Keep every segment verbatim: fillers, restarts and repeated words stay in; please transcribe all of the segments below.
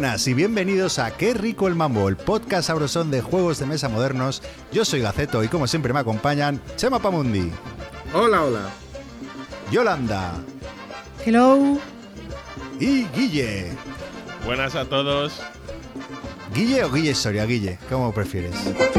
buenas y bienvenidos a Qué rico el mambo, el podcast sabrosón de juegos de mesa modernos. Yo soy Gaceto y como siempre me acompañan Chema Pamundi. Hola, hola. Yolanda. Hello. Y Guille. Buenas a todos. ¿Guille o Guille Soria? Guille, ¿cómo prefieres?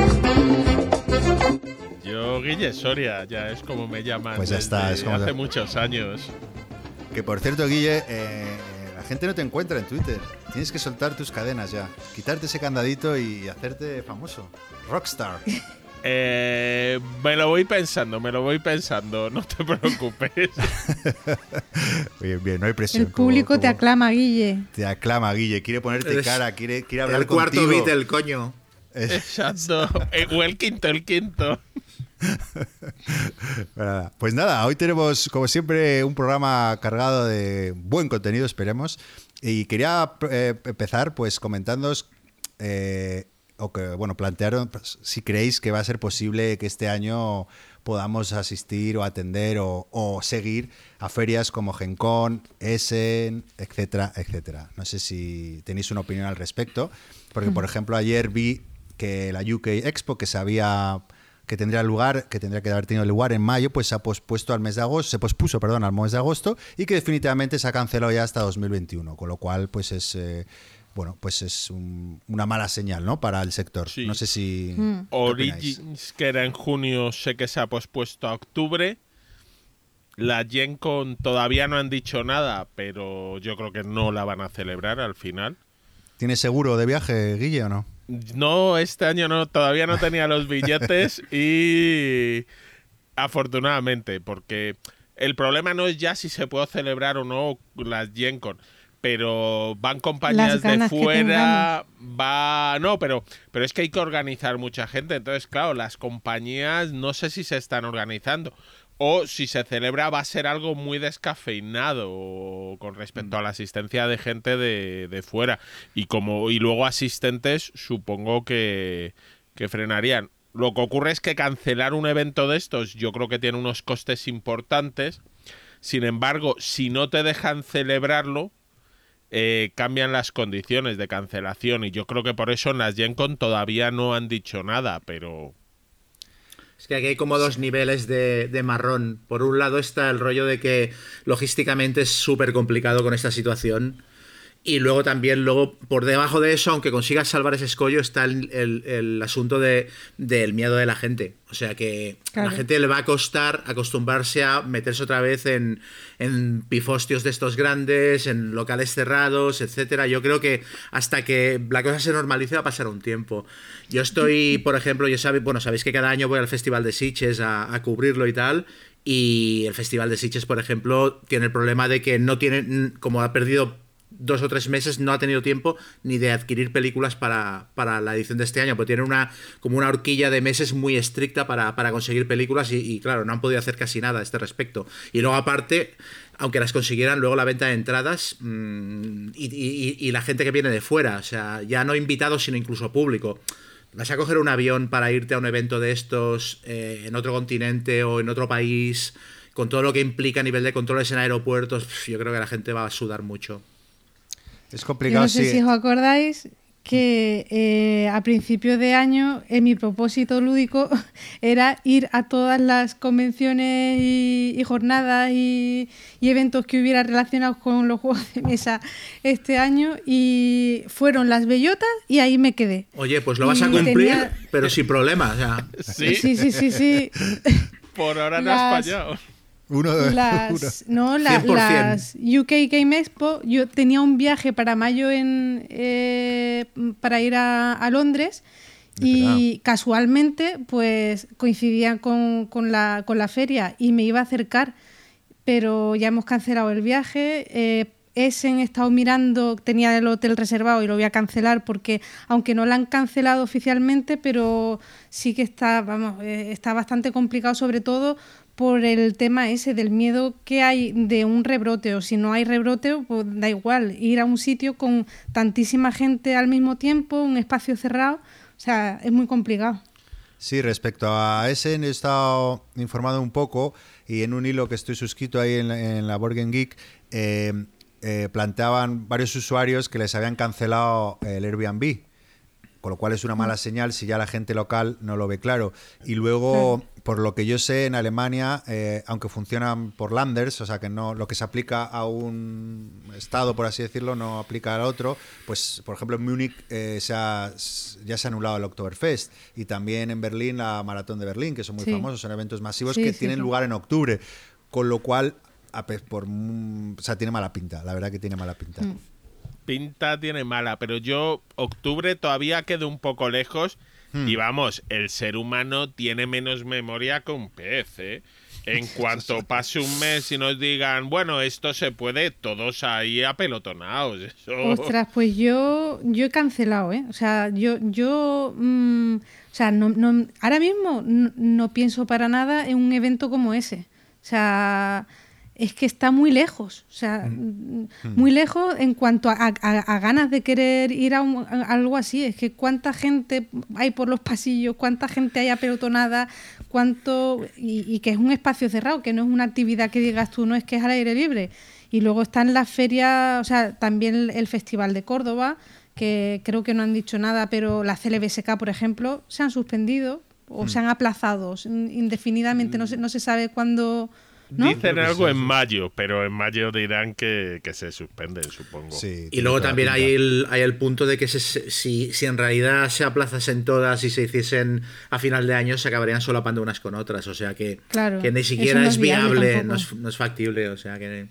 Yo Guille Soria, ya es como me llaman. Pues ya está, es como hace te... muchos años. Que por cierto, Guille, eh, la gente no te encuentra en Twitter. Tienes que soltar tus cadenas ya, quitarte ese candadito y hacerte famoso. Rockstar. Eh, me lo voy pensando, me lo voy pensando, no te preocupes. Bien, bien, no hay presión. El público como, te como... aclama, Guille. Te aclama, Guille, quiere ponerte Eres cara, quiere, quiere hablar el cuarto contigo. beat del coño. Es... Exacto, eh, o el quinto, el quinto. Pues nada, hoy tenemos como siempre un programa cargado de buen contenido, esperemos. Y quería eh, empezar pues comentándoos eh, o que bueno plantearon pues, si creéis que va a ser posible que este año podamos asistir o atender o, o seguir a ferias como Gen Con, Essen, etcétera, etcétera. No sé si tenéis una opinión al respecto, porque por ejemplo ayer vi que la U K Expo, que se había que tendría lugar, que tendría que haber tenido lugar en mayo, pues se ha pospuesto al mes de agosto, se pospuso, perdón, al mes de agosto, y que definitivamente se ha cancelado ya hasta dos mil veintiuno, con lo cual pues es eh, bueno, pues es un, una mala señal, ¿no?, para el sector. Sí. No sé si Mm. Origins, que era en junio, sé que se ha pospuesto a octubre. La Gen Con todavía no han dicho nada, pero yo creo que no la van a celebrar al final. ¿Tienes seguro de viaje, Guille, o no? No, este año no, todavía no tenía los billetes y afortunadamente, porque el problema no es ya si se puede celebrar o no las Gen Con, pero van compañías de fuera, va, no, pero pero es que hay que organizar mucha gente, entonces claro, las compañías no sé si se están organizando. O si se celebra va a ser algo muy descafeinado con respecto a la asistencia de gente de, de fuera. Y como y luego asistentes supongo que, que frenarían. Lo que ocurre es que cancelar un evento de estos yo creo que tiene unos costes importantes. Sin embargo, si no te dejan celebrarlo, eh, cambian las condiciones de cancelación. Y yo creo que por eso en las Gen Con todavía no han dicho nada, pero... Es que aquí hay como dos niveles de, de marrón. Por un lado está el rollo de que logísticamente es súper complicado con esta situación. Y luego también, luego por debajo de eso, aunque consigas salvar ese escollo, está el, el, el asunto de, del miedo de la gente. O sea que claro, a la gente le va a costar acostumbrarse a meterse otra vez en, en pifostios de estos grandes, en locales cerrados, etcétera. Yo creo que hasta que la cosa se normalice va a pasar un tiempo. Yo estoy, por ejemplo, yo sabe, bueno, sabéis que cada año voy al Festival de Sitges a, a cubrirlo y tal. Y el Festival de Sitges, por ejemplo, tiene el problema de que no tiene, como ha perdido dos o tres meses, no ha tenido tiempo ni de adquirir películas para, para la edición de este año, porque tiene una como una horquilla de meses muy estricta para, para conseguir películas y, y claro, no han podido hacer casi nada a este respecto. Y luego aparte, aunque las consiguieran, luego la venta de entradas mmm, y, y, y la gente que viene de fuera, o sea, ya no invitados sino incluso público. Vas a coger un avión para irte a un evento de estos eh, en otro continente o en otro país, con todo lo que implica a nivel de controles en aeropuertos, yo creo que la gente va a sudar mucho. Es complicado. Yo no sé sí. si os acordáis que eh, a principio de año eh, mi propósito lúdico era ir a todas las convenciones y, y jornadas y, y eventos que hubiera relacionados con los juegos de mesa este año, y fueron las bellotas y ahí me quedé. Oye, pues lo vas y a cumplir, tenía... pero sin problema. O sea. ¿Sí? sí, sí, sí, sí. Por ahora no las... has fallado. Uno de, las, uno. No, la, las U K Game Expo, yo tenía un viaje para mayo en, eh, para ir a, a Londres y Esperado. Casualmente pues coincidía con, con, la, con la feria y me iba a acercar, pero ya hemos cancelado el viaje. eh, Essen he estado mirando, tenía el hotel reservado y lo voy a cancelar porque aunque no lo han cancelado oficialmente, pero sí que está, vamos, eh, está bastante complicado, sobre todo por el tema ese del miedo que hay de un rebrote, o si no hay rebrote, pues da igual, ir a un sitio con tantísima gente al mismo tiempo, un espacio cerrado, o sea, es muy complicado. Sí, respecto a Essen he estado informado un poco y en un hilo que estoy suscrito ahí en la, en la Board Game Geek, eh, eh, planteaban varios usuarios que les habían cancelado el Airbnb, con lo cual es una mala señal si ya la gente local no lo ve claro. Y luego, por lo que yo sé, en Alemania, eh, aunque funcionan por landers, o sea que no lo que se aplica a un estado, por así decirlo, no aplica al otro, pues por ejemplo en Múnich eh, se ha, ya se ha anulado el Oktoberfest, y también en Berlín la Maratón de Berlín, que son muy sí. famosos, son eventos masivos Sí, que sí, tienen sí. lugar en octubre, con lo cual, a pe- por, o sea, tiene mala pinta, la verdad que tiene mala pinta. Mm. Pinta tiene mala, pero yo octubre todavía quedo un poco lejos Hmm. y vamos, el ser humano tiene menos memoria que un pez, ¿eh? En cuanto pase un mes y nos digan, bueno, esto se puede, todos ahí apelotonados. Eso... Ostras, pues yo, yo he cancelado, ¿eh? O sea, yo, yo, mm, o sea, no, no, ahora mismo no, no pienso para nada en un evento como ese. O sea, es que está muy lejos, o sea, mm. muy lejos en cuanto a, a, a ganas de querer ir a, un, a algo así. Es que cuánta gente hay por los pasillos, cuánta gente hay apelotonada, cuánto y, y que es un espacio cerrado, que no es una actividad que digas tú, no es que es al aire libre. Y luego están las ferias, o sea, también el, el Festival de Córdoba, que creo que no han dicho nada, pero la C L B S K, por ejemplo, se han suspendido o mm. se han aplazado indefinidamente, no se, no se sabe cuándo... ¿no? Dicen algo en mayo, pero en mayo dirán que, que se suspenden, supongo. Sí, y luego también hay el, hay el punto de que se, si, si en realidad se aplazasen todas y se hiciesen a final de año, se acabarían solapando unas con otras. O sea que, claro, que ni siquiera no es viable, viable no, es, no es factible. O sea que...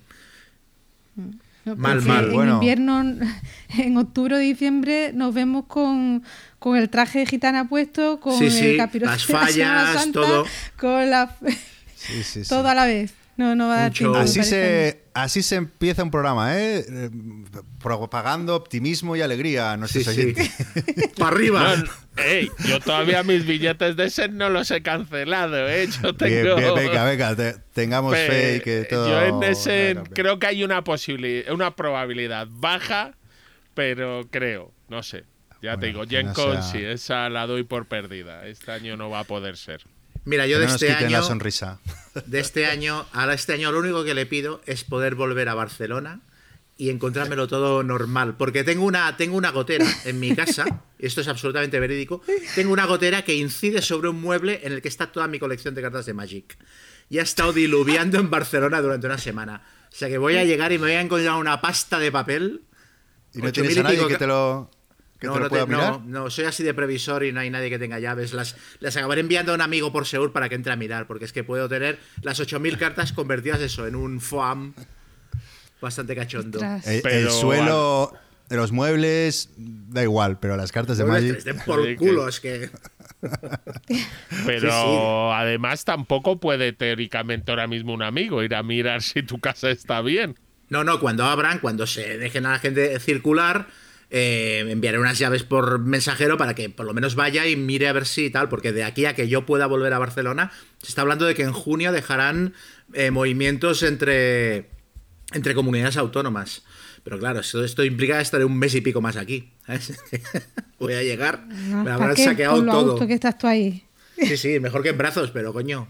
No, mal, mal. En bueno. invierno, en octubre o diciembre, nos vemos con, con el traje de gitana puesto, con sí, sí, el capirote las de la Semana fallas, Santa, todo. Con la... Sí, sí, sí. todo a la vez. No, no va a dar tiempo. Así se, así se empieza un programa, ¿eh? Propagando optimismo y alegría a nuestros sí, oyentes. Sí. ¡Para arriba! No, ey, yo todavía mis billetes de ese no los he cancelado, ¿eh? Yo tengo... Bien, bien, venga, venga, te, tengamos Pe fe y que todo... Yo en ese creo que hay una posibilidad, una probabilidad baja, pero creo, no sé. Ya bueno, te digo, Gen Con, no sea... sí, esa la doy por perdida. Este año no va a poder ser. Mira, yo que de no este año, la sonrisa. de este año, ahora este año lo único que le pido es poder volver a Barcelona y encontrármelo todo normal, porque tengo una, tengo una gotera en mi casa, esto es absolutamente verídico, tengo una gotera que incide sobre un mueble en el que está toda mi colección de cartas de Magic. Y ha estado diluviando en Barcelona durante una semana. O sea que voy a llegar y me voy a encontrar una pasta de papel. ¿Y no tienes a nadie que te lo... Que no, te lo no, pueda te, mirar? no, no, soy así de previsor y no hay nadie que tenga llaves. Las, las acabaré enviando a un amigo por Seur para que entre a mirar, porque es que puedo tener las ocho mil cartas convertidas eso en un foam bastante cachondo. El, el suelo, los muebles, da igual, pero las cartas de Magic... Den por el culo, es que... Pero sí, sí. Además tampoco puede teóricamente ahora mismo un amigo ir a mirar si tu casa está bien. No, no, cuando abran, cuando se dejen a la gente circular... Eh, enviaré unas llaves por mensajero para que por lo menos vaya y mire a ver si tal, porque de aquí a que yo pueda volver a Barcelona se está hablando de que en junio dejarán eh, movimientos entre, entre comunidades autónomas. Pero claro, esto, esto implica estar un mes y pico más aquí. Voy a llegar, no, me habrán qué? saqueado Por lo todo. gusto que estás tú ahí. Sí, sí, mejor que en brazos, pero coño.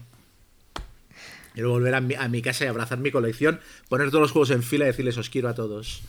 Quiero volver a mi, a mi casa y abrazar mi colección, poner todos los juegos en fila y decirles os quiero a todos.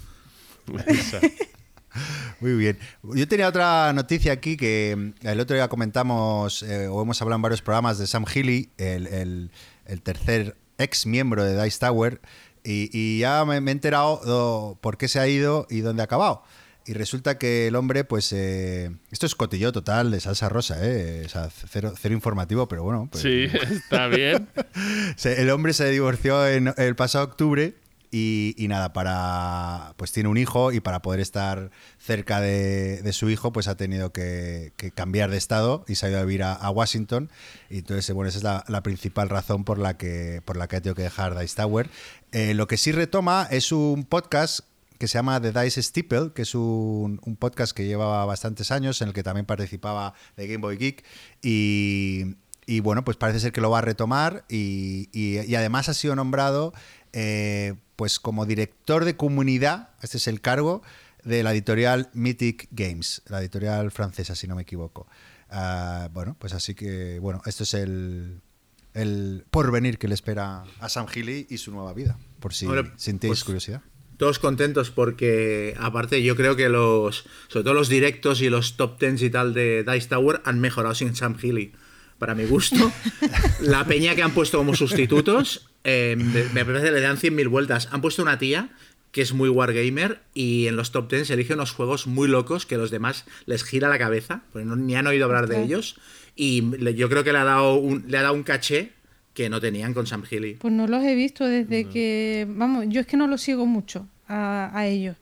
Muy bien. Yo tenía otra noticia aquí que el otro día comentamos, eh, o hemos hablado en varios programas de Sam Healey, el, el, el tercer ex miembro de Dice Tower, y, y ya me, me he enterado de por qué se ha ido y dónde ha acabado. Y resulta que el hombre, pues, eh, esto es cotillo total de salsa rosa, ¿eh? O sea, cero, cero informativo, pero bueno. Pues, sí, está bien. El hombre se divorció en el pasado octubre. Y, y nada, para pues tiene un hijo y para poder estar cerca de, de su hijo, pues ha tenido que, que cambiar de estado y se ha ido a vivir a, a Washington. Y entonces, bueno, esa es la, la principal razón por la que por la que ha tenido que dejar Dice Tower. Eh, lo que sí retoma es un podcast que se llama The Dice Steeple, que es un, un podcast que llevaba bastantes años, en el que también participaba de Game Boy Geek. Y, y bueno, pues parece ser que lo va a retomar y, y, y además ha sido nombrado... Eh, pues como director de comunidad, este es el cargo, de la editorial Mythic Games, la editorial francesa, si no me equivoco. Uh, bueno, pues así que, bueno, esto es el, el porvenir que le espera a Sam Healey y su nueva vida, por si Hombre, sentéis pues, curiosidad. todos contentos porque, aparte, yo creo que los, sobre todo los directos y los top tens y tal de Dice Tower han mejorado sin Sam Healy. Para mi gusto, la peña que han puesto como sustitutos, eh, me, me parece que le dan cien mil vueltas. Han puesto una tía que es muy wargamer y en los top ten elige unos juegos muy locos que a los demás les gira la cabeza, porque no, ni han oído hablar de ellos. Y le, yo creo que le ha dado un, le ha dado un caché que no tenían con Sam Healy. Pues no los he visto desde no. que... Vamos, yo es que no los sigo mucho a, a ellos,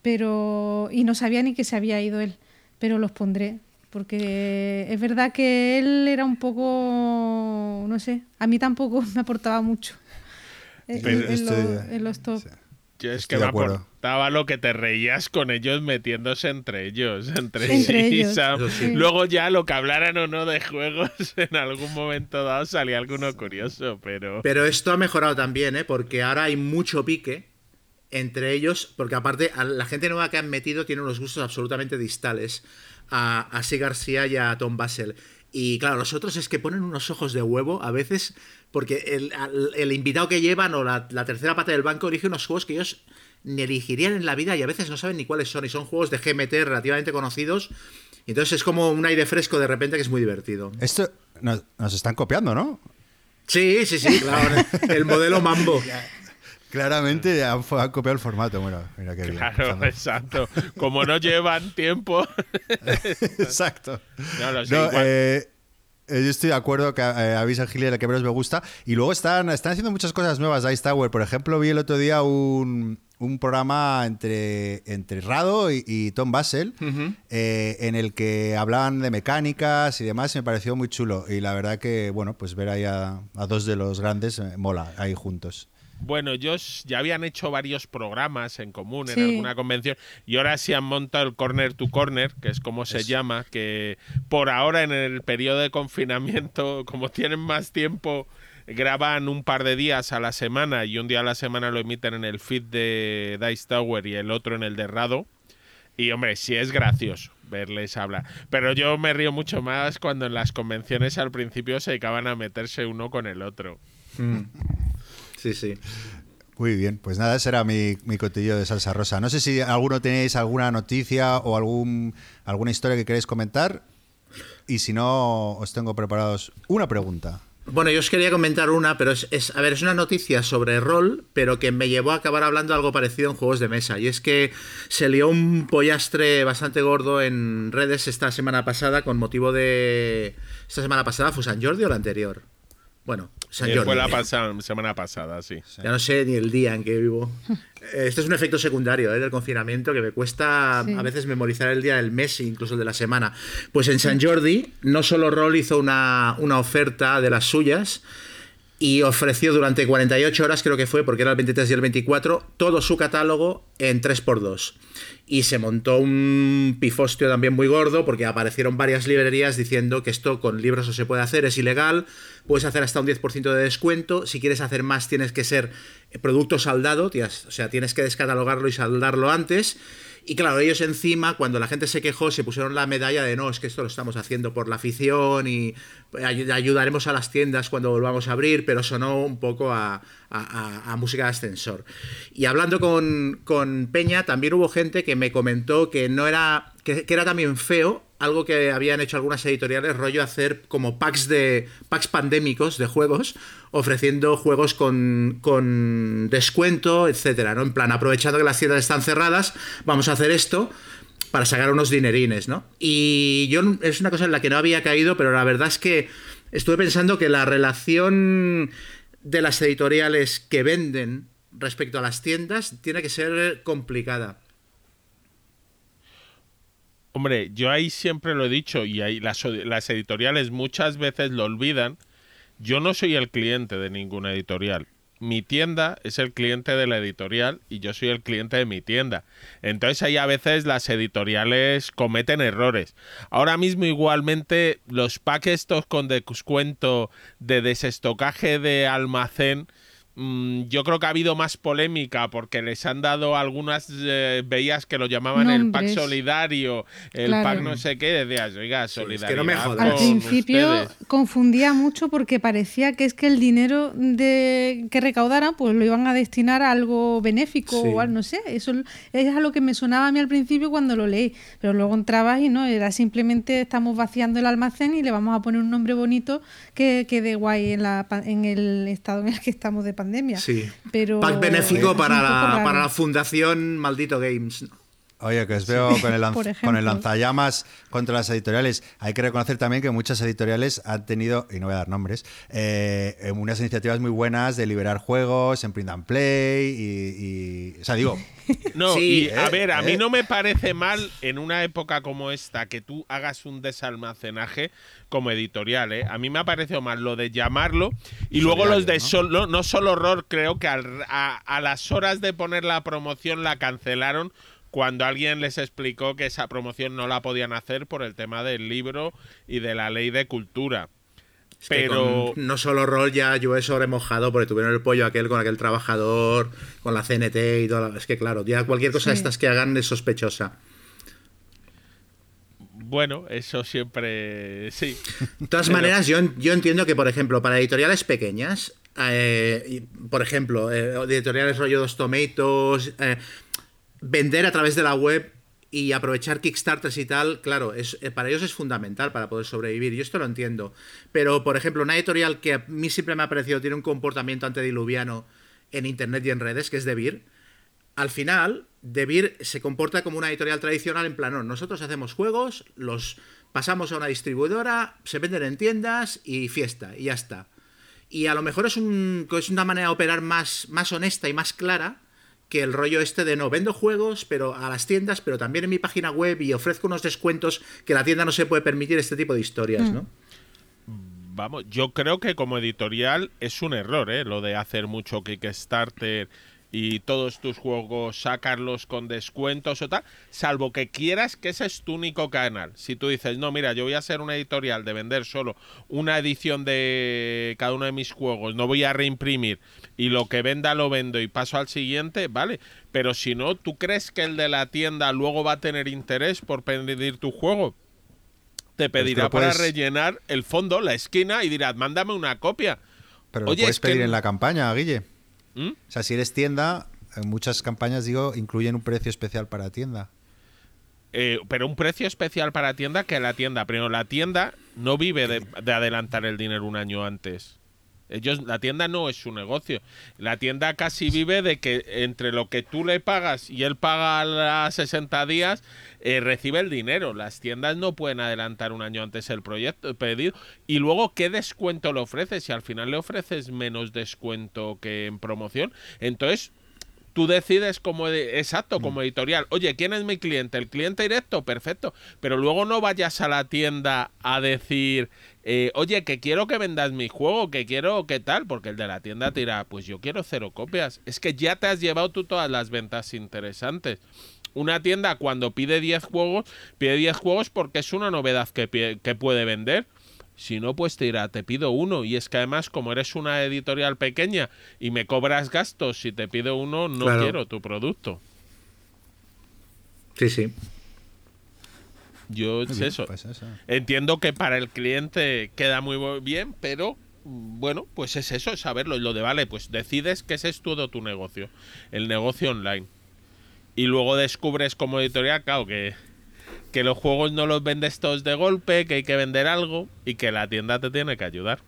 pero y no sabía ni que se había ido él, pero los pondré. Porque es verdad que él era un poco, no sé, a mí tampoco me aportaba mucho en, en, lo, en los top. Sí. Yo es Estoy que me aportaba lo que te reías con ellos metiéndose entre ellos, entre, entre sí, ellos. Sam. Sí. Luego ya lo que hablaran o no de juegos, en algún momento dado salía alguno curioso, pero... Pero esto ha mejorado también, ¿eh? Porque ahora hay mucho pique entre ellos, porque aparte la gente nueva que han metido tiene unos gustos absolutamente distales a, a C. García y a Tom Basel. Y claro, los otros es que ponen unos ojos de huevo a veces, porque el, el invitado que llevan o la, la tercera pata del banco elige unos juegos que ellos ni elegirían en la vida y a veces no saben ni cuáles son. Y son juegos de G M T relativamente conocidos. Y entonces es como un aire fresco de repente que es muy divertido. Esto nos, nos están copiando, ¿no? Sí, sí, sí, claro. El modelo Mambo. Claramente han, han copiado el formato. Bueno, mira qué bien. Claro, exacto. Como no llevan tiempo. Exacto. No lo sé. No, eh, yo estoy de acuerdo que eh, a Vincent Healy es la que menos me gusta. Y luego están, están haciendo muchas cosas nuevas. Dice Tower, por ejemplo, vi el otro día un, un programa entre, entre Rado y, y Tom Basel, uh-huh. eh, en el que hablaban de mecánicas y demás. Y me pareció muy chulo. Y la verdad que, bueno, pues ver ahí a, a dos de los grandes eh, mola ahí juntos. Bueno, ellos ya habían hecho varios programas en común sí. en alguna convención y ahora sí han montado el Corner to Corner, que es como se Eso. llama, que por ahora en el periodo de confinamiento, como tienen más tiempo, graban un par de días a la semana y un día a la semana lo emiten en el feed de Dice Tower y el otro en el de Rado. Y hombre, sí es gracioso verles hablar. Pero yo me río mucho más cuando en las convenciones al principio se dedicaban a meterse uno con el otro. Mm. Sí, sí. Muy bien, pues nada, ese era mi, mi cotillo de salsa rosa. No sé si alguno tenéis alguna noticia o algún alguna historia que queréis comentar. Y si no, os tengo preparados una pregunta. Bueno, yo os quería comentar una, pero es, es, a ver, es una noticia sobre rol, pero que me llevó a acabar hablando algo parecido en juegos de mesa. Y es que se lió un pollastre bastante gordo en redes esta semana pasada con motivo de... Esta semana pasada fue San Jordi o la anterior. Bueno, San Jordi. Fue la pasada, semana pasada, sí. Ya no sé ni el día en que vivo. Esto es un efecto secundario ¿eh? del confinamiento que me cuesta sí. a veces memorizar el día del mes e incluso el de la semana. Pues en San Jordi, no solo Roll hizo una, una oferta de las suyas y ofreció durante cuarenta y ocho horas, creo que fue, porque era el veintitrés y el veinticuatro, todo su catálogo en tres por dos. Y se montó un pifostio también muy gordo porque aparecieron varias librerías diciendo que esto con libros no se puede hacer, es ilegal, puedes hacer hasta un diez por ciento de descuento, si quieres hacer más tienes que ser producto saldado, tías, o sea, tienes que descatalogarlo y saldarlo antes. Y claro, ellos encima, cuando la gente se quejó, se pusieron la medalla de no, es que esto lo estamos haciendo por la afición y ayudaremos a las tiendas cuando volvamos a abrir, pero sonó un poco a, a, a música de ascensor. Y hablando con, con Peña, también hubo gente que me comentó que no era, que, que era también feo, algo que habían hecho algunas editoriales, rollo hacer como packs de packs pandémicos de juegos, ofreciendo juegos con, con descuento, etcétera, ¿no? En plan, aprovechando que las tiendas están cerradas, vamos a hacer esto para sacar unos dinerines, ¿no? Y yo es una cosa en la que no había caído, pero la verdad es que estuve pensando que la relación de las editoriales que venden respecto a las tiendas tiene que ser complicada. Hombre, yo ahí siempre lo he dicho y ahí las, las editoriales muchas veces lo olvidan. Yo no soy el cliente de ninguna editorial. Mi tienda es el cliente de la editorial y yo soy el cliente de mi tienda. Entonces ahí a veces las editoriales cometen errores. Ahora mismo igualmente los packs estos con descuento de desestocaje de almacén mmm, yo creo que ha habido más polémica porque les han dado algunas, eh, veías que lo llamaban Nombres. el pack solidario, el claro. pack no sé qué, decías, oiga, solidaridad. Sí, es que no me jodas. Al principio ustedes. confundía mucho porque parecía que es que el dinero de que recaudaran pues lo iban a destinar a algo benéfico sí. o algo, no sé, eso es a lo que me sonaba a mí al principio cuando lo leí, pero luego entrabas y no, era simplemente estamos vaciando el almacén y le vamos a poner un nombre bonito que quede guay en, la, en el estado en el que estamos de pandemia. Sí. Pero pack benéfico para la, para la fundación Maldito Games. Oye, que os veo sí. con, el lanz- con el lanzallamas contra las editoriales. Hay que reconocer también que muchas editoriales han tenido, y no voy a dar nombres, eh, unas iniciativas muy buenas de liberar juegos en print and play y, y o sea, digo... No, sí, y eh, a ver, a eh. mí no me parece mal en una época como esta que tú hagas un desalmacenaje como editorial, ¿eh? A mí me ha parecido mal lo de llamarlo y luego los de ¿no? solo, no solo horror, creo que al, a, a las horas de poner la promoción la cancelaron cuando alguien les explicó que esa promoción no la podían hacer por el tema del libro y de la ley de cultura. Es Pero no solo rol, ya yo he sobremojado porque tuvieron el pollo aquel con aquel trabajador, con la C N T y todo. Es que claro, ya cualquier cosa de sí. estas que hagan es sospechosa. Bueno, eso siempre sí. De todas Pero... maneras, yo, yo entiendo que, por ejemplo, para editoriales pequeñas, eh, por ejemplo, eh, editoriales rollo Dos Tomatoes, eh, vender a través de la web y aprovechar Kickstarters y tal, claro, es, eh, para ellos es fundamental para poder sobrevivir. Yo esto lo entiendo. Pero, por ejemplo, una editorial que a mí siempre me ha parecido tiene un comportamiento antediluviano en internet y en redes, que es Devir. Al final, Devir se comporta como una editorial tradicional en plan, no, nosotros hacemos juegos, los pasamos a una distribuidora, se venden en tiendas y fiesta, y ya está. Y a lo mejor es, un, es una manera de operar más, más honesta y más clara que el rollo este de no, vendo juegos pero a las tiendas, pero también en mi página web y ofrezco unos descuentos que la tienda no se puede permitir, este tipo de historias, ¿no? Vamos, yo creo que como editorial es un error, ¿eh? Lo de hacer mucho Kickstarter y todos tus juegos sacarlos con descuentos o tal, salvo que quieras que ese es tu único canal. Si tú dices, no, mira, yo voy a hacer una editorial de vender solo una edición de cada uno de mis juegos, no voy a reimprimir y lo que venda lo vendo y paso al siguiente, vale. Pero si no, ¿tú crees que el de la tienda luego va a tener interés por pedir tu juego? Te pedirá para puedes... rellenar el fondo, la esquina y dirás, mándame una copia. Pero lo Oye, puedes es pedir que... en la campaña, Guille. ¿Mm? O sea, si eres tienda, en muchas campañas, digo, incluyen un precio especial para tienda. Eh, pero un precio especial para tienda que la tienda. Pero la tienda no vive de, de adelantar el dinero un año antes. Ellos, la tienda no es su negocio. La tienda casi vive de que entre lo que tú le pagas y él paga a sesenta días, eh, recibe el dinero. Las tiendas no pueden adelantar un año antes el proyecto, el pedido. Y luego, ¿qué descuento le ofreces? Si al final le ofreces menos descuento que en promoción, entonces tú decides como de, exacto, como editorial. Oye, ¿quién es mi cliente? ¿El cliente directo? Perfecto. Pero luego no vayas a la tienda a decir, eh, oye, que quiero que vendas mi juego, que quiero que tal, porque el de la tienda te dirá, pues yo quiero cero copias. Es que ya te has llevado tú todas las ventas interesantes. Una tienda cuando pide diez juegos, pide diez juegos porque es una novedad que, que puede vender. Si no, pues te dirá, te pido uno. Y es que además, como eres una editorial pequeña y me cobras gastos, si te pido uno, no claro. quiero tu producto. Sí, sí. Yo es eso. Pues eso. Entiendo que para el cliente queda muy bien, pero bueno, pues es eso, es saberlo. Y lo de vale, pues decides que ese es todo tu negocio. El negocio online. Y luego descubres como editorial, claro, que... que los juegos no los vendes todos de golpe, que hay que vender algo y que la tienda te tiene que ayudar.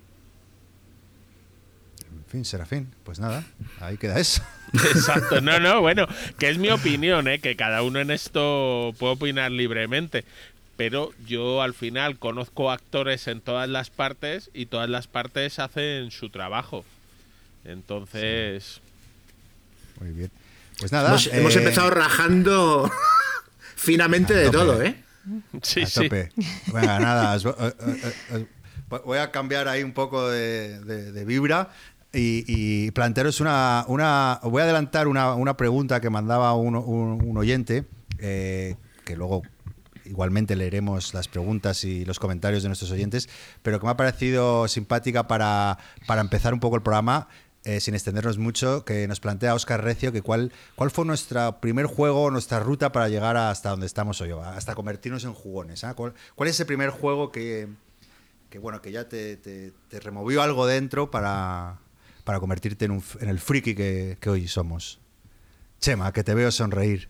En fin, Serafín, pues nada, ahí queda eso. Exacto, no, no, bueno, que es mi opinión, ¿eh? Que cada uno en esto puede opinar libremente, pero yo al final conozco actores en todas las partes y todas las partes hacen su trabajo. Entonces... Sí. Muy bien. Pues nada. Hemos, eh... hemos empezado rajando... finamente de todo, ¿eh? Sí, a tope. Sí. Venga, nada, os, os, os, os, voy a cambiar ahí un poco de, de, de vibra y, y plantearos una, una... Voy a adelantar una, una pregunta que mandaba un, un, un oyente, eh, que luego igualmente leeremos las preguntas y los comentarios de nuestros oyentes, pero que me ha parecido simpática para, para empezar un poco el programa. eh, sin extendernos mucho, que nos plantea Óscar Recio que cuál, cuál fue nuestro primer juego, nuestra ruta para llegar hasta donde estamos hoy, hasta convertirnos en jugones. ¿eh? ¿Cuál, ¿Cuál es ese primer juego que, que bueno, que ya te, te, te removió algo dentro para, para convertirte en, un, en el friki que, que hoy somos? Chema, que te veo sonreír.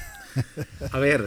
A ver,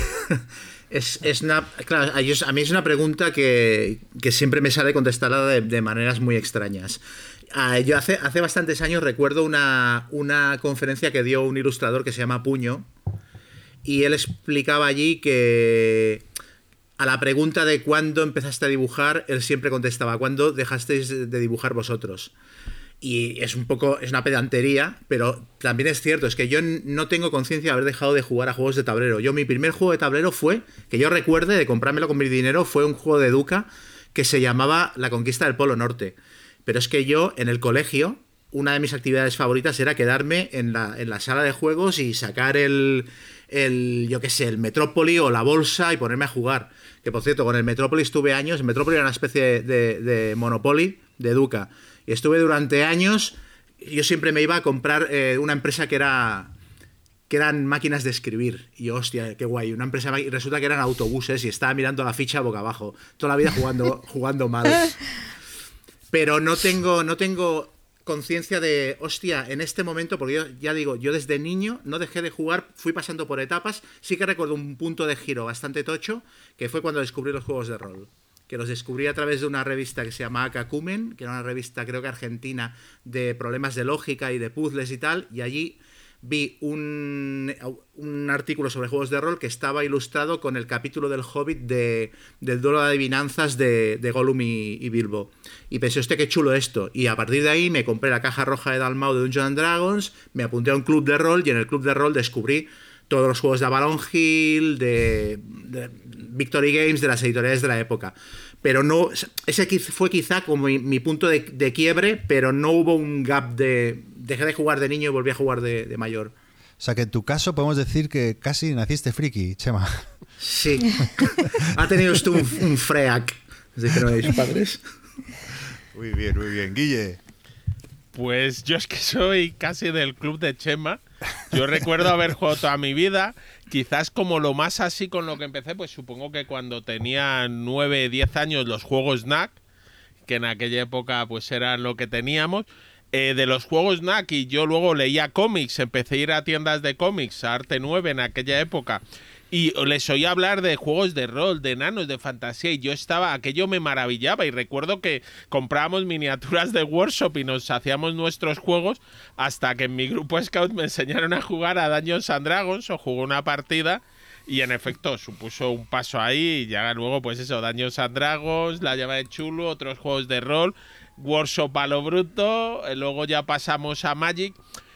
es, es una, claro, a mí es una pregunta que, que siempre me sale contestarla de, de maneras muy extrañas. Uh, yo hace, hace bastantes años recuerdo una, una conferencia que dio un ilustrador que se llama Puño, y él explicaba allí que a la pregunta de cuándo empezaste a dibujar, él siempre contestaba: ¿cuándo dejasteis de dibujar vosotros? Y es un poco, es una pedantería, pero también es cierto, es que yo no tengo conciencia de haber dejado de jugar a juegos de tablero. Yo, mi primer juego de tablero fue, que yo recuerde de comprármelo con mi dinero, fue un juego de Educa que se llamaba La Conquista del Polo Norte. Pero es que yo, en el colegio, una de mis actividades favoritas era quedarme en la, en la sala de juegos y sacar el, el, yo qué sé, el Metrópoli o la bolsa y ponerme a jugar. Que, por cierto, con el Metrópoli estuve años. El Metrópoli era una especie de, de, de Monopoly de Educa. Y estuve durante años, yo siempre me iba a comprar eh, una empresa que era que eran máquinas de escribir. Y hostia, qué guay, una empresa, y resulta que eran autobuses y estaba mirando la ficha boca abajo. Toda la vida jugando, jugando mal. Pero no tengo, no tengo conciencia de, hostia, en este momento, porque yo ya digo, yo desde niño no dejé de jugar, fui pasando por etapas. Sí que recuerdo un punto de giro bastante tocho, que fue cuando descubrí los juegos de rol. Que los descubrí a través de una revista que se llamaba Cacumen, que era una revista creo que argentina de problemas de lógica y de puzzles y tal, y allí vi un, un artículo sobre juegos de rol que estaba ilustrado con el capítulo del Hobbit de, del duelo de adivinanzas de, de Gollum y, y Bilbo. Y pensé, hostia, qué chulo esto. Y a partir de ahí me compré la caja roja de Dalmau de Dungeons and Dragons, me apunté a un club de rol y en el club de rol descubrí todos los juegos de Avalon Hill, de, de Victory Games, de las editoriales de la época. Pero no, ese fue quizá como mi, mi punto de, de quiebre, pero no hubo un gap de... Dejé de jugar de niño y volví a jugar de, de mayor. O sea que en tu caso podemos decir que casi naciste friki, Chema. Sí. Ha tenido usted un, un freak desde que no erais padres. Muy bien, muy bien. Guille. Pues yo es que soy casi del club de Chema. Yo recuerdo haber jugado toda mi vida. Quizás como lo más así con lo que empecé, pues supongo que cuando tenía nueve, diez años los juegos N A C, que en aquella época pues eran lo que teníamos. Eh, de los juegos N A C, y yo luego leía cómics, empecé a ir a tiendas de cómics, a Arte nueve en aquella época, y les oía hablar de juegos de rol, de enanos, de fantasía, y yo estaba, aquello me maravillaba, y recuerdo que comprábamos miniaturas de Workshop y nos hacíamos nuestros juegos, hasta que en mi grupo Scout me enseñaron a jugar a Dungeons and Dragons, o jugué una partida, y en efecto supuso un paso ahí, y ya luego pues eso, Dungeons and Dragons, La Llama de Chulu, otros juegos de rol, Workshop a lo bruto, luego ya pasamos a Magic,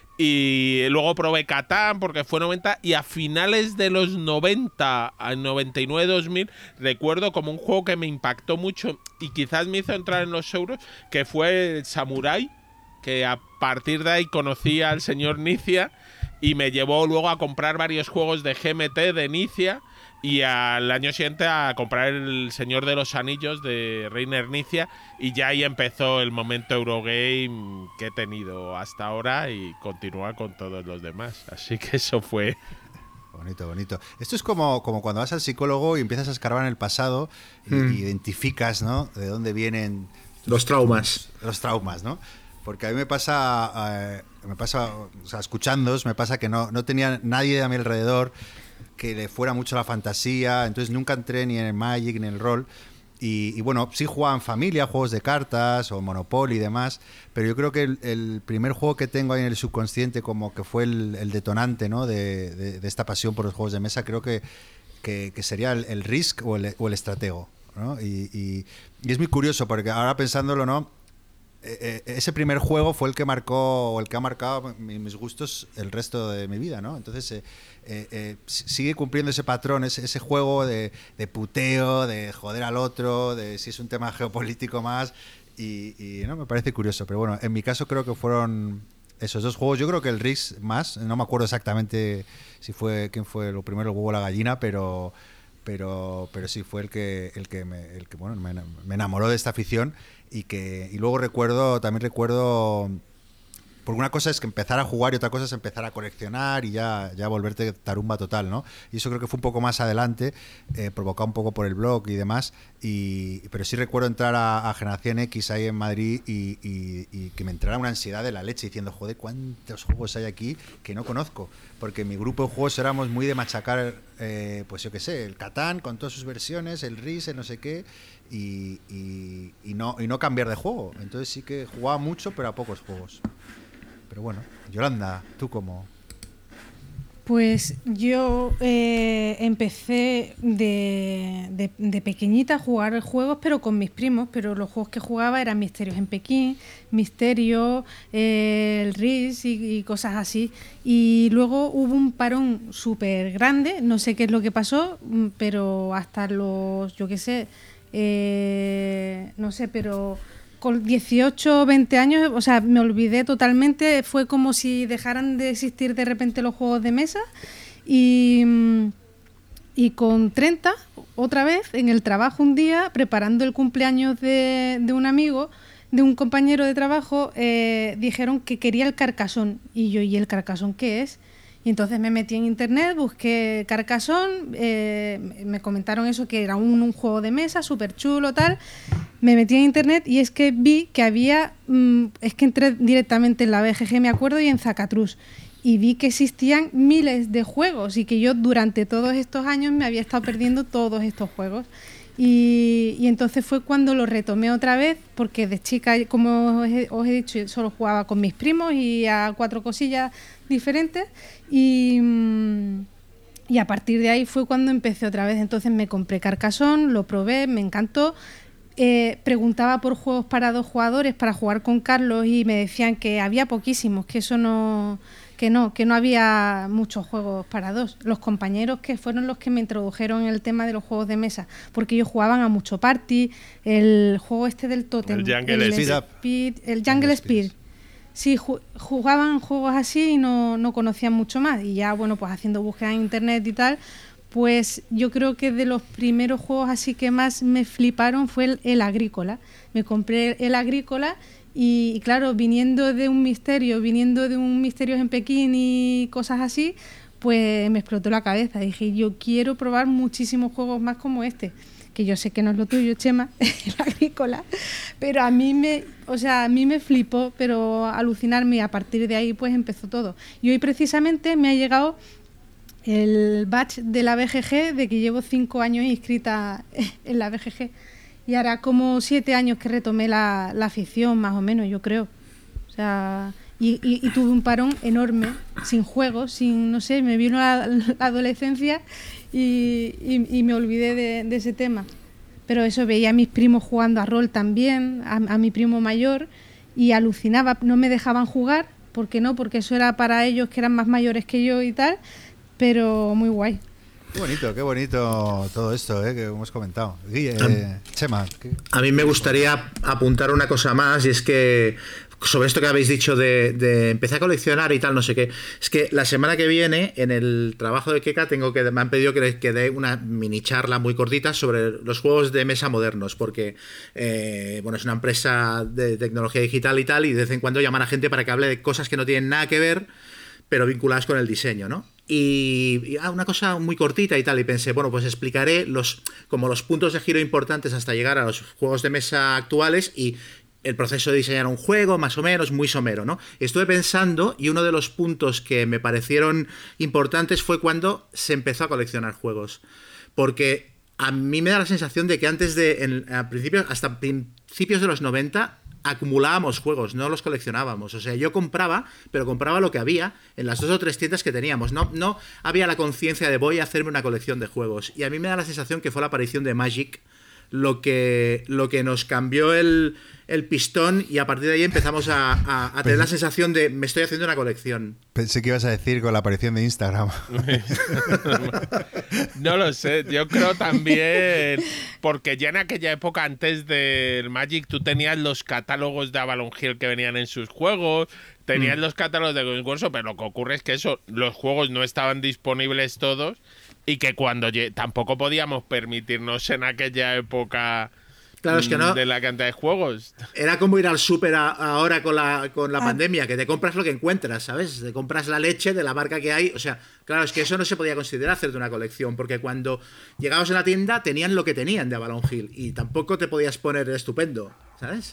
y luego probé Catán porque fue noventa, y a finales de los noventa, al noventa y nueve dos mil, recuerdo como un juego que me impactó mucho y quizás me hizo entrar en los euros, que fue Samurai, que a partir de ahí conocí al señor Nicia y me llevó luego a comprar varios juegos de G M T de Nicia, y al año siguiente a comprar El Señor de los Anillos de Reiner Nicia, y ya ahí empezó el momento Eurogame que he tenido hasta ahora y continúa con todos los demás. Así que eso fue... Bonito, bonito. Esto es como, como cuando vas al psicólogo y empiezas a escarbar en el pasado y, mm. y identificas, ¿no?, de dónde vienen tus, los traumas. Tus, los traumas, ¿no? Porque a mí me pasa, eh, me pasa, o sea, escuchándoos, me pasa que no, no tenía nadie a mi alrededor que le fuera mucho la fantasía, entonces nunca entré ni en el Magic ni en el rol. Y, y bueno, sí jugaba en familia, juegos de cartas o Monopoly y demás, pero yo creo que el, el primer juego que tengo ahí en el subconsciente como que fue el, el detonante, ¿no?, de, de, de esta pasión por los juegos de mesa, creo que, que, que sería el, el Risk o el, o el Estratego, ¿no? Y, y, y es muy curioso porque ahora pensándolo, ¿no?, eh, eh, ese primer juego fue el que marcó o el que ha marcado mis gustos el resto de mi vida, ¿no? Entonces eh, eh, eh, sigue cumpliendo ese patrón, ese, ese juego de, de puteo, de joder al otro, de si es un tema geopolítico más, y, y no me parece curioso, pero bueno, en mi caso creo que fueron esos dos juegos. Yo creo que el Risk más, no me acuerdo exactamente si fue quién fue lo primero, el huevo o la gallina, pero pero pero sí fue el que el que me, el que bueno me, me enamoró de esta afición. Y que y luego recuerdo también recuerdo porque una cosa es que empezar a jugar y otra cosa es empezar a coleccionar y ya, ya volverte tarumba total, ¿no? Y eso creo que fue un poco más adelante, eh, provocado un poco por el blog y demás, y, pero sí recuerdo entrar a, a Generación X ahí en Madrid y, y, y que me entrara una ansiedad de la leche diciendo, joder, ¿cuántos juegos hay aquí que no conozco? Porque en mi grupo de juegos éramos muy de machacar, eh, pues yo qué sé, el Catán con todas sus versiones, el R I S, el no sé qué, y, y, y, no, y no cambiar de juego. Entonces sí que jugaba mucho, pero a pocos juegos. Pero bueno, Yolanda, ¿tú cómo? Pues yo eh, empecé de, de, de pequeñita a jugar juegos, pero con mis primos, pero los juegos que jugaba eran Misterios en Pekín, Misterio, eh, el R I S y, y cosas así. Y luego hubo un parón súper grande, no sé qué es lo que pasó, pero hasta los, yo qué sé, eh, no sé, pero... con dieciocho o veinte años, o sea, me olvidé totalmente, fue como si dejaran de existir de repente los juegos de mesa y, y con treinta, otra vez, en el trabajo un día, preparando el cumpleaños de, de un amigo, de un compañero de trabajo, eh, dijeron que quería el Carcassonne y yo, ¿y el Carcassonne qué es? Y entonces me metí en internet, busqué Carcassonne, eh, me comentaron eso, que era un, un juego de mesa súper chulo, tal. Me metí en internet y es que vi que había, mmm, es que entré directamente en la B G G, me acuerdo, y en Zacatrus. Y vi que existían miles de juegos y que yo durante todos estos años me había estado perdiendo todos estos juegos. Y, y entonces fue cuando lo retomé otra vez, porque de chica, como os he, os he dicho, solo jugaba con mis primos y a cuatro cosillas diferentes. Y, y a partir de ahí fue cuando empecé otra vez. Entonces me compré Carcassonne, lo probé, me encantó. Eh, preguntaba por juegos para dos jugadores para jugar con Carlos y me decían que había poquísimos, que eso no, que no, que no había muchos juegos para dos. Los compañeros que fueron los que me introdujeron en el tema de los juegos de mesa, porque ellos jugaban a mucho party, el juego este del tótem, el Jungle el Speed, Speed, el Jungle Speed. Sí, ju- jugaban juegos así y no, no conocían mucho más. Y ya, bueno, pues haciendo búsqueda en internet y tal, pues yo creo que de los primeros juegos así que más me fliparon fue el, el Agrícola. Me compré el Agrícola y, y claro, viniendo de un misterio, viniendo de un Misterios en Pekín y cosas así, pues me explotó la cabeza. Dije, yo quiero probar muchísimos juegos más como este. Que yo sé que no es lo tuyo, Chema, el Agrícola, pero a mí me, o sea, a mí me flipó, pero alucinarme, y a partir de ahí pues empezó todo. Y hoy precisamente me ha llegado el badge de la B G G de que llevo cinco años inscrita en la B G G y hará como siete años que retomé la, la afición, más o menos, yo creo. O sea, y, y, y tuve un parón enorme, sin juegos, sin, no sé, me vino la, la adolescencia y, y, y me olvidé de, de ese tema. Pero eso, veía a mis primos jugando a rol también, a, a mi primo mayor, y alucinaba, no me dejaban jugar, ¿por qué no? Porque eso era para ellos que eran más mayores que yo y tal, pero muy guay. Qué bonito, qué bonito todo esto, ¿eh? Que hemos comentado. Guille, eh, Chema. ¿qué? A mí me gustaría apuntar una cosa más, y es que sobre esto que habéis dicho de, de empezar a coleccionar y tal, no sé qué, es que la semana que viene en el trabajo de Keka tengo que me han pedido que, que dé una mini charla muy cortita sobre los juegos de mesa modernos, porque eh, bueno, es una empresa de tecnología digital y tal, y de vez en cuando llaman a gente para que hable de cosas que no tienen nada que ver, pero vinculadas con el diseño, ¿no? Y, y ah, una cosa muy cortita y tal, y pensé, bueno, pues explicaré los como los puntos de giro importantes hasta llegar a los juegos de mesa actuales y el proceso de diseñar un juego, más o menos, muy somero, ¿no? Estuve pensando, y uno de los puntos que me parecieron importantes fue cuando se empezó a coleccionar juegos, porque a mí me da la sensación de que antes de, en, a principios, hasta principios de los noventa, acumulábamos juegos, no los coleccionábamos. O sea, yo compraba, pero compraba lo que había en las dos o tres tiendas que teníamos. No, no había la conciencia de voy a hacerme una colección de juegos. Y a mí me da la sensación que fue la aparición de Magic lo que, lo que nos cambió el, el pistón, y a partir de ahí empezamos a, a, a tener la sensación de me estoy haciendo una colección. Pensé que ibas a decir con la aparición de Instagram. No lo sé, yo creo también, porque ya en aquella época antes del Magic tú tenías los catálogos de Avalon Hill que venían en sus juegos, tenías mm. los catálogos de concurso, pero lo que ocurre es que eso, los juegos no estaban disponibles todos, y que cuando tampoco podíamos permitirnos en aquella época Claro, es que no. de la cantidad de juegos. Era como ir al súper a- ahora con la, con la ah. pandemia, que te compras lo que encuentras, ¿sabes? Te compras la leche de la marca que hay. O sea, claro, es que eso no se podía considerar hacerte una colección, porque cuando llegabas a la tienda tenían lo que tenían de Avalon Hill y tampoco te podías poner estupendo, ¿sabes?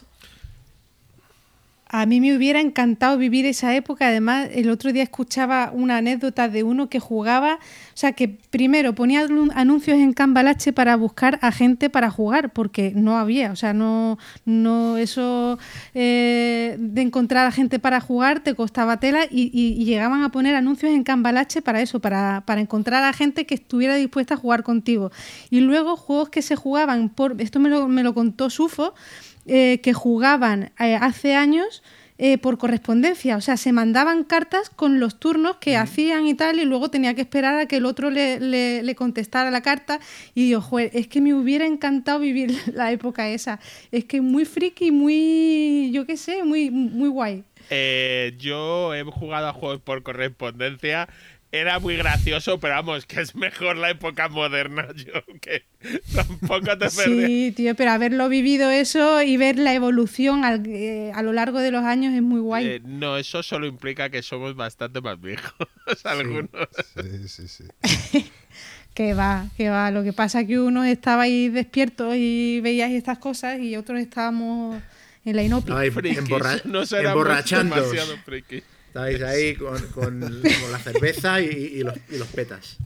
A mí me hubiera encantado vivir esa época. Además, el otro día escuchaba una anécdota de uno que jugaba, o sea, que primero ponía anuncios en Cambalache para buscar a gente para jugar, porque no había, o sea, no, no eso eh, de encontrar a gente para jugar te costaba tela y, y, y llegaban a poner anuncios en Cambalache para eso, para, para encontrar a gente que estuviera dispuesta a jugar contigo. Y luego juegos que se jugaban, por esto me lo, me lo contó Sufo, Eh, que jugaban eh, hace años eh, por correspondencia, o sea, se mandaban cartas con los turnos que mm. hacían y tal, y luego tenía que esperar a que el otro le, le, le contestara la carta, y digo, joder, es que me hubiera encantado vivir la época esa, es que muy friki, muy, yo qué sé, muy, muy guay. Eh, yo he jugado a juegos por correspondencia. Era muy gracioso, pero vamos, que es mejor la época moderna, yo que tampoco te perdí. Sí, tío, pero haberlo vivido eso y ver la evolución al, eh, a lo largo de los años es muy guay. Eh, no, eso solo implica que somos bastante más viejos, algunos. Sí, sí, sí. sí. Que va, que va. Lo que pasa es que unos estabais despiertos y veíais estas cosas y otros estábamos en la inopia. Ay, emborra no emborrachando. demasiado friki. Estáis ahí con, con, con la cerveza y, y, los, y los petas.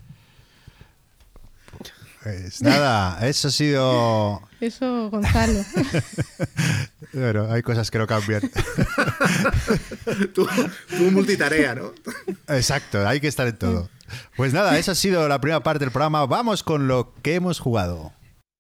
Pues nada, eso ha sido... Eso, Gonzalo. Bueno, hay cosas que no cambian. tú, tú multitarea, ¿no? Exacto, hay que estar en todo. Pues nada, esa ha sido la primera parte del programa. Vamos con lo que hemos jugado.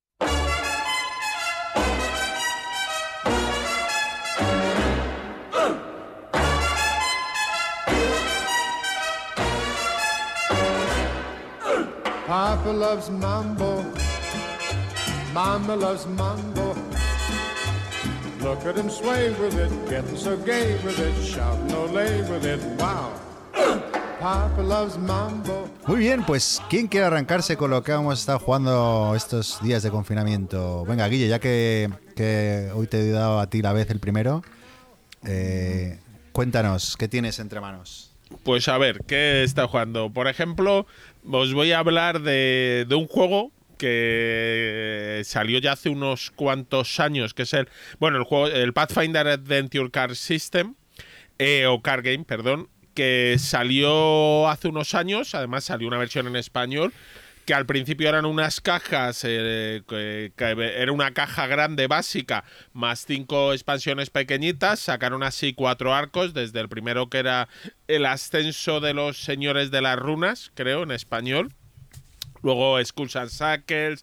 Papa loves mambo, Mama loves mambo. Look at him sway with it, getting so gay with it, shouting olé with it, wow. Papa loves mambo. Muy bien, pues ¿quién quiere arrancarse con lo que hemos estado jugando estos días de confinamiento? Venga, Guille, ya que, que hoy te he dado a ti la vez el primero, eh, cuéntanos, ¿qué tienes entre manos? Pues a ver, ¿qué está jugando? Por ejemplo, os voy a hablar de, de un juego que salió ya hace unos cuantos años, que es el, bueno, el juego, el Pathfinder Adventure Card System, eh, o Card Game, perdón, que salió hace unos años, además salió una versión en español, que al principio eran unas cajas, eh, que, que era una caja grande básica, más cinco expansiones pequeñitas, sacaron así cuatro arcos, desde el primero que era el ascenso de los señores de las runas, creo, en español. Luego Skulls and Shackles,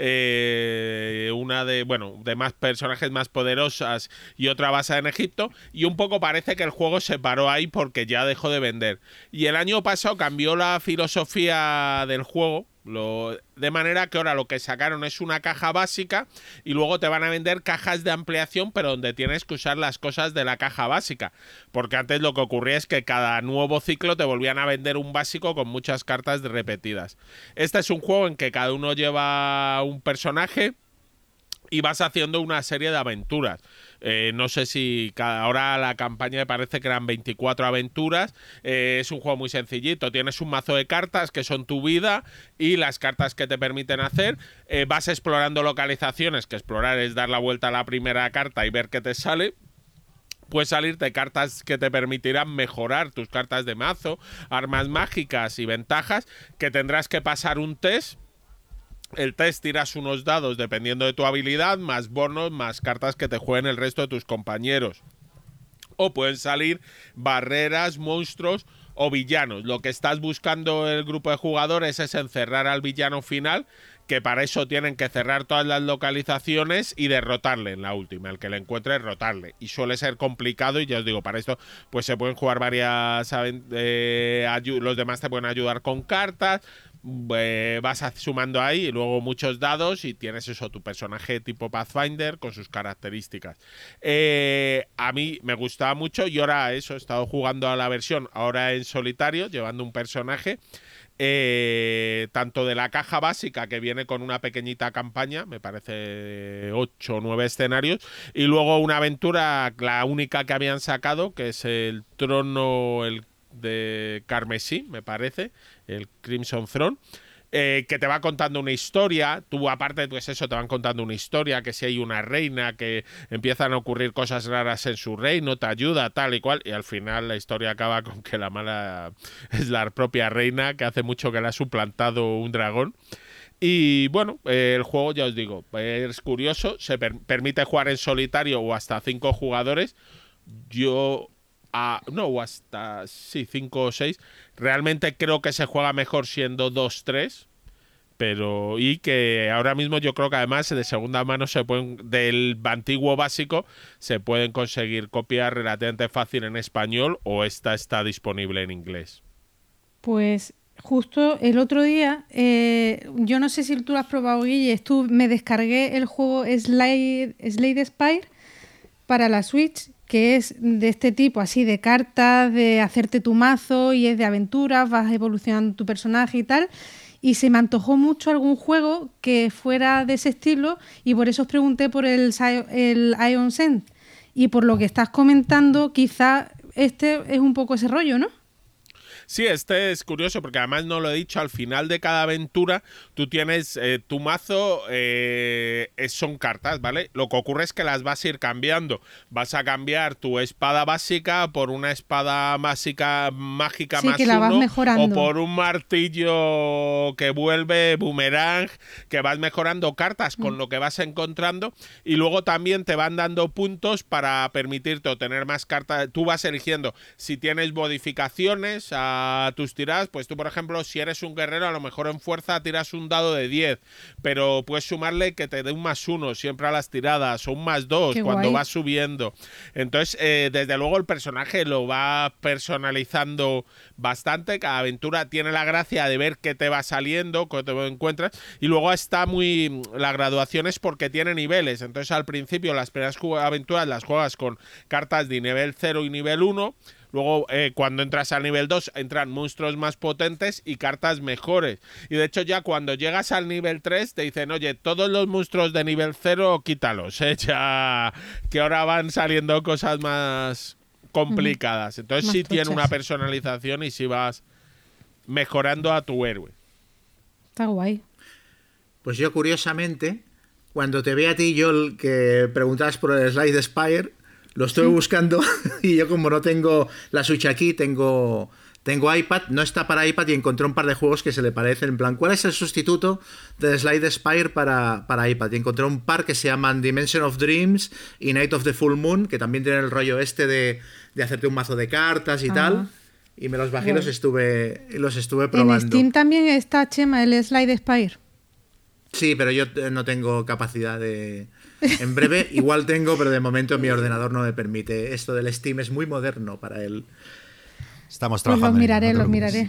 eh, una de, bueno, de más personajes más poderosas y otra basada en Egipto. Y un poco parece que el juego se paró ahí porque ya dejó de vender. Y el año pasado cambió la filosofía del juego. Lo, de manera que ahora lo que sacaron es una caja básica y luego te van a vender cajas de ampliación, pero donde tienes que usar las cosas de la caja básica, porque antes lo que ocurría es que cada nuevo ciclo te volvían a vender un básico con muchas cartas repetidas. Este es un juego en que cada uno lleva un personaje y vas haciendo una serie de aventuras. Eh, no sé si cada, ahora la campaña me parece que eran veinticuatro aventuras. Eh, es un juego muy sencillito. Tienes un mazo de cartas que son tu vida y las cartas que te permiten hacer. Eh, vas explorando localizaciones, que explorar es dar la vuelta a la primera carta y ver qué te sale. Puedes salirte cartas que te permitirán mejorar tus cartas de mazo, armas mágicas y ventajas, que tendrás que pasar un test. El test tiras unos dados dependiendo de tu habilidad, más bonos, más cartas que te jueguen el resto de tus compañeros. O pueden salir barreras, monstruos o villanos. Lo que estás buscando el grupo de jugadores es encerrar al villano final, que para eso tienen que cerrar todas las localizaciones y derrotarle en la última. El que le encuentre, derrotarle. Y suele ser complicado, y ya os digo, para esto pues se pueden jugar varias... Eh, los demás te pueden ayudar con cartas. Eh, vas sumando ahí y luego muchos dados y tienes eso, tu personaje tipo Pathfinder con sus características. Eh, a mí me gustaba mucho y ahora eso, he estado jugando a la versión ahora en solitario, llevando un personaje. Eh, tanto de la caja básica, que viene con una pequeñita campaña, me parece ocho o nueve escenarios, y luego una aventura, la única que habían sacado, que es el trono el de Carmesí, me parece, el Crimson Throne. Eh, que te va contando una historia, tú aparte, pues eso, te van contando una historia, que si hay una reina, que empiezan a ocurrir cosas raras en su reino, te ayuda, tal y cual, y al final la historia acaba con que la mala es la propia reina, que hace mucho que le ha suplantado un dragón. Y bueno, eh, el juego, ya os digo, es curioso, se per- permite jugar en solitario o hasta cinco jugadores. Yo... Ah, no, o hasta, sí, cinco o seis. Realmente creo que se juega mejor siendo dos tres, pero y que ahora mismo yo creo que además de segunda mano se pueden, del antiguo básico, se pueden conseguir copias relativamente fácil en español, o esta está disponible en inglés. Pues justo el otro día, eh, yo no sé si tú lo has probado, Guille, tú, me descargué el juego Slade, Slade Spire para la Switch, que es de este tipo, así de cartas, de hacerte tu mazo y es de aventuras, vas evolucionando tu personaje y tal, y se me antojó mucho algún juego que fuera de ese estilo y por eso os pregunté por el, el Ion Send, y por lo que estás comentando quizá este es un poco ese rollo, ¿no? Sí, este es curioso porque además no lo he dicho, al final de cada aventura tú tienes eh, tu mazo, eh, son cartas, ¿vale? Lo que ocurre es que las vas a ir cambiando. Vas a cambiar tu espada básica por una espada básica mágica sí, más que la vas uno, mejorando. o por un martillo que vuelve boomerang, que vas mejorando cartas con mm. lo que vas encontrando, y luego también te van dando puntos para permitirte obtener más cartas. Tú vas eligiendo si tienes modificaciones a a tus tiradas, pues tú por ejemplo si eres un guerrero a lo mejor en fuerza tiras un dado de diez, pero puedes sumarle que te dé un más uno siempre a las tiradas o un más dos Qué cuando guay. Vas subiendo. Entonces eh, desde luego el personaje lo va personalizando bastante, cada aventura tiene la gracia de ver qué te va saliendo, qué te encuentras, y luego está muy, la graduación es porque tiene niveles, entonces al principio las primeras aventuras las juegas con cartas de nivel cero y nivel uno. Luego, eh, cuando entras al nivel dos, entran monstruos más potentes y cartas mejores. Y de hecho, ya cuando llegas al nivel tres, te dicen, oye, todos los monstruos de nivel cero, quítalos, ¿eh? Ya que ahora van saliendo cosas más complicadas. Entonces, más sí tochas. Tiene una personalización y sí vas mejorando a tu héroe. Está guay. Pues yo, curiosamente, cuando te ve a ti, Joel, que preguntabas por el Slade Spire, lo estoy sí. buscando y yo como no tengo la Switch aquí, tengo, tengo iPad, no está para iPad y encontré un par de juegos que se le parecen. En plan, ¿cuál es el sustituto de Slade Spire para, para iPad? Y encontré un par que se llaman Dimension of Dreams y Night of the Full Moon, que también tienen el rollo este de, de hacerte un mazo de cartas y ah. tal. Y me los bajé y bueno. los estuve, los estuve probando. En Steam también está, Chema, el Slade Spire. Sí, pero yo no tengo capacidad de... En breve igual tengo, pero de momento mi ordenador no me permite. Esto del Steam es muy moderno para él. Estamos trabajando. Pues los miraré, no los miraré.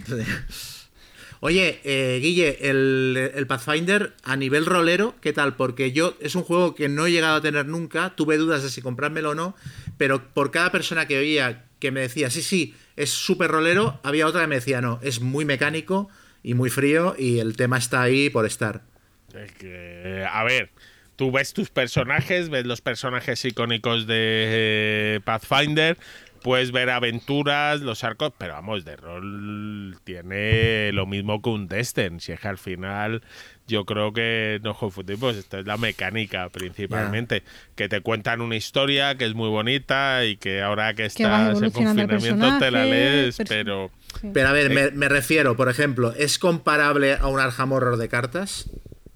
Oye, eh, Guille, el, el Pathfinder a nivel rolero, ¿qué tal? Porque yo es un juego que no he llegado a tener nunca, tuve dudas de si comprármelo o no, pero por cada persona que oía que me decía, sí, sí, es súper rolero, había otra que me decía, no, es muy mecánico y muy frío y el tema está ahí por estar. Es que, a ver... Tú ves tus personajes, ves los personajes icónicos de eh, Pathfinder, puedes ver aventuras, los arcos, pero vamos, de rol tiene lo mismo que un Destiny. Si es que al final yo creo que no confundimos, esto es la mecánica principalmente, yeah. que te cuentan una historia que es muy bonita y que ahora que estás en confinamiento te la lees, pero... Sí. Pero a ver, eh, me, me refiero, por ejemplo, ¿es comparable a un Arkham Horror de cartas?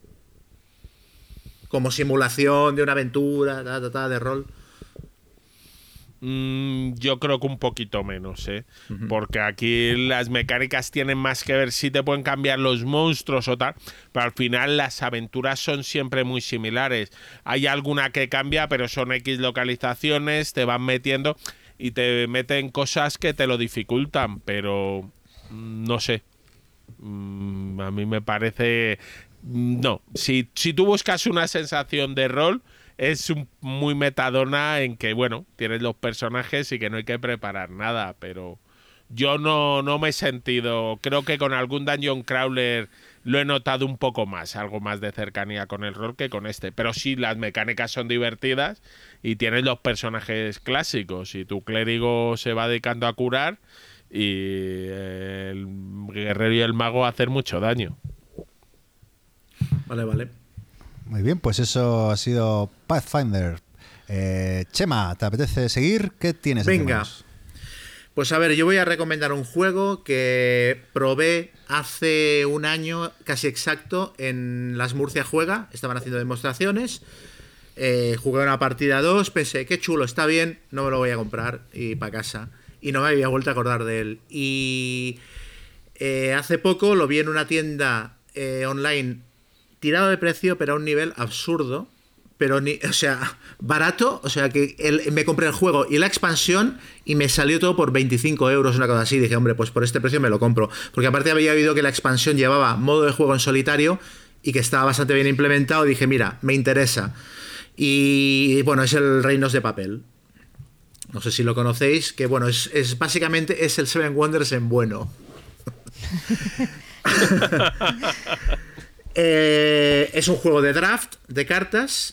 Como simulación de una aventura, ta, ta, ta, de rol. Mm, yo creo que un poquito menos, ¿eh? Uh-huh. Porque aquí las mecánicas tienen más que ver si te pueden cambiar los monstruos o tal, pero al final las aventuras son siempre muy similares. Hay alguna que cambia, pero son X localizaciones, te van metiendo y te meten cosas que te lo dificultan, pero no sé. Mm, a mí me parece... No, si, si tú buscas una sensación de rol, es un, muy metadona en que, bueno, tienes los personajes y que no hay que preparar nada, pero yo no, no me he sentido, creo que con algún Dungeon Crawler lo he notado un poco más, algo más de cercanía con el rol que con este. Pero sí, las mecánicas son divertidas y tienes los personajes clásicos. Y tu clérigo se va dedicando a curar y el guerrero y el mago a hacer mucho daño. Vale, vale. Muy bien, pues eso ha sido Pathfinder. Eh, Chema, ¿te apetece seguir? ¿Qué tienes? Venga. Pues a ver, yo voy a recomendar un juego que probé hace un año casi exacto en Las Murcia Juega. Estaban haciendo demostraciones. Eh, jugué una partida dos, pensé, qué chulo, está bien, no me lo voy a comprar y para casa. Y no me había vuelto a acordar de él. Y eh, hace poco lo vi en una tienda eh, online tirado de precio, pero a un nivel absurdo. Pero, ni, o sea, barato, o sea, que el, me compré el juego y la expansión y me salió todo por veinticinco euros, una cosa así. Dije, hombre, pues por este precio me lo compro. Porque aparte había oído que la expansión llevaba modo de juego en solitario y que estaba bastante bien implementado. Dije, mira, me interesa. Y bueno, es el Reinos de Papel. No sé si lo conocéis, que bueno, es, es básicamente es el Seven Wonders en bueno. eh, es un juego de draft, de cartas.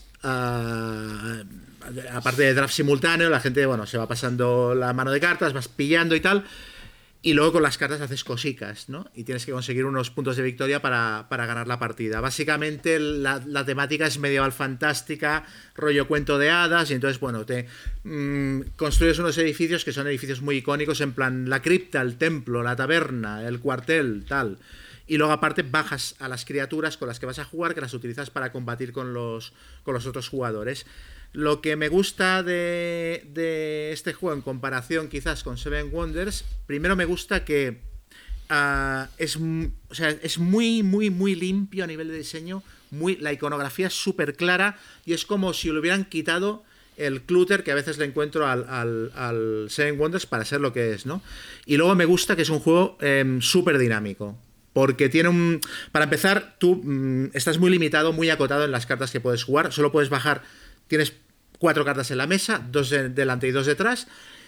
Uh, aparte de draft simultáneo, la gente, bueno, se va pasando la mano de cartas, vas pillando y tal, y luego con las cartas haces cosicas, ¿no? Y tienes que conseguir unos puntos de victoria para, para ganar la partida. Básicamente la, la temática es medieval fantástica, rollo cuento de hadas, y entonces, bueno, te mmm, construyes unos edificios que son edificios muy icónicos, en plan la cripta, el templo, la taberna, el cuartel, tal. Y luego aparte bajas a las criaturas con las que vas a jugar, que las utilizas para combatir con los, con los otros jugadores. Lo que me gusta de, de este juego en comparación quizás con Seven Wonders, primero me gusta que uh, es, o sea, es muy, muy, muy limpio a nivel de diseño, muy, la iconografía es súper clara y es como si le hubieran quitado el clutter que a veces le encuentro al, al, al Seven Wonders para ser lo que es, ¿no? Y luego me gusta que es un juego eh, súper dinámico. Porque tiene un... Para empezar, tú mmm, estás muy limitado, muy acotado en las cartas que puedes jugar. Solo puedes bajar... Tienes cuatro cartas en la mesa, dos de delante y dos detrás.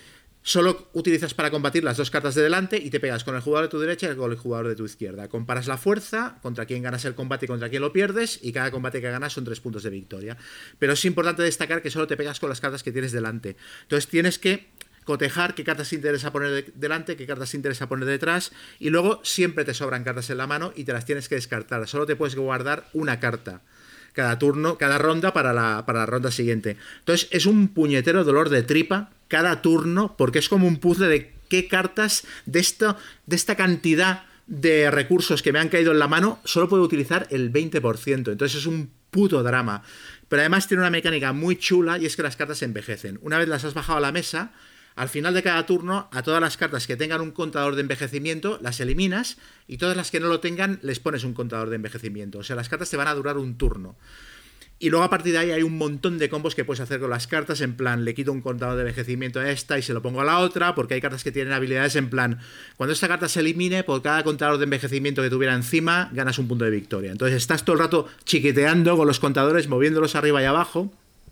Solo utilizas para combatir las dos cartas de delante y te pegas con el jugador de tu derecha y con el jugador de tu izquierda. Comparas la fuerza, contra quién ganas el combate y contra quién lo pierdes, y cada combate que ganas son tres puntos de victoria. Pero es importante destacar que solo te pegas con las cartas que tienes delante. Entonces tienes que cotejar qué cartas te interesa poner de delante, qué cartas te interesa poner detrás, y luego siempre te sobran cartas en la mano y te las tienes que descartar. Solo te puedes guardar una carta cada turno, cada ronda para la, para la ronda siguiente. Entonces es un puñetero dolor de tripa cada turno, porque es como un puzzle de qué cartas de, esto, de esta cantidad de recursos que me han caído en la mano solo puedo utilizar el veinte por ciento. Entonces es un puto drama. Pero además tiene una mecánica muy chula, y es que las cartas se envejecen. Una vez las has bajado a la mesa, al final de cada turno, a todas las cartas que tengan un contador de envejecimiento, las eliminas, y todas las que no lo tengan, les pones un contador de envejecimiento. O sea, las cartas te van a durar un turno. Y luego a partir de ahí hay un montón de combos que puedes hacer con las cartas, en plan, le quito un contador de envejecimiento a esta y se lo pongo a la otra, porque hay cartas que tienen habilidades en plan, cuando esta carta se elimine, por cada contador de envejecimiento que tuviera encima, ganas un punto de victoria. Entonces estás todo el rato chiquiteando con los contadores, moviéndolos arriba y abajo,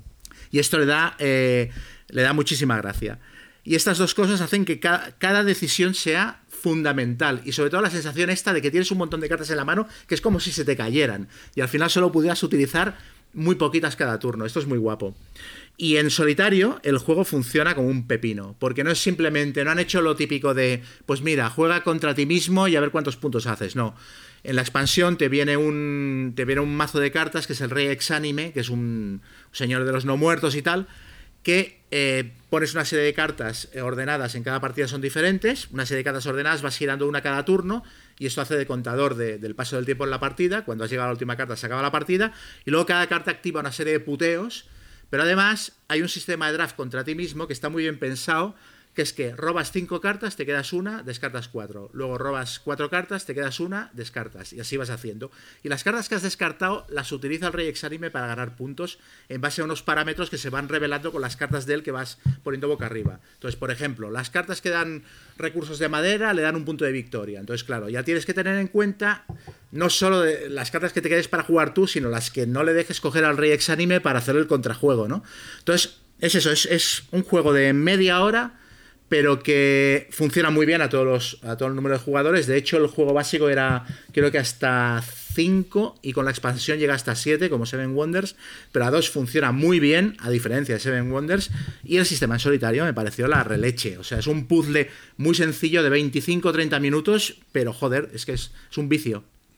y esto le da, eh, le da muchísima gracia. Y estas dos cosas hacen que cada, cada decisión sea fundamental, y sobre todo la sensación esta de que tienes un montón de cartas en la mano que es como si se te cayeran y al final solo pudieras utilizar muy poquitas cada turno. Esto es muy guapo. Y en solitario el juego funciona como un pepino, porque no es simplemente, no han hecho lo típico de, pues mira, juega contra ti mismo y a ver cuántos puntos haces. No, en la expansión te viene un, te viene un mazo de cartas que es el Rey Exánime, que es un señor de los no muertos y tal, que eh, pones una serie de cartas ordenadas, en cada partida son diferentes, una serie de cartas ordenadas, vas girando una cada turno, y esto hace de contador de, del paso del tiempo en la partida. Cuando has llegado a la última carta se acaba la partida, y luego cada carta activa una serie de puteos, pero además hay un sistema de draft contra ti mismo que está muy bien pensado, que es que robas cinco cartas, te quedas una, descartas cuatro. Luego robas cuatro cartas, te quedas una, descartas. Y así vas haciendo. Y las cartas que has descartado las utiliza el Rey Exánime para ganar puntos en base a unos parámetros que se van revelando con las cartas de él que vas poniendo boca arriba. Entonces, por ejemplo, las cartas que dan recursos de madera le dan un punto de victoria. Entonces, claro, ya tienes que tener en cuenta no solo de las cartas que te quedes para jugar tú, sino las que no le dejes coger al Rey Exánime para hacer el contrajuego, ¿no? Entonces, es eso, es, es un juego de media hora, pero que funciona muy bien a todos los, a todo el número de jugadores. De hecho, el juego básico era, creo que hasta cinco, y con la expansión llega hasta siete, como Seven Wonders, pero a dos funciona muy bien, a diferencia de Seven Wonders, y el sistema en solitario me pareció la releche. O sea, es un puzzle muy sencillo de veinticinco o treinta minutos, pero joder, es que es, es un vicio.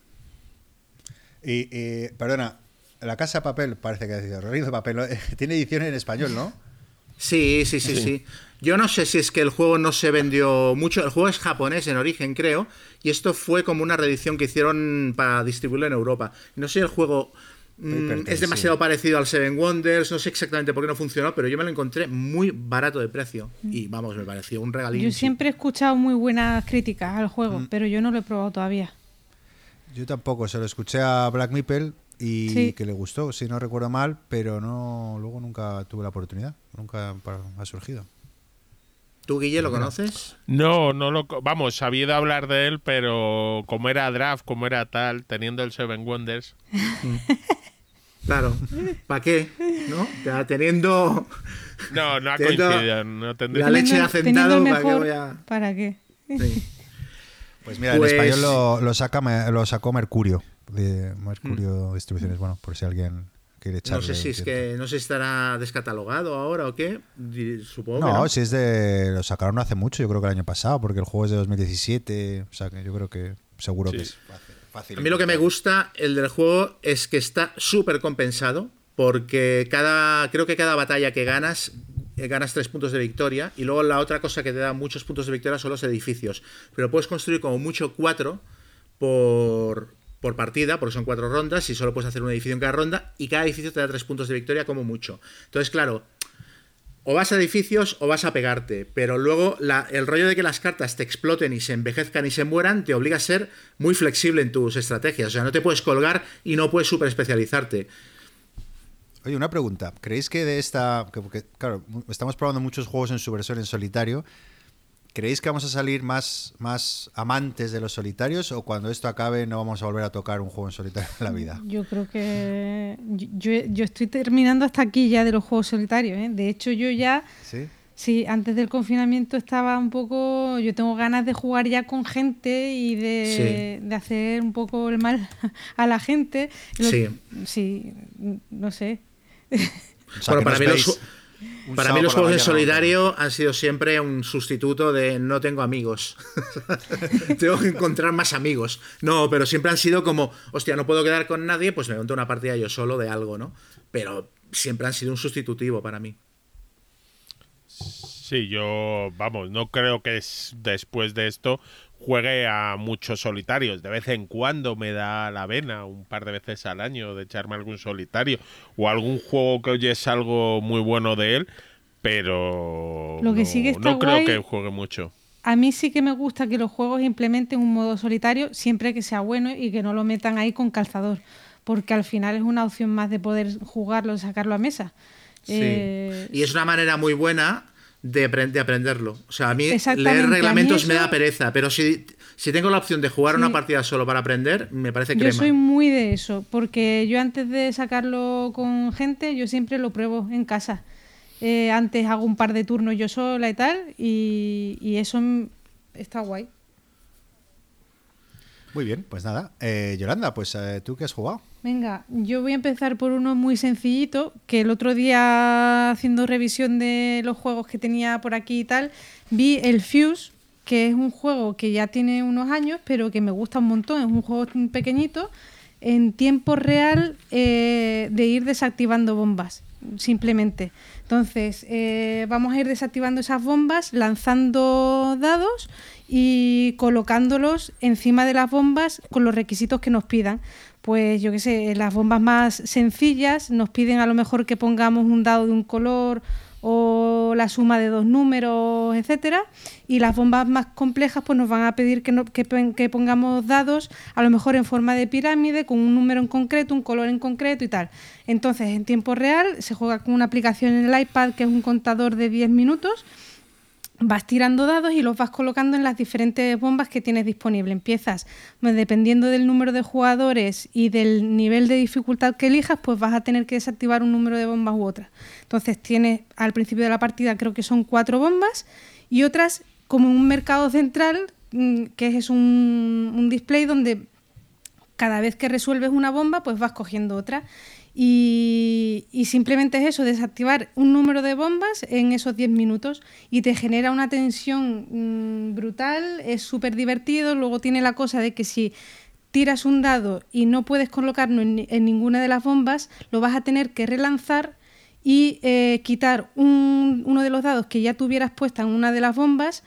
Y, y, perdona, La Casa de Papel, parece que ha sido Reino de Papel, tiene edición en español, ¿no? Sí, sí, sí, sí, sí. Yo no sé si es que el juego no se vendió mucho. El juego es japonés en origen, creo, y esto fue como una reedición que hicieron para distribuirlo en Europa. No sé si el juego mmm, es demasiado sí. parecido al Seven Wonders, no sé exactamente por qué no funcionó, pero yo me lo encontré muy barato de precio y vamos, me pareció un regalín. Yo siempre he escuchado muy buenas críticas al juego, mm. pero yo no lo he probado todavía. Yo tampoco, se lo escuché a Black Meeple y sí. que le gustó, si no recuerdo mal, pero no luego nunca tuve la oportunidad, nunca ha surgido. ¿Tú, Guille, lo conoces? No, no lo... Vamos, sabía de hablar de él, pero como era draft, como era tal, teniendo el Seven Wonders... Claro, ¿para qué? ¿No? Teniendo... No, no ha coincidido. No tendría... La leche de hacendado, ¿para qué voy a...? ¿Para qué? Sí. Pues mira, pues... en español lo, lo, saca, lo sacó Mercurio, de Mercurio mm. Distribuciones, bueno, por si alguien... No sé si es que no sé si estará descatalogado ahora o qué, supongo. No, que no, si es de lo sacaron hace mucho, yo creo que el año pasado, porque el juego es de dos mil diecisiete, o sea que yo creo que seguro sí. que es fácil, fácil. A mí lo que me gusta el del juego es que está súper compensado, porque cada creo que cada batalla que ganas ganas tres puntos de victoria, y luego la otra cosa que te da muchos puntos de victoria son los edificios, pero puedes construir como mucho cuatro por por partida, porque son cuatro rondas y solo puedes hacer un edificio en cada ronda, y cada edificio te da tres puntos de victoria como mucho. Entonces, claro, o vas a edificios o vas a pegarte, pero luego la, el rollo de que las cartas te exploten y se envejezcan y se mueran te obliga a ser muy flexible en tus estrategias. O sea, no te puedes colgar y no puedes super especializarte. Oye, una pregunta. ¿Creéis que de esta... Que, porque, claro, estamos probando muchos juegos en su versión en solitario. ¿Creéis que vamos a salir más, más amantes de los solitarios o cuando esto acabe no vamos a volver a tocar un juego en solitario en la vida? Yo creo que... Yo, yo estoy terminando hasta aquí ya de los juegos solitarios, ¿eh? De hecho, yo ya... ¿Sí? Sí, antes del confinamiento estaba un poco... Yo tengo ganas de jugar ya con gente y de, sí. de hacer un poco el mal a la gente. Sí. Sí, no sé. O sea, bueno, para mí los... Para mí los juegos en solitario han sido siempre un sustituto de no tengo amigos. Tengo que encontrar más amigos. No, pero siempre han sido como, hostia, no puedo quedar con nadie, pues me monto una partida yo solo de algo, ¿no? Pero siempre han sido un sustitutivo para mí. Sí, yo, vamos, no creo que es, después de esto juegue a muchos solitarios. De vez en cuando me da la vena, un par de veces al año, de echarme algún solitario o algún juego que oyes algo muy bueno de él, pero Lo que no, sí que está no creo guay, que juegue mucho. A mí sí que me gusta que los juegos implementen un modo solitario siempre que sea bueno y que no lo metan ahí con calzador, porque al final es una opción más de poder jugarlo, sacarlo a mesa. Sí. Eh, y es una manera muy buena de, de aprenderlo. O sea, a mí Exactamente, leer reglamentos eso... me da pereza, pero si, si tengo la opción de jugar sí. una partida solo para aprender, me parece crema. Yo soy muy de eso, porque yo antes de sacarlo con gente, yo siempre lo pruebo en casa. Eh, antes hago un par de turnos yo sola y tal, y, y eso está guay. Muy bien, pues nada. Eh, Yolanda, pues eh, ¿tú qué has jugado? Venga, yo voy a empezar por uno muy sencillito, que el otro día, haciendo revisión de los juegos que tenía por aquí y tal, vi el Fuse, que es un juego que ya tiene unos años, pero que me gusta un montón. Es un juego pequeñito, en tiempo real, eh, de ir desactivando bombas, simplemente. Entonces, eh, vamos a ir desactivando esas bombas, lanzando dados y colocándolos encima de las bombas con los requisitos que nos pidan. Pues yo qué sé, las bombas más sencillas nos piden a lo mejor que pongamos un dado de un color o la suma de dos números, etcétera, y las bombas más complejas pues nos van a pedir que, no, que, que pongamos dados a lo mejor en forma de pirámide con un número en concreto, un color en concreto y tal. Entonces, en tiempo real se juega con una aplicación en el iPad que es un contador de diez minutos. Vas tirando dados y los vas colocando en las diferentes bombas que tienes disponible. Empiezas, pues, dependiendo del número de jugadores y del nivel de dificultad que elijas, pues vas a tener que desactivar un número de bombas u otras. Entonces tienes, al principio de la partida creo que son cuatro bombas y otras como un mercado central, que es un, un display donde cada vez que resuelves una bomba, pues vas cogiendo otra. Y, y simplemente es eso, desactivar un número de bombas en esos diez minutos y te genera una tensión mmm, brutal, es súper divertido. Luego tiene la cosa de que si tiras un dado y no puedes colocarlo en, en ninguna de las bombas, lo vas a tener que relanzar y eh, quitar un, uno de los dados que ya tuvieras puesta en una de las bombas,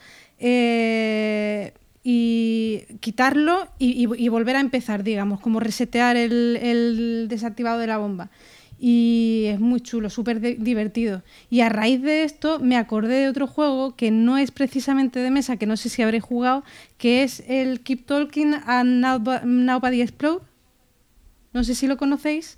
eh, y quitarlo y, y, y volver a empezar, digamos, como resetear el, el desactivado de la bomba. Y es muy chulo, súper divertido. Y a raíz de esto me acordé de otro juego que no es precisamente de mesa, que no sé si habré jugado, que es el Keep Talking and Nobody Explode. No sé si lo conocéis.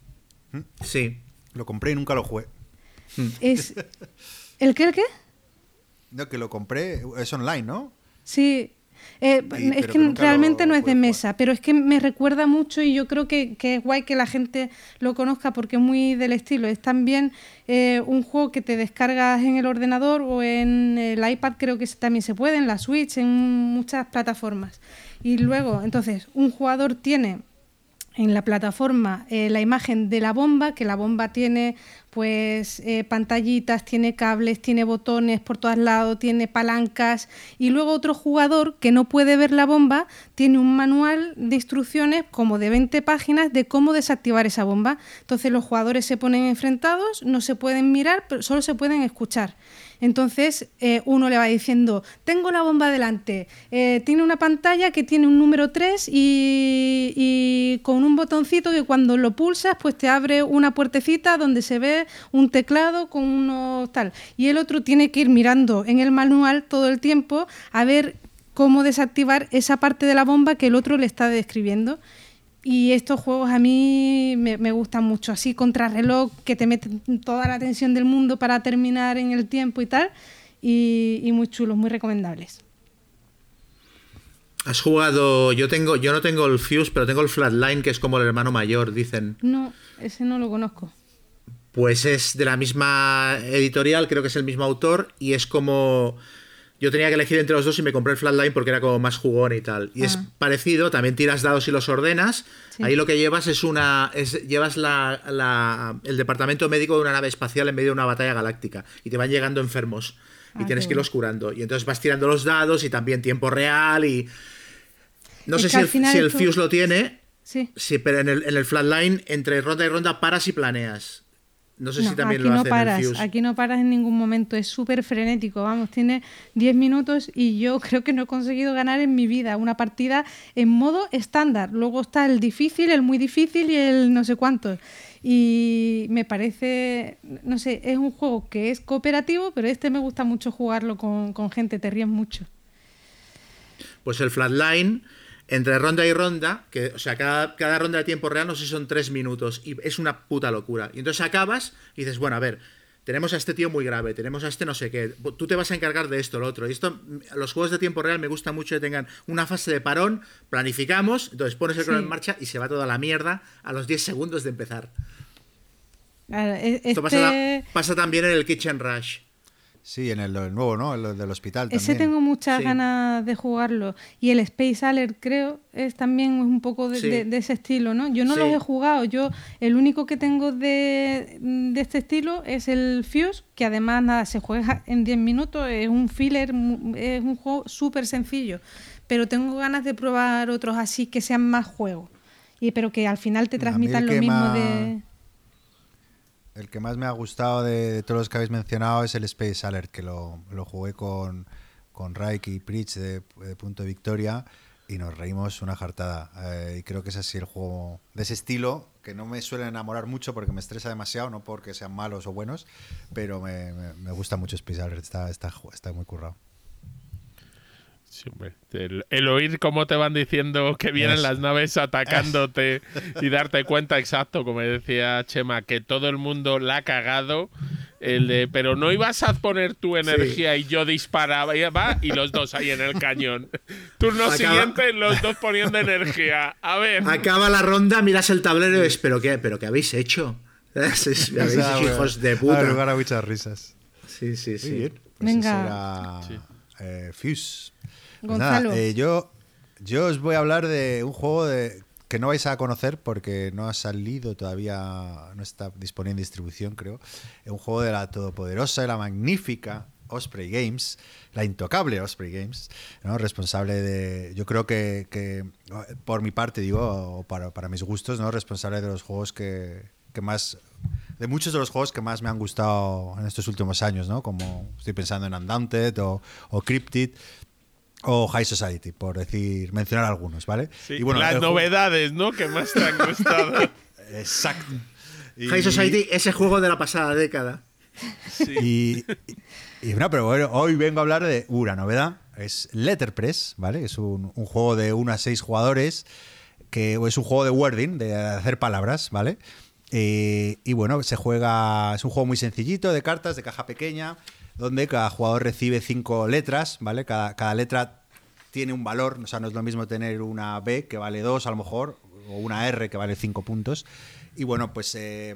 Sí. Lo compré y nunca lo jugué. Es... ¿El qué, el qué? No, que lo compré, es online, ¿no? Sí. Eh, y, es que, que realmente lo, no es de mesa, jugar. Pero es que me recuerda mucho y yo creo que, que es guay que la gente lo conozca porque es muy del estilo. Es también eh, un juego que te descargas en el ordenador o en el iPad, creo que también se puede, en la Switch, en muchas plataformas. Y luego, entonces, un jugador tiene en la plataforma eh, la imagen de la bomba, que la bomba tiene pues eh, pantallitas, tiene cables, tiene botones por todos lados, tiene palancas, y luego otro jugador que no puede ver la bomba tiene un manual de instrucciones como de veinte páginas de cómo desactivar esa bomba. Entonces los jugadores se ponen enfrentados, no se pueden mirar, pero solo se pueden escuchar. Entonces eh, uno le va diciendo, tengo la bomba delante, eh, tiene una pantalla que tiene un número tres y, y con un botoncito que cuando lo pulsas pues te abre una puertecita donde se ve un teclado con unos tal. Y el otro tiene que ir mirando en el manual todo el tiempo a ver cómo desactivar esa parte de la bomba que el otro le está describiendo. Y estos juegos a mí me, me gustan mucho, así contrarreloj, que te meten toda la tensión del mundo para terminar en el tiempo y tal, y, y muy chulos, muy recomendables. ¿Has jugado? Yo tengo, yo no tengo el Fuse, pero tengo el Flatline, que es como el hermano mayor, dicen. No, ese no lo conozco. Pues es de la misma editorial, creo que es el mismo autor, y es como... Yo tenía que elegir entre los dos y me compré el Flatline porque era como más jugón y tal. Y ah. es parecido, también tiras dados y los ordenas. Sí. Ahí lo que llevas es una... Es, llevas la, la, el departamento médico de una nave espacial en medio de una batalla galáctica. Y te van llegando enfermos. Y ah, tienes que irlos curando. Y entonces vas tirando los dados y también tiempo real y... No es sé si el, si el Fuse lo tiene, sí. Sí, pero en el, en el Flatline, entre ronda y ronda, paras y planeas. No sé no, si también aquí lo no hace paras, en el Fuse. Aquí no paras en ningún momento, es súper frenético, vamos, tiene diez minutos y yo creo que no he conseguido ganar en mi vida una partida en modo estándar. Luego está el difícil, el muy difícil y el no sé cuánto. Y me parece, no sé, es un juego que es cooperativo, pero este me gusta mucho jugarlo con, con gente, te ríes mucho. Pues el Flatline... Entre ronda y ronda, que, o sea, cada, cada ronda de tiempo real no sé si son tres minutos y es una puta locura. Y entonces acabas y dices, bueno, a ver, tenemos a este tío muy grave, tenemos a este no sé qué, tú te vas a encargar de esto, lo otro. Y esto, los juegos de tiempo real me gusta mucho que tengan una fase de parón, planificamos, entonces pones el crono sí. en marcha y se va toda la mierda a los diez segundos de empezar. Claro, este... Esto pasa, pasa también en el Kitchen Rush. Sí, en el, el nuevo, ¿no? El del hospital también. Ese tengo muchas sí. ganas de jugarlo. Y el Space Alert, creo, es también un poco de, sí. de, de ese estilo, ¿no? Yo no sí. los he jugado. Yo, el único que tengo de, de este estilo es el Fuse, que además nada, se juega en diez minutos, es un filler, es un juego súper sencillo. Pero tengo ganas de probar otros así que sean más juegos. Y, pero que al final te transmitan lo mismo más... de... El que más me ha gustado de, de todos los que habéis mencionado es el Space Alert, que lo, lo jugué con, con Raik y Pritch de, de Punto de Victoria y nos reímos una jartada. Eh, y creo que es así el juego de ese estilo, que no me suele enamorar mucho porque me estresa demasiado, no porque sean malos o buenos, pero me, me, me gusta mucho Space Alert, está, está, está muy currado. Sí, hombre. El, el oír cómo te van diciendo que vienen es. las naves atacándote es. y darte cuenta exacto, como decía Chema, que todo el mundo la ha cagado, el de, pero no ibas a poner tu energía sí. y yo disparaba y va, y los dos ahí en el cañón. Turno Acaba. siguiente, los dos poniendo energía. A ver. Acaba la ronda, miras el tablero y ves, ¿pero qué, pero qué habéis hecho? ¿Habéis hecho, hijos de puta? Da lugar a muchas risas. Sí, sí, sí. Pues Venga. ese era Sí. eh, Fuse. Pues Gonzalo. nada, eh, yo, yo os voy a hablar de un juego de, que no vais a conocer porque no ha salido todavía, no está disponible en distribución, creo. Es un juego de la todopoderosa y la magnífica Osprey Games, la intocable Osprey Games, ¿no? Responsable de, yo creo que, que por mi parte digo, o para, para mis gustos, ¿no? Responsable de los juegos que, que más, de muchos de los juegos que más me han gustado en estos últimos años, ¿no? Como estoy pensando en Undaunted o, o Cryptid o High Society, por decir, mencionar algunos, ¿vale? Sí, Y bueno, las el juego- novedades, ¿no? Que más te han gustado. Exacto. Y- High Society, ese juego de la pasada década. Sí. Y, y, y no, pero bueno, hoy vengo a hablar de una novedad. Es Letterpress, ¿vale? Es un, un juego de uno a seis jugadores, que es un juego de wording, de hacer palabras, ¿vale? Eh, y bueno, se juega, es un juego muy sencillito, de cartas, de caja pequeña, donde cada jugador recibe cinco letras, ¿vale? Cada, cada letra tiene un valor, o sea, no es lo mismo tener una B que vale dos a lo mejor, o una R que vale cinco puntos. Y bueno, pues eh,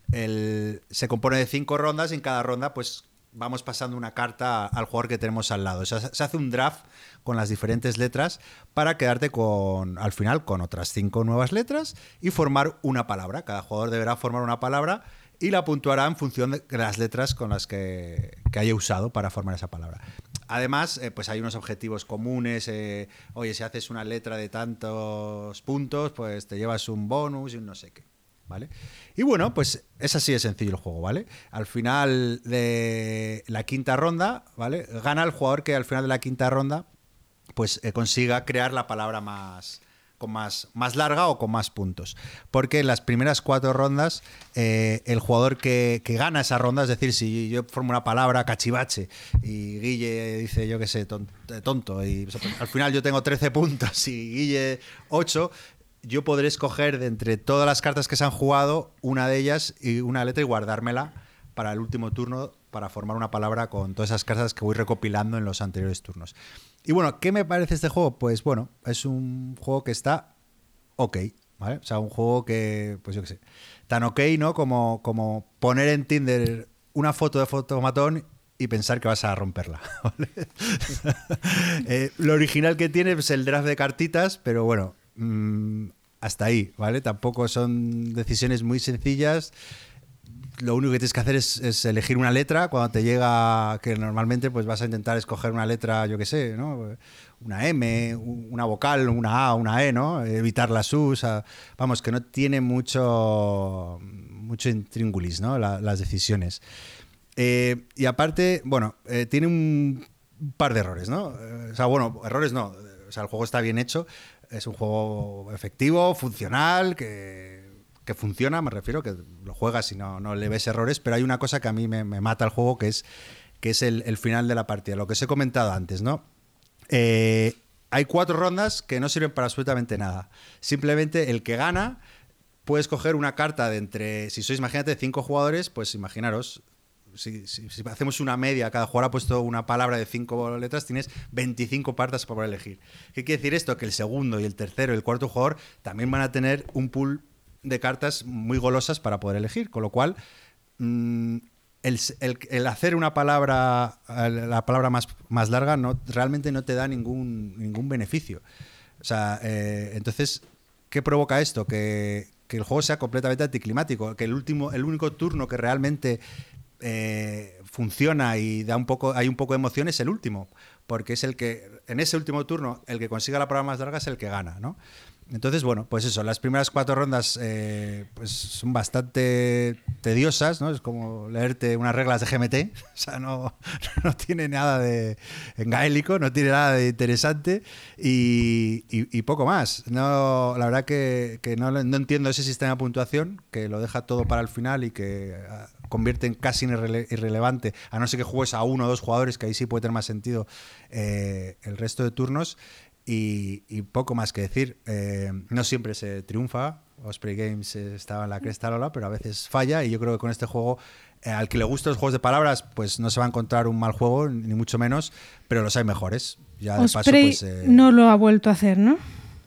el, se compone de cinco rondas y en cada ronda pues vamos pasando una carta al jugador que tenemos al lado. O sea, se hace un draft con las diferentes letras para quedarte con, al final con otras cinco nuevas letras y formar una palabra. Cada jugador deberá formar una palabra y la puntuará en función de las letras con las que, que haya usado para formar esa palabra. Además, eh, pues hay unos objetivos comunes. Eh, oye, si haces una letra de tantos puntos, pues te llevas un bonus y un no sé qué. ¿Vale? Y bueno, pues es así de sencillo el juego, ¿vale? Al final de la quinta ronda, ¿vale? Gana el jugador que al final de la quinta ronda pues eh, consiga crear la palabra más, con más, más larga o con más puntos. Porque en las primeras cuatro rondas, eh, el jugador que, que gana esa ronda, es decir, si yo formo una palabra cachivache y Guille dice, yo qué sé, tonto, tonto y pues, al final yo tengo trece puntos y Guille ocho, yo podré escoger de entre todas las cartas que se han jugado una de ellas y una letra y guardármela para el último turno para formar una palabra con todas esas cartas que voy recopilando en los anteriores turnos. Y bueno, ¿qué me parece este juego? Pues bueno, es un juego que está ok, ¿vale? O sea, un juego que, pues yo qué sé, tan ok, ¿no? Como, como poner en Tinder una foto de fotomatón y pensar que vas a romperla, ¿vale? eh, lo original que tiene es el draft de cartitas, pero bueno, mmm, hasta ahí, ¿vale? Tampoco son decisiones muy sencillas. Lo único que tienes que hacer es, es elegir una letra cuando te llega, que normalmente pues vas a intentar escoger una letra, yo qué sé, ¿no? Una M, una vocal, una A, una E, ¿no? Evitar las U, o sea, vamos, que no tiene mucho, mucho intríngulis, ¿no? La, las decisiones. Eh, y aparte, bueno, eh, tiene un par de errores, ¿no? O sea, bueno, errores no, o sea, el juego está bien hecho, es un juego efectivo, funcional, que... que funciona, me refiero, que lo juegas y no, no le ves errores, pero hay una cosa que a mí me, me mata el juego, que es, que es el, el final de la partida, lo que os he comentado antes, ¿no? Eh, hay cuatro rondas que no sirven para absolutamente nada. Simplemente el que gana puede escoger una carta de entre, si sois, imagínate, cinco jugadores, pues imaginaros, si, si, si hacemos una media, cada jugador ha puesto una palabra de cinco letras, tienes veinticinco cartas para poder elegir. ¿Qué quiere decir esto? Que el segundo y el tercero y el cuarto jugador también van a tener un pool de cartas muy golosas para poder elegir, con lo cual mmm, el, el, el hacer una palabra, la palabra más, más larga, no, realmente no te da ningún, ningún beneficio. O sea, eh, entonces, ¿qué provoca esto? Que, que el juego sea completamente anticlimático, que el último, el único turno que realmente eh, funciona y da un poco, hay un poco de emoción es el último, porque es el que, en ese último turno, el que consiga la palabra más larga es el que gana, ¿no? Entonces, bueno, pues eso, las primeras cuatro rondas eh, pues son bastante tediosas, ¿no? Es como leerte unas reglas de G M T, o sea, no, no tiene nada de en gaélico, no tiene nada de interesante y, y, y poco más. No, la verdad que, que no, no entiendo ese sistema de puntuación, que lo deja todo para el final y que convierte en casi irrele- irrelevante, a no ser que juegues a uno o dos jugadores, que ahí sí puede tener más sentido eh, el resto de turnos. Y, y poco más que decir. Eh, no siempre se triunfa. Osprey Games estaba en la cresta lola, pero a veces falla. Y yo creo que con este juego, eh, al que le gustan los juegos de palabras, pues no se va a encontrar un mal juego, ni mucho menos, pero los hay mejores. Ya de Osprey paso, pues, eh, no lo ha vuelto a hacer, ¿no?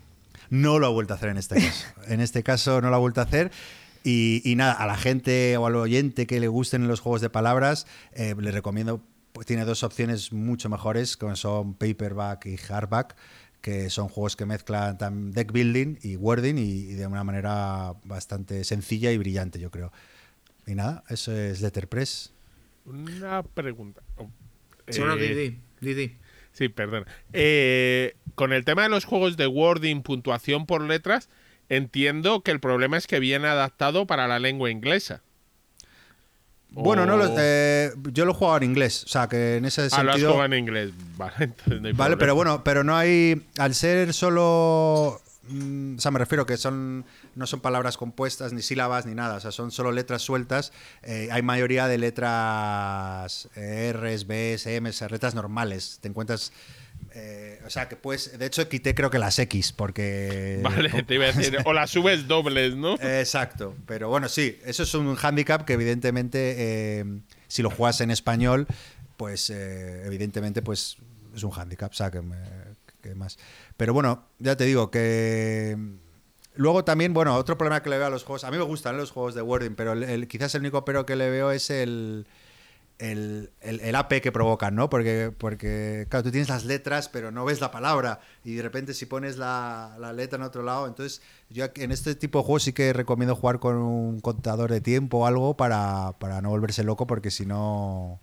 No lo ha vuelto a hacer en este caso. En este caso no lo ha vuelto a hacer. Y, y nada, a la gente o al oyente que le gusten los juegos de palabras, eh, le recomiendo pues tiene dos opciones mucho mejores, como son paperback y hardback, que son juegos que mezclan deck building y wording y, y de una manera bastante sencilla y brillante, yo creo. Y nada, eso es Letterpress. Una pregunta. Oh, Sí, bueno, Didi, Didi. Sí, perdón. Eh, con el tema de los juegos de wording, puntuación por letras, entiendo que el problema es que viene adaptado para la lengua inglesa. Bueno, o... no lo, eh, yo lo he jugado en inglés, o sea que en ese ah, sentido... lo has jugado en inglés, vale, entonces no hay Vale, problema. pero bueno, pero no hay... Al ser solo... mm, O sea, me refiero que son no son palabras compuestas, ni sílabas, ni nada. O sea, son solo letras sueltas. Eh, hay mayoría de letras eh, R's, B's, M's, letras normales. Te encuentras... Eh, o sea, que pues... De hecho, quité creo que las X, porque... Vale, te iba a decir, o las subes dobles, ¿no? Exacto, pero bueno, sí, eso es un hándicap que evidentemente eh, si lo juegas en español, pues eh, evidentemente pues es un hándicap, o sea, que, me, que más. Pero bueno, ya te digo que luego también, bueno, otro problema que le veo a los juegos, a mí me gustan los juegos de wording, pero el, el, quizás el único pero que le veo es el... El, el, el A P que provocan, ¿no? Porque, porque, claro, tú tienes las letras, pero no ves la palabra. Y de repente, si pones la, la letra en otro lado, entonces, yo en este tipo de juegos sí que recomiendo jugar con un contador de tiempo o algo para, para no volverse loco, porque si no,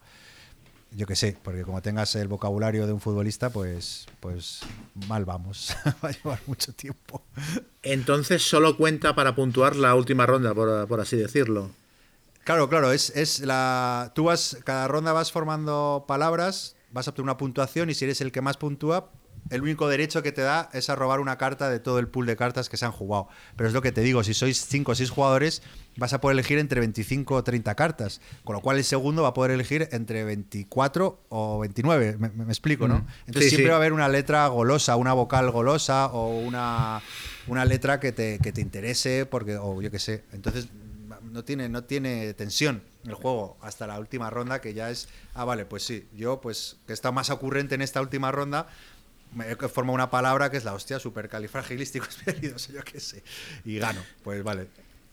yo qué sé, porque como tengas el vocabulario de un futbolista, pues, pues mal vamos. Va a llevar mucho tiempo. Entonces, solo cuenta para puntuar la última ronda, por, por así decirlo. Claro, claro, es, es la. Tú vas, cada ronda vas formando palabras, vas a obtener una puntuación y si eres el que más puntúa, el único derecho que te da es a robar una carta de todo el pool de cartas que se han jugado. Pero es lo que te digo, si sois cinco o seis jugadores, vas a poder elegir entre veinticinco o treinta cartas, con lo cual el segundo va a poder elegir entre veinticuatro o veintinueve. Me, me explico, ¿no? Entonces sí, siempre sí. va a haber una letra golosa, una vocal golosa o una, una letra que te, que te interese, porque, o yo qué sé. Entonces. No tiene, no tiene tensión el juego hasta la última ronda, que ya es, ah, vale, pues sí, yo, pues, que está más ocurrente en esta última ronda, me forma una palabra que es la hostia, supercalifragilísticoexpialidoso, yo qué sé, y gano, pues vale.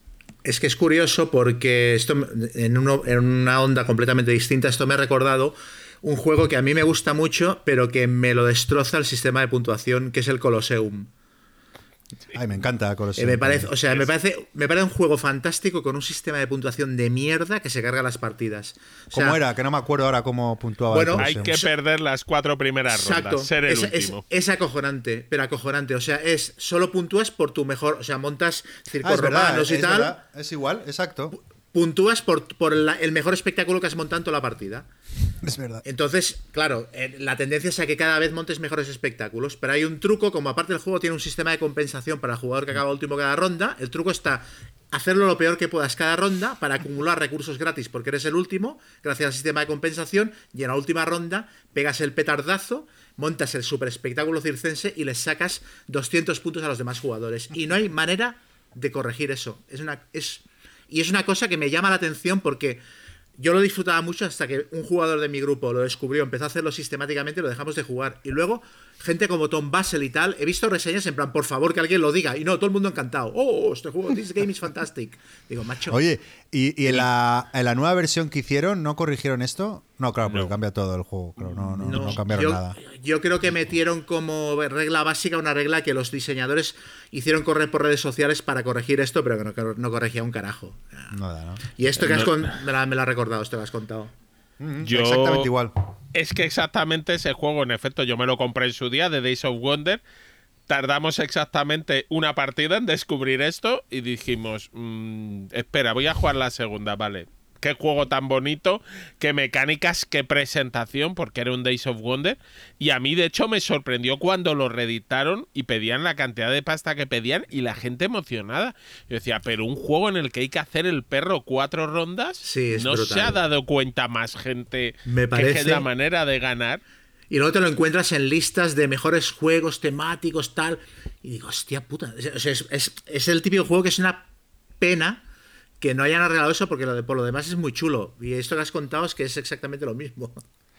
Es que es curioso porque esto, en, uno, en una onda completamente distinta, esto me ha recordado un juego que a mí me gusta mucho, pero que me lo destroza el sistema de puntuación, que es el Colosseum. Ay, me encanta Colosseum. Eh, me parece, o sea, me parece, me parece un juego fantástico con un sistema de puntuación de mierda que se carga las partidas. O sea, ¿cómo era? Que no me acuerdo ahora cómo puntuaba. Bueno, el Hay Colosseum. que perder las cuatro primeras exacto, rondas, ser el es, es, último. es acojonante, pero acojonante. O sea, es solo puntúas por tu mejor. O sea, montas circos Ah, es verdad, romanos y es tal. verdad, es igual, exacto. Puntúas por, por la, el mejor espectáculo que has montado en toda la partida. Es verdad. Entonces, claro, eh, la tendencia es a que cada vez montes mejores espectáculos, pero hay un truco, como aparte el juego tiene un sistema de compensación para el jugador que acaba último cada ronda, el truco está hacerlo lo peor que puedas cada ronda para acumular recursos gratis porque eres el último, gracias al sistema de compensación, y en la última ronda pegas el petardazo, montas el super espectáculo circense y les sacas doscientos puntos a los demás jugadores. Y no hay manera de corregir eso. Es una... Es, Y es una cosa que me llama la atención porque yo lo disfrutaba mucho hasta que un jugador de mi grupo lo descubrió, empezó a hacerlo sistemáticamente y lo dejamos de jugar. Y luego, gente como Tom Basel y tal, he visto reseñas en plan, por favor, que alguien lo diga. Y no, todo el mundo encantado. Oh, este juego, this game is fantastic. Digo, macho. Oye, ¿y, y en, la, en la nueva versión que hicieron no corrigieron esto? No, claro, porque No. cambia todo el juego. Claro, no, no, No, no cambiaron yo, nada. yo creo que metieron como regla básica una regla que los diseñadores hicieron correr por redes sociales para corregir esto, pero que no, no corregía un carajo. Nada, ¿no? Y esto que has No. con, me, la, me lo ha recordado, esto que has contado. Yo- Exactamente igual. Es que exactamente ese juego, en efecto, yo me lo compré en su día, de Days of Wonder. Tardamos exactamente una partida en descubrir esto y dijimos, mmm, espera, voy a jugar la segunda, vale. Qué juego tan bonito, qué mecánicas, qué presentación, porque era un Days of Wonder. Y a mí, de hecho, me sorprendió cuando lo reeditaron y pedían la cantidad de pasta que pedían y la gente emocionada. Yo decía, pero un juego en el que hay que hacer el perro cuatro rondas, Sí, es ¿no brutal. se ha dado cuenta más gente Me que parece- es la manera de ganar? Y luego te lo encuentras en listas de mejores juegos temáticos, tal. Y digo, hostia puta. O sea, es, es, es el típico juego que es una pena que no hayan arreglado eso porque lo de, por lo demás es muy chulo. Y esto que has contado es que es exactamente lo mismo.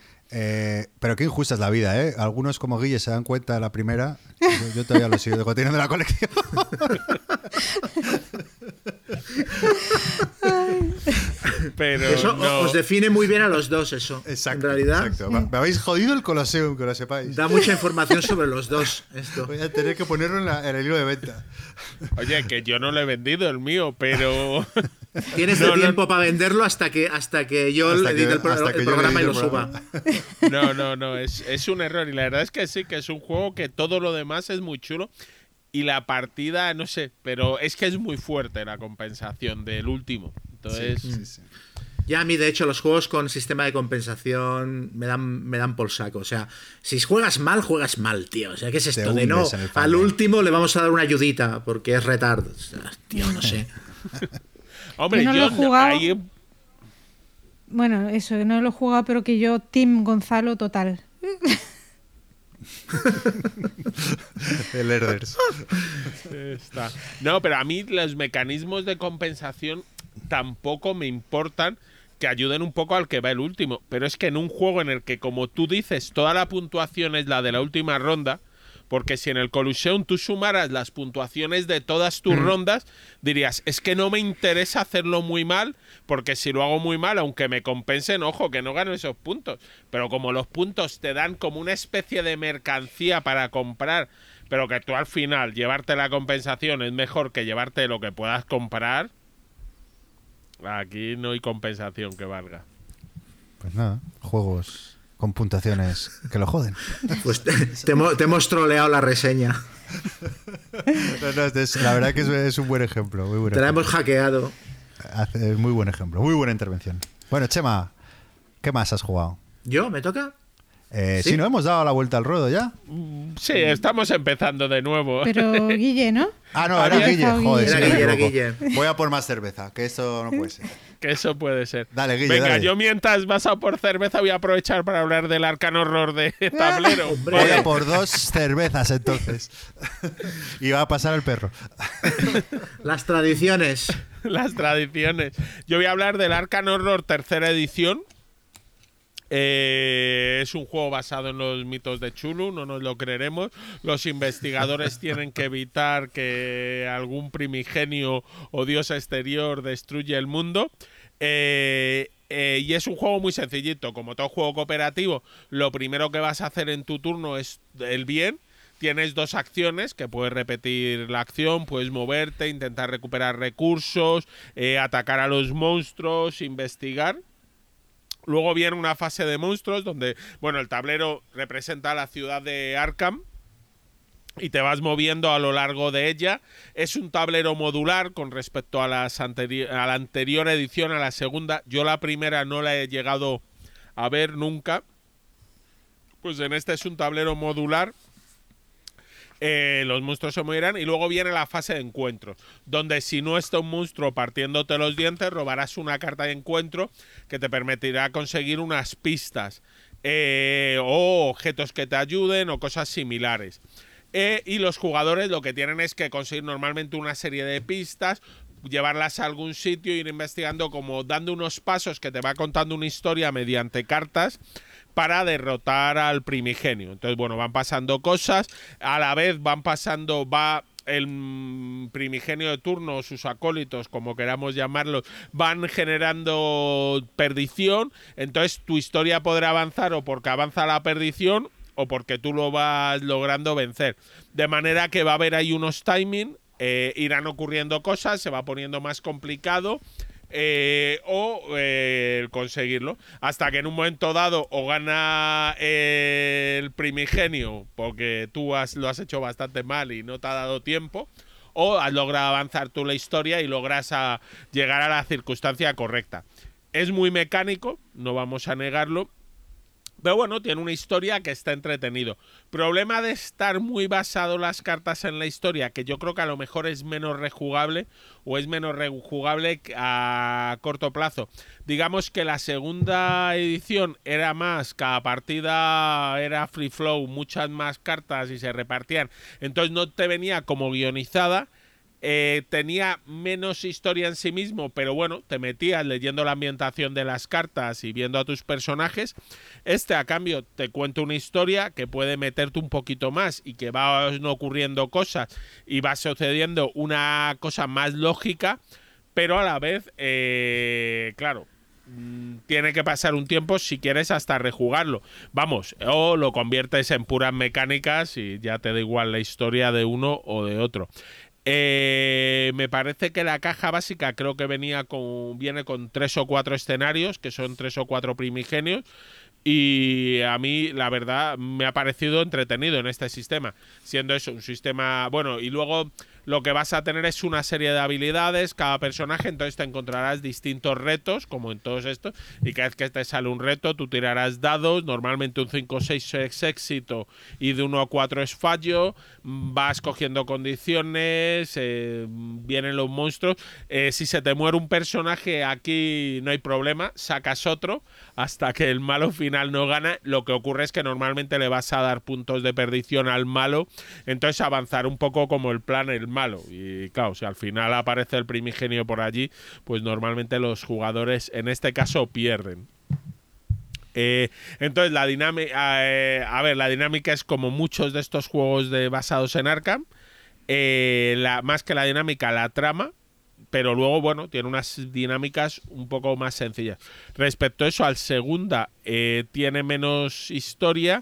Eh, pero qué injusta es la vida, ¿eh? Algunos como Guille se dan cuenta de la primera. Yo, yo todavía lo sigo teniendo en la colección. Pero Eso no. os define muy bien a los dos, eso. Exacto. En realidad, exacto. Me me habéis jodido el Colosseum, que lo sepáis. da mucha información sobre los dos, esto. Voy a tener que ponerlo en, la- en el hilo de venta. Oye, que yo no lo he vendido el mío, pero. Tienes No, de no. tiempo para venderlo hasta que, hasta que yo Hasta le que- edite el, pro- hasta que el yo le programa y lo edite el suba. programa. No, no, no, es, es un error. Y la verdad es que sí, que es un juego que todo lo demás es muy chulo. Y la partida, no sé, pero es que es muy fuerte la compensación del último. Entonces, Sí, sí. Ya a mí, de hecho, los juegos con sistema de compensación me dan, me dan por saco. O sea, si juegas mal, juegas mal, tío. O sea, ¿qué es esto de no? hundes en el Al fandom. último le vamos a dar una ayudita porque es retard. O sea, tío, no sé. hombre, Yo no yo, lo he jugado. ahí- Bueno, eso, no lo he jugado, pero que yo, Team Gonzalo total. El Herders. Está. No, pero a mí los mecanismos de compensación tampoco me importan, que ayuden un poco al que va el último. Pero es que en un juego en el que, como tú dices, toda la puntuación es la de la última ronda, porque si en el Colosseum tú sumaras las puntuaciones de todas tus rondas, dirías, es que no me interesa hacerlo muy mal, porque si lo hago muy mal, aunque me compensen, ojo, que no gano esos puntos. Pero como los puntos te dan como una especie de mercancía para comprar, pero que tú al final llevarte la compensación es mejor que llevarte lo que puedas comprar, aquí no hay compensación que valga. Pues nada, juegos con puntuaciones que lo joden. Pues te, te hemos, te hemos troleado la reseña. No, no, es- la verdad que es, es un buen ejemplo. Muy buen Te la ejemplo. hemos hackeado. Hace- muy buen ejemplo. Muy buena intervención. Bueno, Chema, ¿qué más has jugado? ¿Yo? ¿Me toca? Eh, ¿Sí? sí, ¿no hemos dado la vuelta al ruedo ya? Sí, estamos empezando de nuevo. Pero Guille, ¿no? Ah, no, Había era Guille. estado Joder, Guille. sí, me Era equivoco. Guille, era Voy a por más cerveza, que eso no puede ser. Que eso puede ser. Dale, Guille, Venga, dale. yo mientras vas a por cerveza voy a aprovechar para hablar del arcano horror de tablero. Hombre. Voy Vale. a por dos cervezas entonces. Y va a pasar el perro. Las tradiciones. Las tradiciones. Yo voy a hablar del Arkham Horror tercera edición. Eh, es un juego basado en los mitos de Chulu, no nos lo creeremos. Los investigadores tienen que evitar que algún primigenio o dios exterior destruya el mundo. Eh, eh, y es un juego muy sencillito. Como todo juego cooperativo, lo primero que vas a hacer en tu turno es el bien. Tienes dos acciones que puedes repetir la acción, puedes moverte, intentar recuperar recursos, eh, atacar a los monstruos, investigar. Luego viene una fase de monstruos donde, bueno, el tablero representa la ciudad de Arkham y te vas moviendo a lo largo de ella. Es un tablero modular con respecto a, las anteri- a la anterior edición, a la segunda. Yo la primera no la he llegado a ver nunca. Pues en este es un tablero modular. Eh, los monstruos se morirán y luego viene la fase de encuentro, donde si no está un monstruo partiéndote los dientes, robarás una carta de encuentro que te permitirá conseguir unas pistas eh, o objetos que te ayuden o cosas similares. Eh, y los jugadores lo que tienen es que conseguir normalmente una serie de pistas, llevarlas a algún sitio, ir investigando, como dando unos pasos que te va contando una historia mediante cartas para derrotar al primigenio. Entonces, bueno, van pasando cosas, a la vez van pasando, va el mm, primigenio de turno, sus acólitos, como queramos llamarlos, van generando perdición. Entonces, tu historia podrá avanzar o porque avanza la perdición o porque tú lo vas logrando vencer. De manera que va a haber ahí unos timing, eh, irán ocurriendo cosas, se va poniendo más complicado. Eh, o eh, conseguirlo hasta que en un momento dado o gana eh, el primigenio porque tú has, lo has hecho bastante mal y no te ha dado tiempo, o has logrado avanzar tú la historia y logras a llegar a la circunstancia correcta. Es muy mecánico, no vamos a negarlo, pero bueno, tiene una historia que está entretenido. Problema de estar muy basado las cartas en la historia, que yo creo que a lo mejor es menos rejugable o es menos rejugable a corto plazo. Digamos que la segunda edición era más, cada partida era free flow, muchas más cartas y se repartían. Entonces no te venía como guionizada. Eh, tenía menos historia en sí mismo, pero bueno, te metías leyendo la ambientación de las cartas y viendo a tus personajes. Este, a cambio, te cuenta una historia que puede meterte un poquito más y que van ocurriendo cosas y va sucediendo una cosa más lógica, pero a la vez, eh, claro, tiene que pasar un tiempo si quieres hasta rejugarlo. Vamos, o lo conviertes en puras mecánicas y ya te da igual la historia de uno o de otro. Eh, me parece que la caja básica creo que venía con viene con tres o cuatro escenarios, que son tres o cuatro primigenios. Y a mí, la verdad, me ha parecido entretenido en este sistema. Siendo eso, un sistema... Bueno, y luego lo que vas a tener es una serie de habilidades, cada personaje, entonces te encontrarás distintos retos, como en todos estos, y cada vez que te sale un reto, tú tirarás dados, normalmente un cinco o seis es éxito y de uno a cuatro es fallo, vas cogiendo condiciones, eh, vienen los monstruos. Eh, si se te muere un personaje, aquí no hay problema, sacas otro, hasta que el malo final no gana. Lo que ocurre es que normalmente le vas a dar puntos de perdición al malo, entonces avanzar un poco como el plan el malo. Y claro, si al final aparece el primigenio por allí, pues normalmente los jugadores en este caso pierden. Eh, entonces la dinámica, eh, a ver, la dinámica es como muchos de estos juegos de basados en Arkham. Eh, la, más que la dinámica, la trama. Pero luego, bueno, tiene unas dinámicas un poco más sencillas. Respecto a eso, al segunda eh, tiene menos historia,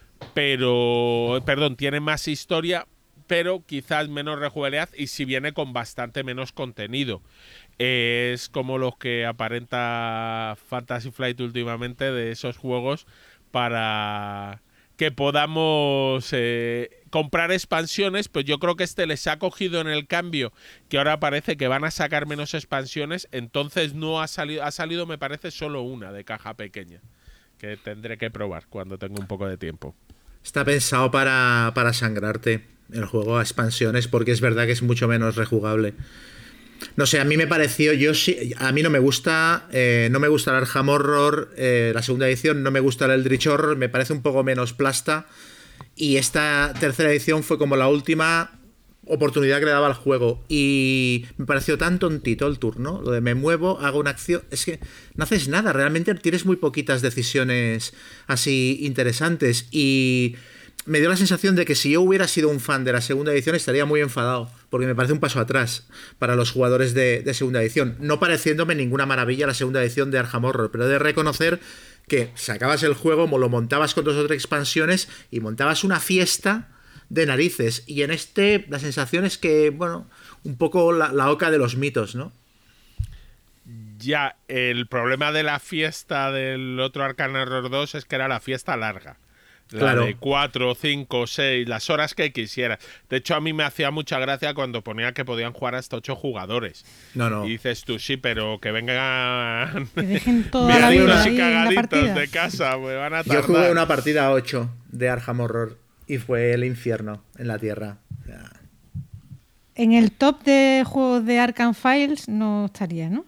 pero... Perdón, tiene más historia, pero quizás menos rejugabilidad y si viene con bastante menos contenido. Eh, es como los que aparenta Fantasy Flight últimamente, de esos juegos para... que podamos eh, comprar expansiones, pues yo creo que este les ha cogido en el cambio, que ahora parece que van a sacar menos expansiones, entonces no ha salido, ha salido me parece solo una de caja pequeña, que tendré que probar cuando tenga un poco de tiempo. Está pensado para, para sangrarte el juego a expansiones, porque es verdad que es mucho menos rejugable. No sé, a mí me pareció, yo sí, a mí no me gusta, eh, no me gusta el Arkham Horror, eh, la segunda edición, no me gusta el Eldritch Horror, me parece un poco menos plasta, y esta tercera edición fue como la última oportunidad que le daba al juego, y me pareció tan tontito el turno, lo de me muevo, hago una acción, es que no haces nada, realmente tienes muy poquitas decisiones así interesantes, y... me dio la sensación de que si yo hubiera sido un fan de la segunda edición estaría muy enfadado, porque me parece un paso atrás para los jugadores de, de segunda edición, no pareciéndome ninguna maravilla la segunda edición de Arkham Horror, pero he de reconocer que sacabas el juego, lo montabas con dos o tres expansiones y montabas una fiesta de narices, y en este la sensación es que, bueno, un poco la, la oca de los mitos, ¿no? Ya, el problema de la fiesta del otro Arkham Horror dos es que era la fiesta larga. La claro. de cuatro, cinco, seis, las horas que quisiera. De hecho, a mí me hacía mucha gracia cuando ponía que podían jugar hasta ocho jugadores. No, no. Y dices tú, sí, pero que vengan... Que dejen toda la vida ahí en la partida. De casa, me van a tardar. Yo jugué una partida a ocho de Arkham Horror y fue el infierno en la tierra. O sea... En el top de juegos de Arkham Files no estaría, ¿no?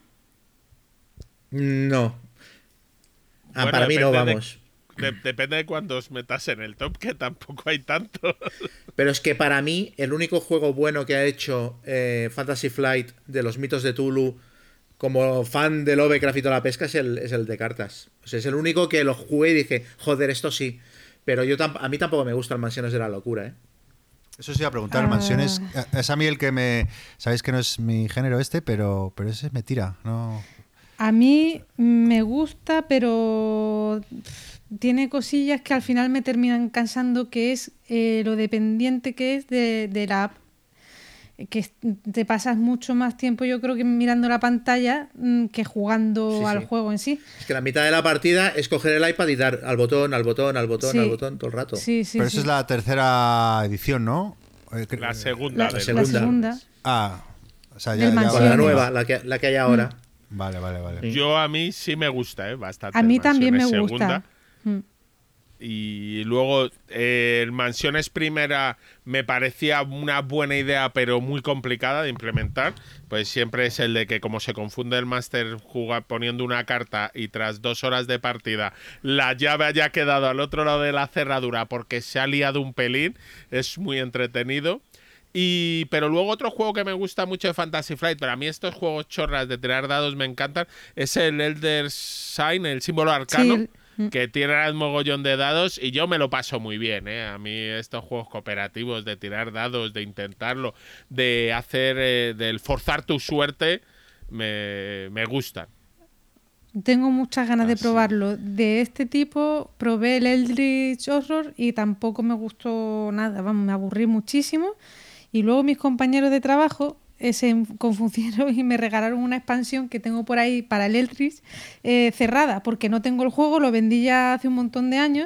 No. Ah, bueno, para mí no, vamos. De... De- depende de cuántos metas en el top, que tampoco hay tantos. Pero es que para mí, el único juego bueno que ha hecho eh, Fantasy Flight de los mitos de Tulu, como fan de Lovecraft y toda la pesca, es el, es el de cartas. O sea, es el único que lo jugué y dije, joder, esto sí. Pero yo a mí tampoco me gustan Mansiones de la Locura, ¿eh? Eso sí iba a preguntar, Ah. Mansiones. Es a mí el que me... Sabéis que no es mi género este, pero, pero ese me tira, ¿no? A mí me gusta, pero tiene cosillas que al final me terminan cansando, que es eh, lo dependiente que es de, de la app. Que te pasas mucho más tiempo, yo creo, que mirando la pantalla mm, que jugando Sí, al sí. juego en sí. Es que la mitad de la partida es coger el iPad y dar al botón, al botón, al botón, Sí. al botón todo el rato. Sí, sí, pero sí. esa es la tercera edición, ¿no? Eh, cre- La segunda. La, de- la segunda. segunda. Ah, o sea, Del ya, ya Mansiones. Con la va. nueva, la que, la que hay ahora. Vale, vale, vale. Yo a mí sí me gusta, ¿eh? Bastante. A mí el también me Mansiones gusta. segunda. Mm. Y luego eh, el Mansiones primera me parecía una buena idea, pero muy complicada de implementar. Pues siempre es el de que, como se confunde el máster jugar poniendo una carta y tras dos horas de partida la llave haya quedado al otro lado de la cerradura porque se ha liado un pelín, es muy entretenido. Y pero luego otro juego que me gusta mucho de Fantasy Flight, pero a mí estos juegos chorras de tirar dados me encantan, es el Elder Sign, el símbolo arcano. Sí, el- Que tiene un mogollón de dados y yo me lo paso muy bien, ¿eh? A mí estos juegos cooperativos de tirar dados, de intentarlo, de hacer, eh, del forzar tu suerte, me, me gustan. Tengo muchas ganas Ah, de sí. probarlo. De este tipo probé el Eldritch Horror y tampoco me gustó nada. Vamos, me aburrí muchísimo. Y luego mis compañeros de trabajo eh, se confundieron y me regalaron una expansión que tengo por ahí para el Eldritch eh, cerrada, porque no tengo el juego, lo vendí ya hace un montón de años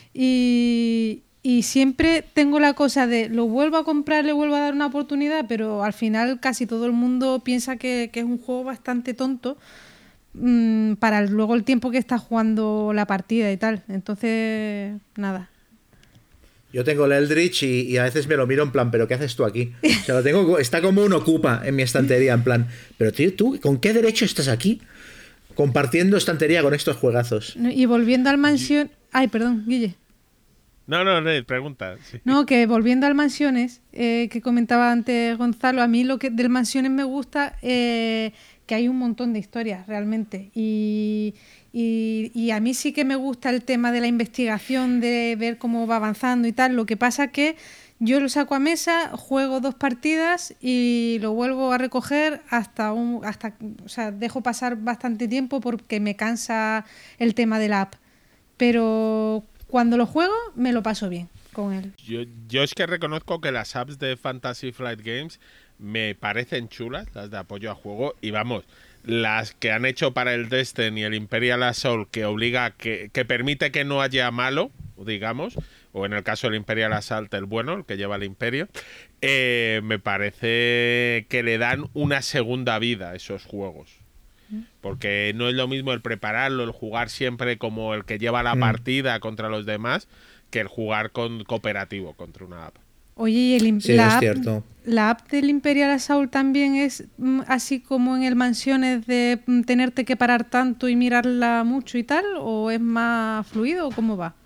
y, y siempre tengo la cosa de lo vuelvo a comprar, le vuelvo a dar una oportunidad, pero al final casi todo el mundo piensa que, que es un juego bastante tonto mmm, para el- luego el tiempo que está jugando la partida y tal. Entonces, nada. Yo tengo el Eldritch y, y a veces me lo miro en plan, ¿pero qué haces tú aquí? O sea, lo tengo, co- está como un ocupa en mi estantería, en plan, pero tío, ¿tú con qué derecho estás aquí? Compartiendo estantería con estos juegazos. No, y volviendo al mansión... Ay, perdón, Guille. No, no, no, pregunta. Sí. No, que volviendo al Mansiones, eh, que comentaba antes Gonzalo, a mí lo que del Mansiones me gusta eh, que hay un montón de historias realmente. Y, y, y a mí sí que me gusta el tema de la investigación, de ver cómo va avanzando y tal. Lo que pasa que yo lo saco a mesa, juego dos partidas y lo vuelvo a recoger hasta un, hasta, o sea, dejo pasar bastante tiempo porque me cansa el tema de la app. Pero cuando lo juego me lo paso bien con él. Yo, yo es que reconozco que las apps de Fantasy Flight Games me parecen chulas, las de apoyo a juego, y vamos, las que han hecho para el Destiny y el Imperial Assault, que obliga, que, que permite que no haya malo, digamos, o en el caso del Imperial Assault, el bueno, el que lleva el imperio, eh, me parece que le dan una segunda vida a esos juegos. Porque no es lo mismo el prepararlo, el jugar siempre como el que lleva la Mm. partida contra los demás, que el jugar con cooperativo contra una app. Oye, y el, im- Sí, la, es app, cierto. la app del Imperial Assault también es mm, así como en el Mansiones de mm, tenerte que parar tanto y mirarla mucho y tal, o es más fluido o cómo va.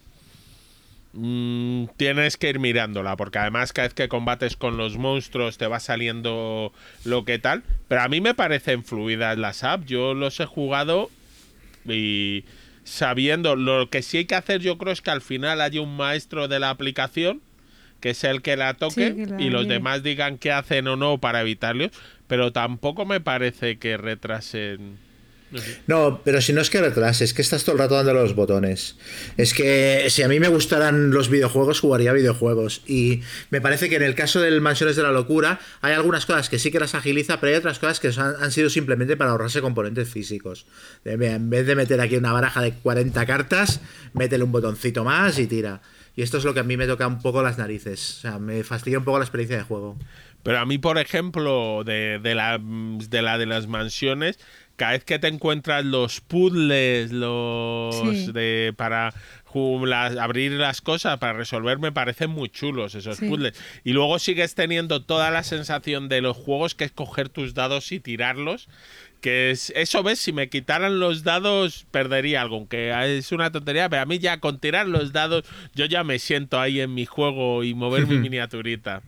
Mm, tienes que ir mirándola, porque además cada vez que combates con los monstruos te va saliendo lo que tal. Pero a mí me parecen fluidas las apps. Yo los he jugado y sabiendo lo que sí hay que hacer, yo creo es que al final haya un maestro de la aplicación que es el que la toque Sí, que la y los lleve. demás digan qué hacen o no para evitarlos. Pero tampoco me parece que retrasen. No sé. No, pero si no es que retrase, es que estás todo el rato dando los botones. Es que si a mí me gustaran los videojuegos, jugaría videojuegos. Y me parece que en el caso del Mansiones de la Locura hay algunas cosas que sí que las agiliza, pero hay otras cosas que han, han sido simplemente para ahorrarse componentes físicos. De- En vez de meter aquí una baraja de cuarenta cartas, métele un botoncito más y tira. Y esto es lo que a mí me toca un poco las narices. O sea, me fastidia un poco la experiencia de juego. Pero a mí, por ejemplo, de, de, la, de la de las mansiones, cada vez que te encuentras los puzzles, los Sí. de para ju- las- abrir las cosas, para resolver, me parecen muy chulos esos Sí. puzzles. Y luego sigues teniendo toda la sensación de los juegos que es coger tus dados y tirarlos. Que es, eso ves, si me quitaran los dados perdería algo, aunque es una tontería, pero a mí ya con tirar los dados yo ya me siento ahí en mi juego y mover mi miniaturita.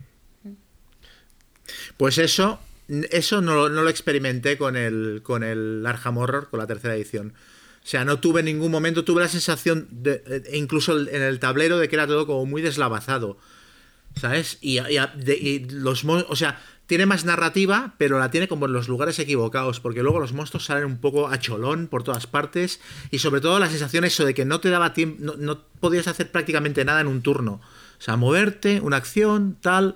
Pues eso, eso no, lo- no lo experimenté con el, con el Arkham Horror, con la tercera edición. O sea, no tuve en ningún momento, tuve la sensación, de, e incluso en el tablero, de que era todo como muy deslavazado. ¿Sabes? Y, y, de- y los mon- o sea, tiene más narrativa, pero la tiene como en los lugares equivocados, porque luego los monstruos salen un poco a cholón por todas partes, y sobre todo la sensación eso de que no te daba tiempo, no, no podías hacer prácticamente nada en un turno. O sea, moverte, una acción, tal.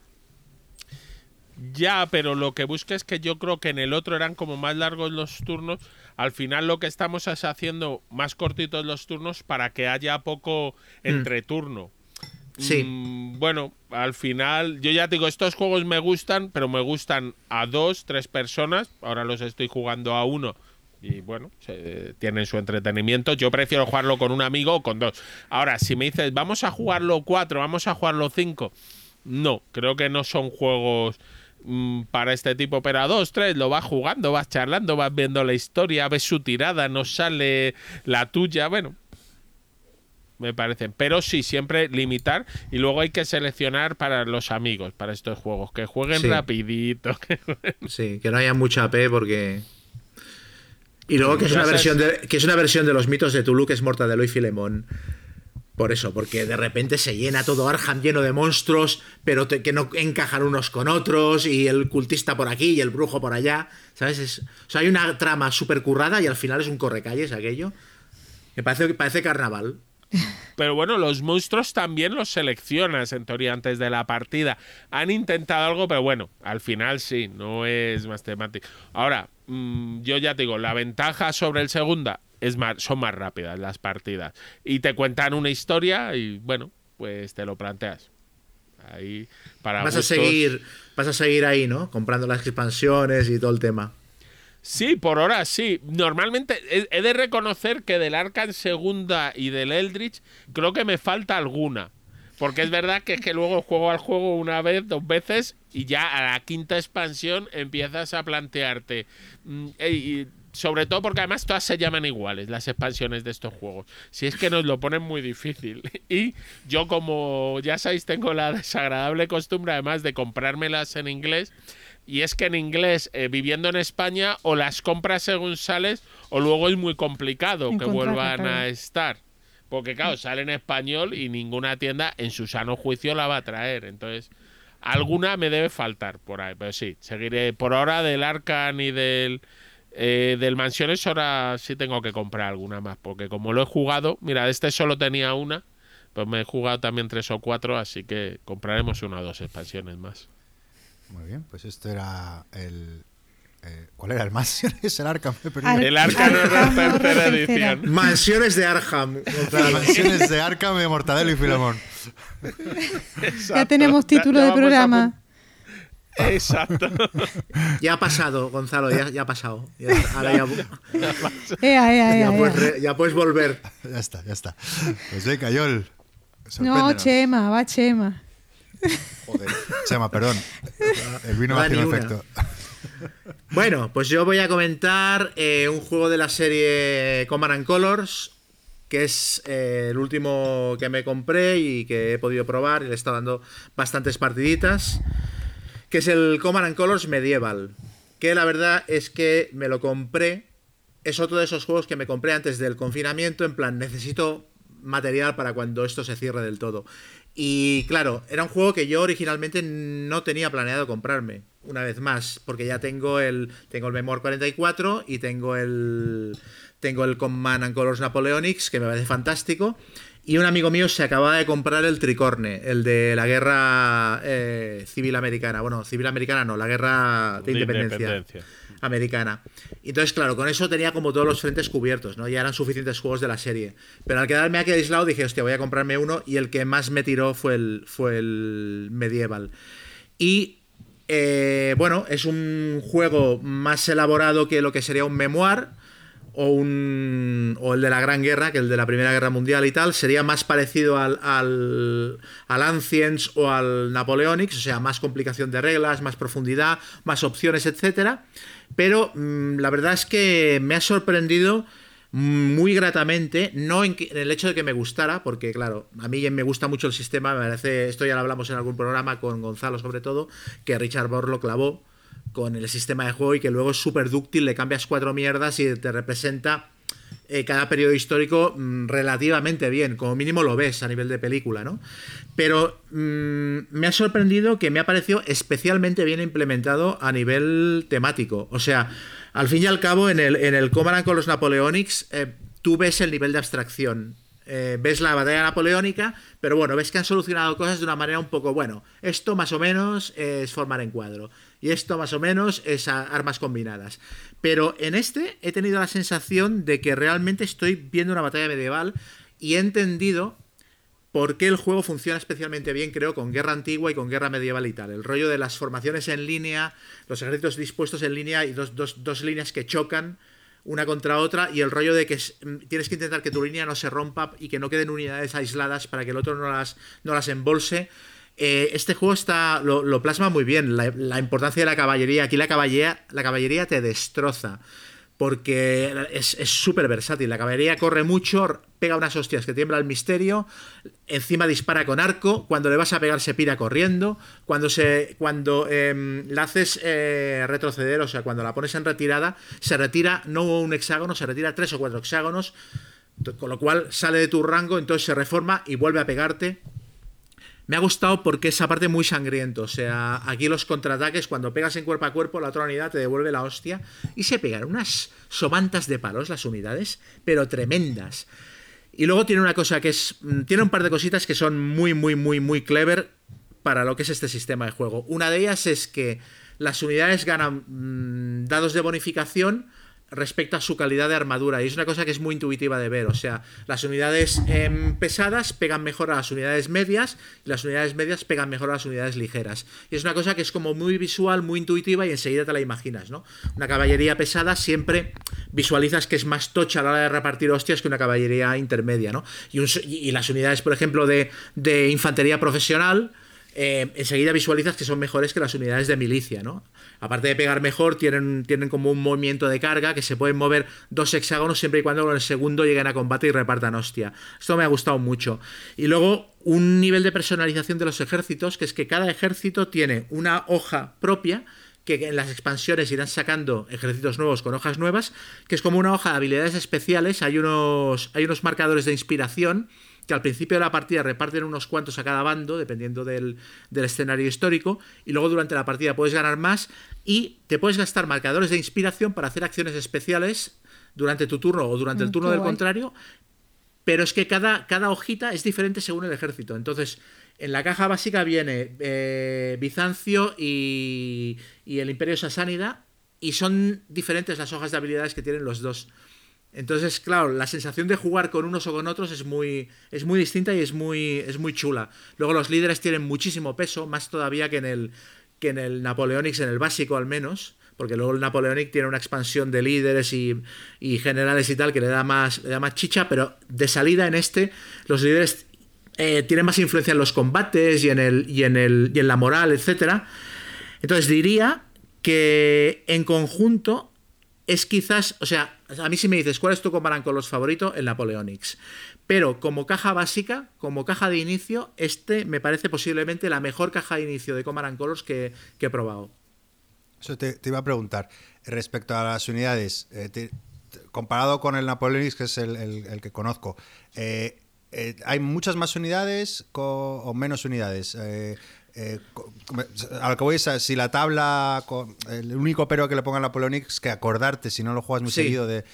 Ya, pero lo que busca es que yo creo que en el otro eran como más largos los turnos. Al final lo que estamos es haciendo más cortitos los turnos para que haya poco entreturno. Sí. Mm, bueno, al final, yo ya te digo, estos juegos me gustan, pero me gustan a dos, tres personas. Ahora los estoy jugando a uno. Y bueno, se, tienen su entretenimiento. Yo prefiero jugarlo con un amigo o con dos. Ahora, si me dices, vamos a jugarlo cuatro, vamos a jugarlo cinco. No, creo que no son juegos mm, para este tipo, pero a dos, tres, lo vas jugando, vas charlando, vas viendo la historia, ves su tirada, no sale la tuya, bueno, me parecen. Pero sí, siempre limitar y luego hay que seleccionar para los amigos, para estos juegos, que jueguen Sí. rapidito. que jueguen- Sí, que no haya mucha A P porque... Y luego que es Ya una sabes- versión de, que es una versión de los mitos de Tulu, que es Mortadelo y Filemón. Por eso, porque de repente se llena todo Arkham lleno de monstruos, pero te, que no encajan unos con otros, y el cultista por aquí y el brujo por allá, ¿sabes? Es, o sea, hay una trama súper currada y al final es un correcalles aquello. Me parece, parece carnaval. Pero bueno, los monstruos también los seleccionas, en teoría, antes de la partida. Han intentado algo, pero bueno, al final sí, no es más temático. Ahora, mmm, yo ya te digo, la ventaja sobre el segunda es más, son más rápidas las partidas. Y te cuentan una historia y, bueno, pues te lo planteas. Ahí, para vas gustos... a seguir, vas a seguir ahí, ¿no? Comprando las expansiones y todo el tema. Sí, por ahora sí. Normalmente he, he de reconocer que del Arkham Segunda y del Eldritch creo que me falta alguna. Porque es verdad que es que luego juego al juego una vez, dos veces, y ya a la quinta expansión empiezas a plantearte. Mm, y, sobre todo porque además todas se llaman iguales, las expansiones de estos juegos. Si es que nos lo ponen muy difícil. Y yo, como ya sabéis, tengo la desagradable costumbre además de comprármelas en inglés. Y es que en inglés, eh, viviendo en España, o las compras según sales, o luego es muy complicado que vuelvan claro. a estar. Porque, claro, sale en español y ninguna tienda en su sano juicio la va a traer. Entonces, alguna me debe faltar por ahí. Pero sí, seguiré. Por ahora del Arkham y del, eh, del Mansiones, ahora sí tengo que comprar alguna más. Porque como lo he jugado, mira, de este solo tenía una, pues me he jugado también tres o cuatro, así que compraremos una o dos expansiones más. Muy bien, pues esto era el... Eh, ¿Cuál era? ¿El Mansiones? ¿El Arkham? Ar el Arkham es la tercera edición. Mansiones de Arkham. Las Mansiones de Arkham de Mortadelo y Filemón. Ya tenemos título ya, ya de programa. Exacto. Ya ha pasado, Gonzalo, ya, ya ha pasado. Ya, ahora ya, ea, ea, ea, ya, puedes re, ya puedes volver. Ya está, ya está. Pues venga, Yol. No, Chema, va Chema. Joder. Chema, perdón. El vino no me ha hecho efecto. Bueno, pues yo voy a comentar eh, un juego de la serie Command and Colors, que es eh, el último que me compré y que he podido probar y le he estado dando bastantes partiditas, que es el Command and Colors Medieval, que la verdad es que me lo compré, es otro de esos juegos que me compré antes del confinamiento, en plan, necesito material para cuando esto se cierre del todo. Y claro, era un juego que yo originalmente no tenía planeado comprarme, una vez más, porque ya tengo el tengo el Memoir cuarenta y cuatro y tengo el tengo el Command and Colors Napoleonics, que me parece fantástico, y un amigo mío se acababa de comprar el Tricorne, el de la guerra eh, civil americana, bueno, civil americana no, la guerra de, de independencia, independencia americana. Entonces, claro, con eso tenía como todos los frentes cubiertos, ¿no? Ya eran suficientes juegos de la serie. Pero al quedarme aquí aislado dije, hostia, voy a comprarme uno, y el que más me tiró fue el, fue el Medieval. Y, eh, bueno, es un juego más elaborado que lo que sería un Memoir o, un, o el de la Gran Guerra, que el de la Primera Guerra Mundial y tal. Sería más parecido al, al, al Ancients o al Napoleonics, o sea, más complicación de reglas, más profundidad, más opciones, etcétera. Pero mmm, la verdad es que me ha sorprendido muy gratamente, no en, que, en el hecho de que me gustara, porque claro, a mí me gusta mucho el sistema, me parece, esto ya lo hablamos en algún programa con Gonzalo sobre todo, que Richard Bohr lo clavó con el sistema de juego y que luego es súper dúctil, le cambias cuatro mierdas y te representa eh, cada periodo histórico mmm, relativamente bien, como mínimo lo ves a nivel de película, ¿no? Pero mmm, me ha sorprendido que me ha parecido especialmente bien implementado a nivel temático. O sea, al fin y al cabo, en el, en el Command con los Napoleonics, eh, tú ves el nivel de abstracción. Eh, ves la batalla napoleónica, pero bueno, ves que han solucionado cosas de una manera un poco, bueno, esto más o menos es formar encuadro, y esto más o menos es a, armas combinadas. Pero en este he tenido la sensación de que realmente estoy viendo una batalla medieval y he entendido por qué el juego funciona especialmente bien, creo, con guerra antigua y con guerra medieval y tal. El rollo de las formaciones en línea, los ejércitos dispuestos en línea y dos, dos, dos líneas que chocan una contra otra, y el rollo de que tienes que intentar que tu línea no se rompa y que no queden unidades aisladas para que el otro no las, no las embolse. Eh, este juego está lo, lo plasma muy bien, la, la importancia de la caballería. Aquí la caballería, la caballería te destroza, porque es súper versátil. La caballería corre mucho, pega unas hostias que tiembla el misterio, encima dispara con arco, cuando le vas a pegar se pira corriendo, cuando se cuando eh, la haces eh, retroceder, o sea, cuando la pones en retirada, se retira no un hexágono, se retira tres o cuatro hexágonos. Con lo cual sale de tu rango, entonces se reforma y vuelve a pegarte. Me ha gustado porque esa parte muy sangriento. O sea, aquí los contraataques, cuando pegas en cuerpo a cuerpo, la otra unidad te devuelve la hostia. Y se pegan unas sobantas de palos las unidades, pero tremendas. Y luego tiene una cosa que es... Tiene un par de cositas que son muy, muy, muy, muy clever para lo que es este sistema de juego. Una de ellas es que las unidades ganan mmm, dados de bonificación respecto a su calidad de armadura, y es una cosa que es muy intuitiva de ver. O sea, las unidades eh, pesadas pegan mejor a las unidades medias y las unidades medias pegan mejor a las unidades ligeras, y es una cosa que es como muy visual, muy intuitiva, y enseguida te la imaginas, ¿no? Una caballería pesada siempre visualizas que es más tocha a la hora de repartir hostias que una caballería intermedia, ¿no? Y, un, y las unidades, por ejemplo, de, de infantería profesional, Eh, enseguida visualizas que son mejores que las unidades de milicia, ¿no? Aparte de pegar mejor, tienen, tienen como un movimiento de carga que se pueden mover dos hexágonos siempre y cuando con el segundo lleguen a combate y repartan hostia. Esto me ha gustado mucho. Y luego un nivel de personalización de los ejércitos, que es que cada ejército tiene una hoja propia, que en las expansiones irán sacando ejércitos nuevos con hojas nuevas, que es como una hoja de habilidades especiales. Hay unos, hay unos marcadores de inspiración que al principio de la partida reparten unos cuantos a cada bando, dependiendo del, del escenario histórico, y luego durante la partida puedes ganar más y te puedes gastar marcadores de inspiración para hacer acciones especiales durante tu turno o durante mm, el turno del guay. contrario, pero es que cada, cada hojita es diferente según el ejército. Entonces, en la caja básica viene eh, Bizancio y, y el Imperio Sasánida, y son diferentes las hojas de habilidades que tienen los dos. Entonces, claro, la sensación de jugar con unos o con otros es muy, es muy distinta y es muy, es muy chula. Luego los líderes tienen muchísimo peso, más todavía que en el, que en el Napoleonics, en el básico al menos, porque luego el Napoleonic tiene una expansión de líderes y, y generales y tal que le da más, le da más chicha, pero de salida en este los líderes eh, tienen más influencia en los combates y en, el, y, en el, y en la moral, etcétera. Entonces diría que en conjunto es quizás, o sea, a mí si me dices cuál es tu Command and Colors favorito, el Napoleonics, pero como caja básica, como caja de inicio, este me parece posiblemente la mejor caja de inicio de Command and Colors que, que he probado. Eso te, te iba a preguntar, respecto a las unidades, eh, te, te, comparado con el Napoleonics, que es el, el, el que conozco, eh, eh, ¿hay muchas más unidades co, o menos unidades? Eh, Eh, a lo que voy es a, si la tabla, el único pero que le ponga a Napoleonics es que acordarte, si no lo juegas muy sí. seguido, de,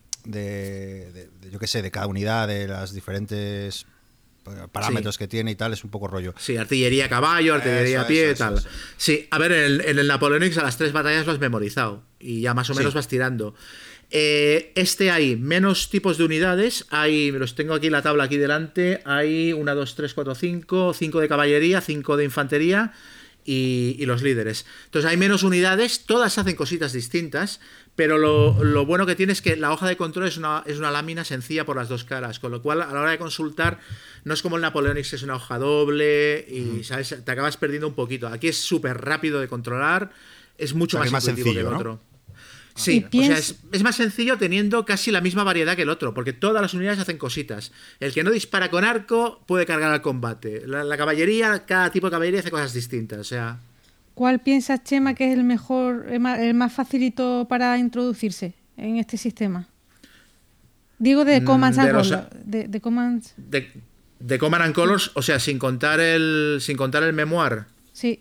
de, de, de yo qué sé, de cada unidad, de las diferentes parámetros sí. que tiene y tal, es un poco rollo. Sí, artillería caballo, artillería a pie y tal. Eso, eso. Sí, a ver, en el, en el Napoleonics a las tres batallas lo has memorizado y ya más o menos sí. vas tirando. Eh, este hay menos tipos de unidades, hay, los tengo aquí en la tabla aquí delante, hay una, dos, tres, cuatro, cinco, cinco de caballería, cinco de infantería y, y los líderes. Entonces hay menos unidades, todas hacen cositas distintas, pero lo, lo bueno que tiene es que la hoja de control es una, es una lámina sencilla por las dos caras, con lo cual a la hora de consultar no es como el Napoleonics, que es una hoja doble y ¿sabes? Te acabas perdiendo un poquito. Aquí es súper rápido de controlar, es mucho o sea, más, más intuitivo sencillo, que el ¿no? otro. Sí, o sea, es, es más sencillo teniendo casi la misma variedad que el otro, porque todas las unidades hacen cositas. El que no dispara con arco puede cargar al combate. La, la caballería, cada tipo de caballería hace cosas distintas, o sea... ¿Cuál piensas, Chema, que es el mejor, el más, el más facilito para introducirse en este sistema? Digo de Commands and Colors. De, de, commands... de, de Command and Colors, o sea, sin contar el, sin contar el Memoir. Sí.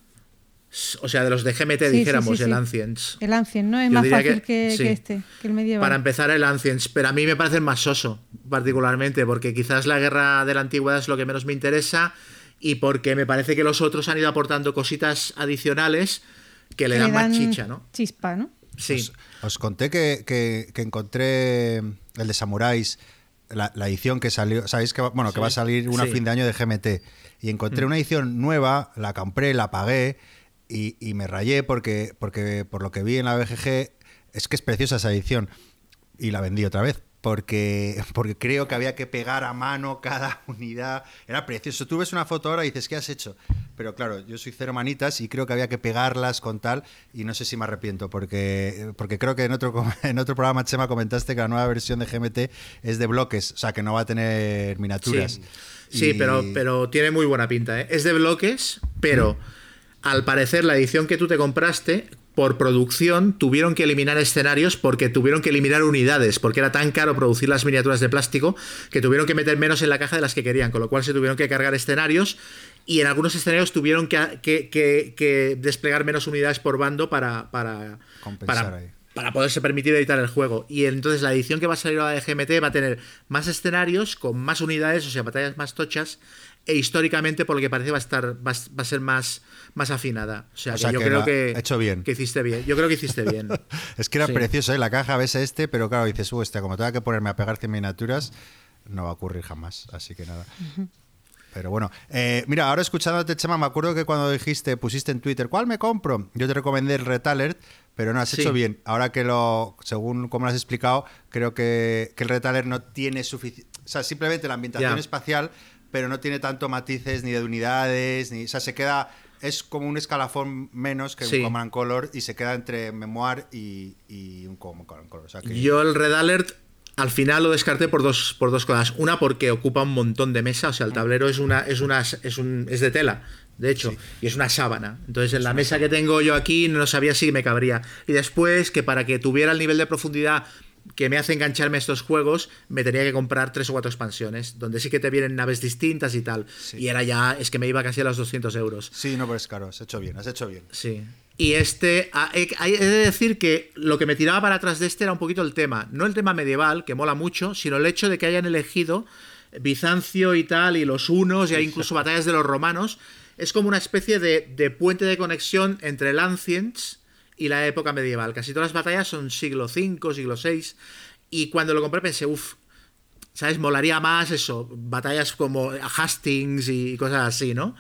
O sea, de los de G M T, sí, dijéramos, sí, sí, sí. el Ancients. El Ancients, ¿no? Es Yo más fácil que, que, sí. que este, que el medieval. Para empezar, el Ancients, pero a mí me parece el más soso, particularmente, porque quizás la guerra de la antigüedad es lo que menos me interesa y porque me parece que los otros han ido aportando cositas adicionales que le, que dan, le dan más chicha, ¿no? Chispa, ¿no? Sí. Os, os conté que, que, que encontré el de Samuráis, la, la edición que salió, sabéis que, bueno, sí. que va a salir una sí. fin de año de G M T, y encontré mm. una edición nueva, la compré, la pagué, Y, y me rayé porque, porque por lo que vi en la B G G es que es preciosa esa edición y la vendí otra vez porque, porque creo que había que pegar a mano cada unidad, era precioso. Tú ves una foto ahora y dices, ¿qué has hecho? Pero claro, yo soy cero manitas y creo que había que pegarlas con tal, y no sé si me arrepiento porque, porque creo que en otro, en otro programa, Chema, comentaste que la nueva versión de G M T es de bloques, o sea que no va a tener miniaturas. Sí, y... sí pero, pero tiene muy buena pinta, ¿eh? Es de bloques, pero... Mm. Al parecer, la edición que tú te compraste, por producción tuvieron que eliminar escenarios porque tuvieron que eliminar unidades, porque era tan caro producir las miniaturas de plástico que tuvieron que meter menos en la caja de las que querían, con lo cual se tuvieron que cargar escenarios y en algunos escenarios tuvieron que, que, que, que desplegar menos unidades por bando para, para, para, ahí. para poderse permitir editar el juego. Y entonces la edición que va a salir ahora de G M T va a tener más escenarios con más unidades, o sea, batallas más tochas, e históricamente, por lo que parece, va a estar va, va a ser más, más afinada. O sea, O sea que yo que creo lo que, ha hecho bien. que hiciste bien. Yo creo que hiciste bien. Es que era Sí. precioso, ¿eh? La caja, ves este, pero claro, dices, uh, este, como tenga que ponerme a pegar cien miniaturas, no va a ocurrir jamás, así que nada. Pero bueno, eh, mira, ahora escuchándote, Chema, me acuerdo que cuando dijiste, pusiste en Twitter, ¿cuál me compro? Yo te recomendé el Red Alert, pero no, has Sí. hecho bien. Ahora que lo, según como lo has explicado, creo que, que el Red Alert no tiene suficiente, o sea, simplemente la ambientación Ya. espacial, pero no tiene tanto matices ni de unidades, ni, o sea, se queda, es como un escalafón menos que Sí. un Command and Color y se queda entre Memoir y, y un Command and Color. O sea que, Yo el Red Alert al final lo descarté por dos, por dos cosas. Una, porque ocupa un montón de mesa, o sea, el tablero es una, es una, es un, es de tela, de hecho, Sí. y es una sábana. Entonces, en la mesa que tengo yo aquí no sabía si me cabría. Y después, que para que tuviera el nivel de profundidad que me hace engancharme a estos juegos, me tenía que comprar tres o cuatro expansiones, donde sí que te vienen naves distintas y tal. Sí. Y era ya, es que me iba casi a los doscientos euros. sí, no, pero es caro, has hecho bien, has hecho bien. Sí. Y este, ah, he he de decir que lo que me tiraba para atrás de este era un poquito el tema. No el tema medieval, que mola mucho, sino el hecho de que hayan elegido Bizancio y tal, y los hunos, y hay incluso batallas de los romanos. Es como una especie de, de puente de conexión entre el Ancients y la época medieval. Casi todas las batallas son siglo cinco, siglo seis. Y cuando lo compré pensé, uff, ¿sabes? Molaría más eso, batallas como Hastings y cosas así, ¿no?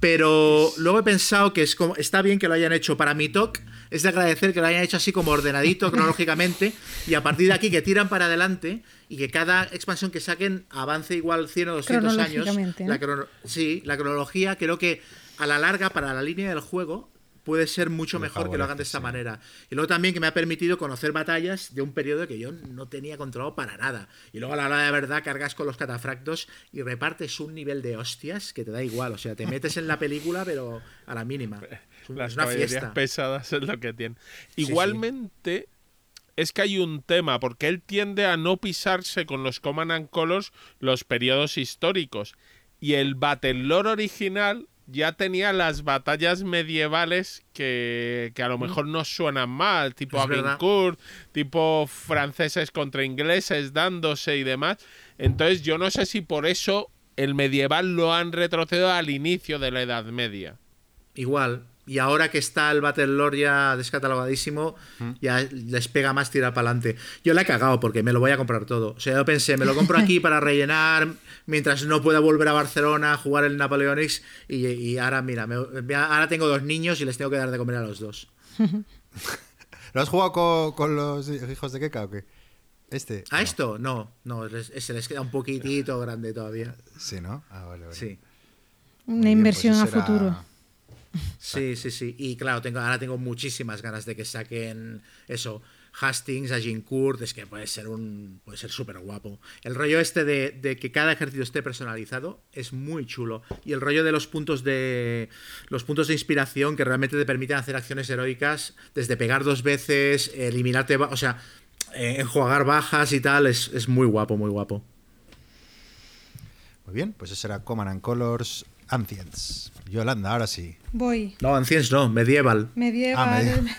Pero luego he pensado que es como, está bien que lo hayan hecho. Para mi talk es de agradecer que lo hayan hecho así como ordenadito cronológicamente y a partir de aquí que tiran para adelante y que cada expansión que saquen avance igual cien o doscientos años. Cronológicamente, ¿no? La crono- sí, la cronología creo que a la larga para la línea del juego puede ser mucho Le mejor que lo hagan de favorece, esta sí. manera. Y luego también que me ha permitido conocer batallas de un periodo que yo no tenía controlado para nada. Y luego a la hora de verdad cargas con los catafractos y repartes un nivel de hostias que te da igual. O sea, te metes en la película pero a la mínima. Es, un- Las es una caballerías fiesta. pesadas es lo que tiene. Sí, Igualmente, es que hay un tema, porque él tiende a no pisarse con los Command and Colors los periodos históricos. Y el Battlelore original ya tenía las batallas medievales que, que a lo mejor no suenan mal, tipo Es verdad. Agincourt, tipo franceses contra ingleses dándose y demás. Entonces yo no sé si por eso el medieval lo han retrocedido al inicio de la Edad Media. Igual. Y ahora que está el Battlelore ya descatalogadísimo, ya les pega más tirar para adelante. Yo la he cagado porque me lo voy a comprar todo. O sea, yo pensé, me lo compro aquí para rellenar mientras no pueda volver a Barcelona a jugar el Napoleonics. Y, y ahora, mira, me- me- ahora tengo dos niños y les tengo que dar de comer a los dos. ¿Lo has jugado con, con los hijos de Keka o qué? Este. ¿A No. esto? No, no, les- se les queda un poquitito grande todavía. Sí, ¿no? Ah, vale, vale. Sí. Muy Una bien, inversión pues a ese era- futuro. Sí, sí, sí. Y claro, tengo, ahora tengo muchísimas ganas de que saquen eso. Hastings, Agincourt, es que puede ser un puede ser súper guapo. El rollo este de, de que cada ejército esté personalizado es muy chulo. Y el rollo de los puntos de los puntos de inspiración que realmente te permiten hacer acciones heroicas, desde pegar dos veces, eliminarte, ba- o sea, eh, enjuagar bajas y tal, es, es muy guapo, muy guapo. Muy bien, pues ese era Command and Colors Ancients. Yolanda, ahora sí. Voy. No, Ancients no, Medieval. Medieval. Ah, medieval.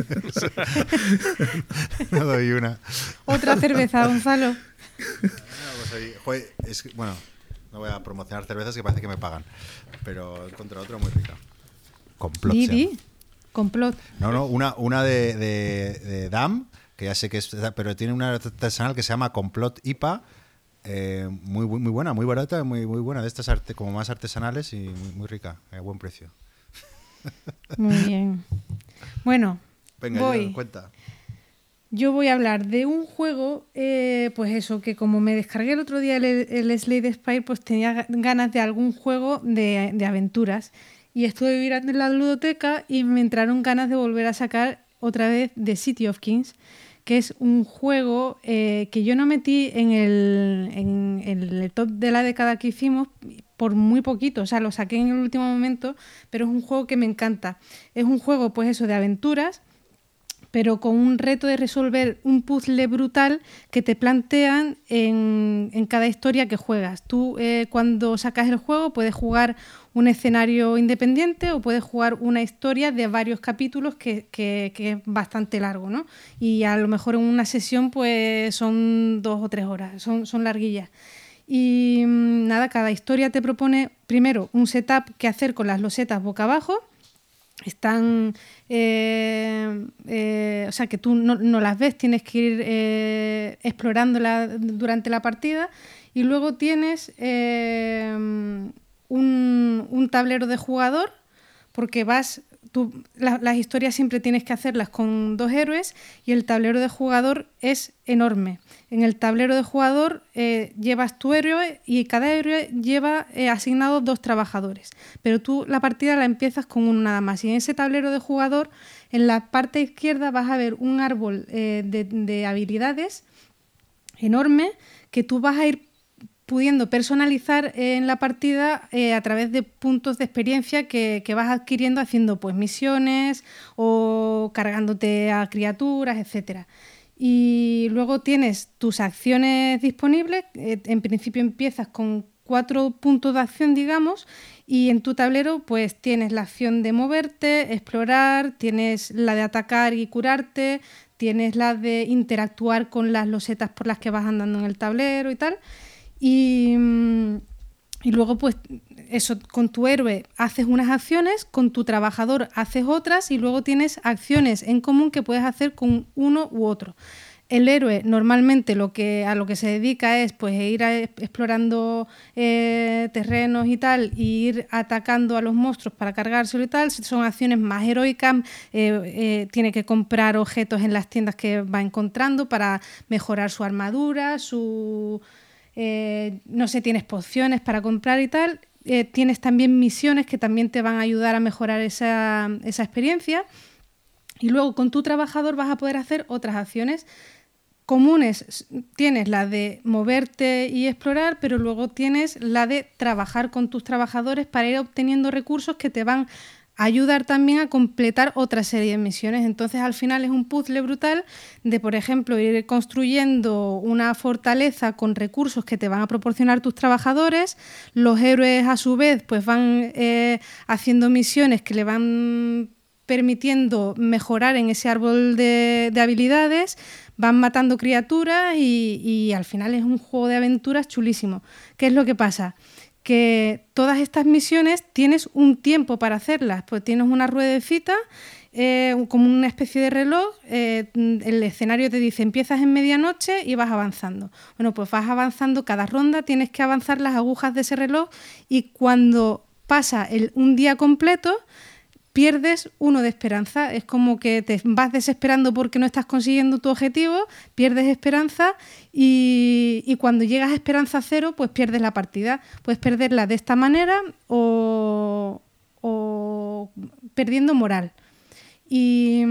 No doy una. Otra cerveza, Gonzalo. No, pues ahí, joder, es que, bueno, no voy a promocionar cervezas que parece que me pagan, pero encontré otra muy rica. Complot. Di, se llama. di. Complot. No, no, una, una de, de, de Dam, que ya sé que es, pero tiene una artesanal que se llama Complot I P A, eh, muy, muy muy buena, muy barata, muy, muy buena, de estas arte, como más artesanales y muy, muy rica, a buen precio. Muy bien. Bueno, Venga, voy. ya, cuenta. Yo voy a hablar de un juego, eh, pues eso, que como me descargué el otro día el, el Slade Spire, pues tenía ganas de algún juego de, de aventuras. Y estuve mirando en la ludoteca y me entraron ganas de volver a sacar otra vez The City of Kings, que es un juego eh, que yo no metí en el, en, en el top de la década que hicimos por muy poquito, o sea, lo saqué en el último momento, pero es un juego que me encanta. Es un juego, pues eso, de aventuras, pero con un reto de resolver un puzzle brutal que te plantean en, en cada historia que juegas. Tú eh, cuando sacas el juego puedes jugar un escenario independiente o puedes jugar una historia de varios capítulos que, que, que es bastante largo, ¿no? Y a lo mejor en una sesión pues son dos o tres horas, son, son larguillas. Y nada, cada historia te propone primero un setup que hacer con las losetas boca abajo. Están, eh, eh, o sea, que tú no, no las ves, tienes que ir eh, explorándolas durante la partida. Y luego tienes eh, un, un tablero de jugador, porque vas, tú, la, las historias siempre tienes que hacerlas con dos héroes y el tablero de jugador es enorme. En el tablero de jugador eh, llevas tu héroe y cada héroe lleva eh, asignados dos trabajadores, pero tú la partida la empiezas con uno nada más. Y en ese tablero de jugador, en la parte izquierda vas a ver un árbol eh, de, de habilidades enorme que tú vas a ir pudiendo personalizar en la partida eh, a través de puntos de experiencia que, que vas adquiriendo haciendo pues misiones o cargándote a criaturas, etcétera. Y luego tienes tus acciones disponibles. Eh, en principio empiezas con cuatro puntos de acción, digamos, y en tu tablero pues tienes la acción de moverte, explorar, tienes la de atacar y curarte, tienes la de interactuar con las losetas por las que vas andando en el tablero y tal. Y, y luego pues eso, con tu héroe haces unas acciones, con tu trabajador haces otras y luego tienes acciones en común que puedes hacer con uno u otro. El héroe normalmente lo que, a lo que se dedica es pues ir a, explorando eh, terrenos y tal, y ir atacando a los monstruos para cargárselo y tal. Son acciones más heroicas, eh, eh, tiene que comprar objetos en las tiendas que va encontrando para mejorar su armadura, su... Eh, no sé, tienes pociones para comprar y tal, eh, tienes también misiones que también te van a ayudar a mejorar esa, esa experiencia, y luego con tu trabajador vas a poder hacer otras acciones comunes. Tienes la de moverte y explorar, pero luego tienes la de trabajar con tus trabajadores para ir obteniendo recursos que te van ayudar también a completar otra serie de misiones. Entonces al final es un puzzle brutal de, por ejemplo, ir construyendo una fortaleza con recursos que te van a proporcionar tus trabajadores. Los héroes a su vez pues van eh, haciendo misiones que le van permitiendo mejorar en ese árbol de, de habilidades, van matando criaturas y, y al final es un juego de aventuras chulísimo. ¿Qué es lo que pasa? Que todas estas misiones tienes un tiempo para hacerlas, pues tienes una ruedecita, eh, como una especie de reloj, eh, el escenario te dice empiezas en medianoche y vas avanzando. Bueno, pues vas avanzando cada ronda, tienes que avanzar las agujas de ese reloj y cuando pasa el, un día completo, pierdes uno de esperanza. Es como que te vas desesperando porque no estás consiguiendo tu objetivo, pierdes esperanza y, y cuando llegas a esperanza cero, pues pierdes la partida. Puedes perderla de esta manera o, o perdiendo moral. Y,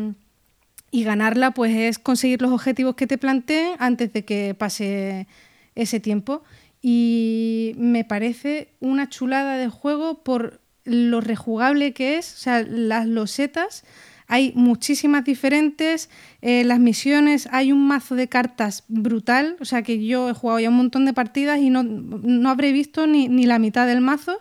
y ganarla pues es conseguir los objetivos que te planteen antes de que pase ese tiempo. Y me parece una chulada de juego por lo rejugable que es. O sea, las losetas, hay muchísimas diferentes, eh, las misiones, hay un mazo de cartas brutal, o sea que yo he jugado ya un montón de partidas y no, no habré visto ni, ni la mitad del mazo.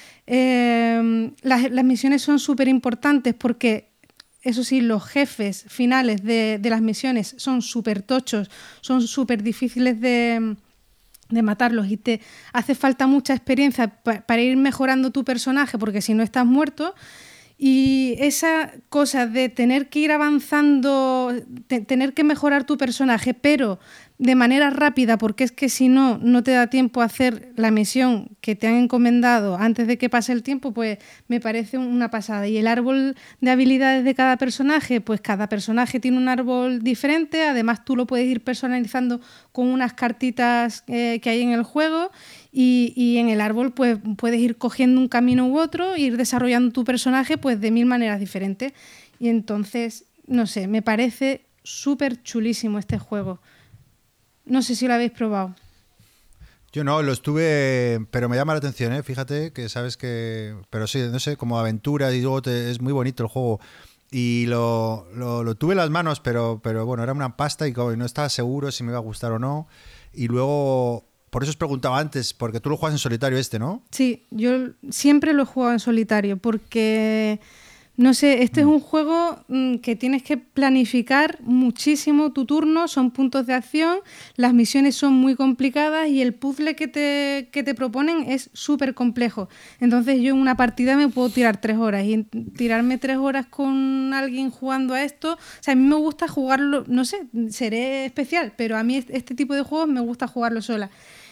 Eh, las, las misiones son súper importantes porque, eso sí, los jefes finales de, de las misiones son súper tochos, son súper difíciles de... de matarlos y te hace falta mucha experiencia pa- para ir mejorando tu personaje porque si no estás muerto. Y esa cosa de tener que ir avanzando, te- tener que mejorar tu personaje pero de manera rápida porque es que si no, no te da tiempo a hacer la misión que te han encomendado antes de que pase el tiempo, pues me parece una pasada. Y el árbol de habilidades de cada personaje, pues cada personaje tiene un árbol diferente, además tú lo puedes ir personalizando con unas cartitas eh, que hay en el juego y, y en el árbol pues puedes ir cogiendo un camino u otro e ir desarrollando tu personaje pues de mil maneras diferentes. Y entonces, no sé, me parece súper chulísimo este juego. No sé si lo habéis probado. Yo no, lo estuve, pero me llama la atención, ¿eh? Fíjate que sabes que... Pero sí, no sé, como aventura y luego te, es muy bonito el juego. y lo, lo, lo tuve en las manos, pero, pero bueno, era una pasta y, como, y no estaba seguro si me iba a gustar o no. Y luego, por eso os preguntaba antes, porque tú lo juegas en solitario este, ¿no? Sí, yo siempre lo he jugado en solitario porque, no sé, este mm. es un juego mm, que tienes que planificar muchísimo tu turno, son puntos de acción, las misiones son muy complicadas y el puzzle que te, que te proponen es súper complejo. Entonces yo en una partida me puedo tirar tres horas y tirarme tres horas con alguien jugando a esto, o sea, a mí me gusta jugarlo, no sé, seré especial, pero a mí este tipo de juegos me gusta jugarlo sola.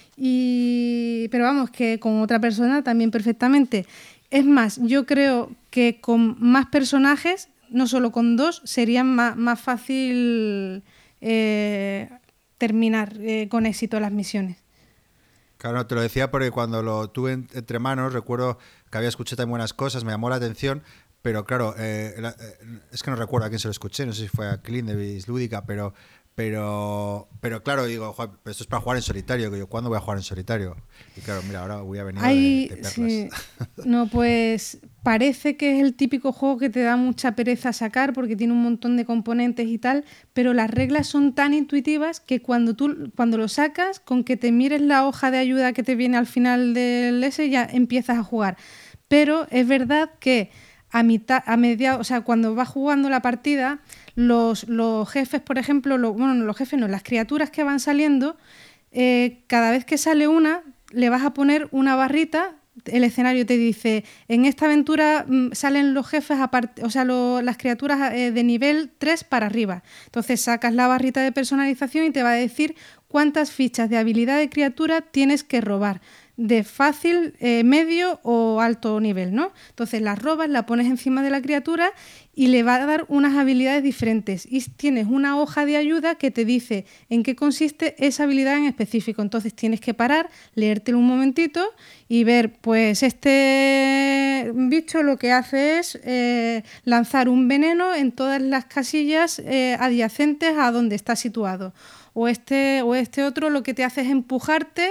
Y, pero vamos, que con otra persona también perfectamente. Es más, yo creo que con más personajes, no solo con dos, sería más, más fácil eh, terminar eh, con éxito las misiones. Claro, te lo decía porque cuando lo tuve entre manos, recuerdo que había escuchado tan buenas cosas, me llamó la atención, pero claro, eh, la, eh, es que no recuerdo a quién se lo escuché, no sé si fue a Clint de Bislúdica, pero... Pero, pero claro, digo, joder, esto es para jugar en solitario. Que yo, ¿cuándo voy a jugar en solitario? Y claro, mira, ahora voy a venir Ay, de, de perlas. Sí. No, pues parece que es el típico juego que te da mucha pereza sacar porque tiene un montón de componentes y tal, pero las reglas son tan intuitivas que cuando tú cuando lo sacas, con que te mires la hoja de ayuda que te viene al final del ese, ya empiezas a jugar. Pero es verdad que a mitad, a mediados, o sea, cuando vas jugando la partida, los, los jefes, por ejemplo, lo, bueno, no, los jefes no, las criaturas que van saliendo, eh, cada vez que sale una, le vas a poner una barrita, el escenario te dice, en esta aventura mmm, salen los jefes, apart- o sea, lo, las criaturas eh, de nivel tres para arriba. Entonces sacas la barrita de personalización y te va a decir cuántas fichas de habilidad de criatura tienes que robar, de fácil, eh, medio o alto nivel, ¿no? Entonces las robas, la pones encima de la criatura y le va a dar unas habilidades diferentes. Y tienes una hoja de ayuda que te dice en qué consiste esa habilidad en específico. Entonces tienes que parar, leértelo un momentito y ver, pues este bicho lo que hace es eh, lanzar un veneno en todas las casillas eh, adyacentes a donde está situado. O este, o este otro lo que te hace es empujarte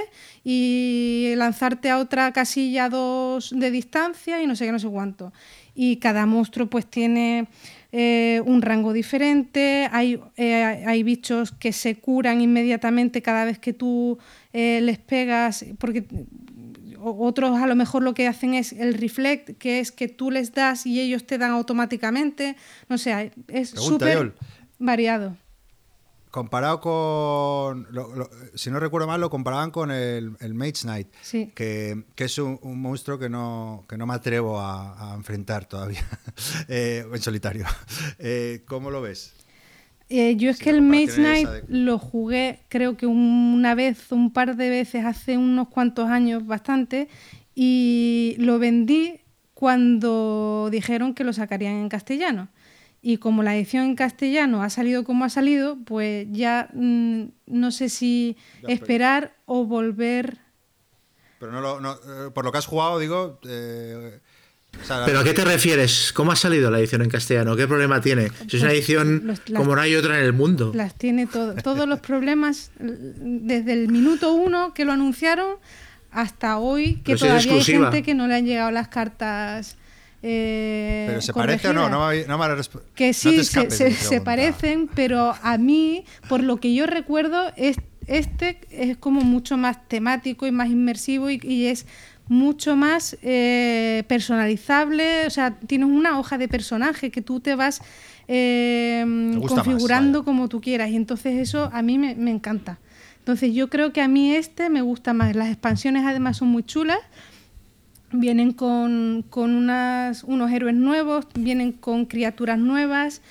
y lanzarte a otra casilla dos de distancia y no sé qué, no sé cuánto. Y cada monstruo pues tiene eh, un rango diferente, hay, eh, hay bichos que se curan inmediatamente cada vez que tú eh, les pegas, porque otros a lo mejor lo que hacen es el reflect, que es que tú les das y ellos te dan automáticamente, no sé, es súper variado. Comparado con, lo, lo, si no recuerdo mal, lo comparaban con el, el Mage Knight, sí. que, que es un, un monstruo que no, que no me atrevo a, a enfrentar todavía eh, en solitario. Eh, ¿Cómo lo ves? Eh, yo es si que el Mage Knight de... lo jugué creo que una vez, un par de veces, hace unos cuantos años, bastante, y lo vendí cuando dijeron que lo sacarían en castellano. Y como la edición en castellano ha salido como ha salido, pues ya mmm, no sé si ya, esperar pero... o volver... Pero no lo, no, eh, por lo que has jugado, digo... Eh, o sea, ¿pero la... a qué te refieres? ¿Cómo ha salido la edición en castellano? ¿Qué problema tiene? Si pues, es una edición los, las, como no hay otra en el mundo. Las tiene todo, todos los problemas desde el minuto uno que lo anunciaron hasta hoy, que todavía hay gente que no le han llegado las cartas... Eh, ¿Pero se parece o no? No, no me resp- que sí, no se, se, se parecen, pero a mí, por lo que yo recuerdo, es, este es como mucho más temático y más inmersivo y, y es mucho más eh, personalizable. O sea, tienes una hoja de personaje que tú te vas eh, configurando más, como tú quieras y entonces eso a mí me, me encanta. Entonces yo creo que a mí este me gusta más. Las expansiones además son muy chulas. Vienen con, con unas, unos héroes nuevos, vienen con criaturas nuevas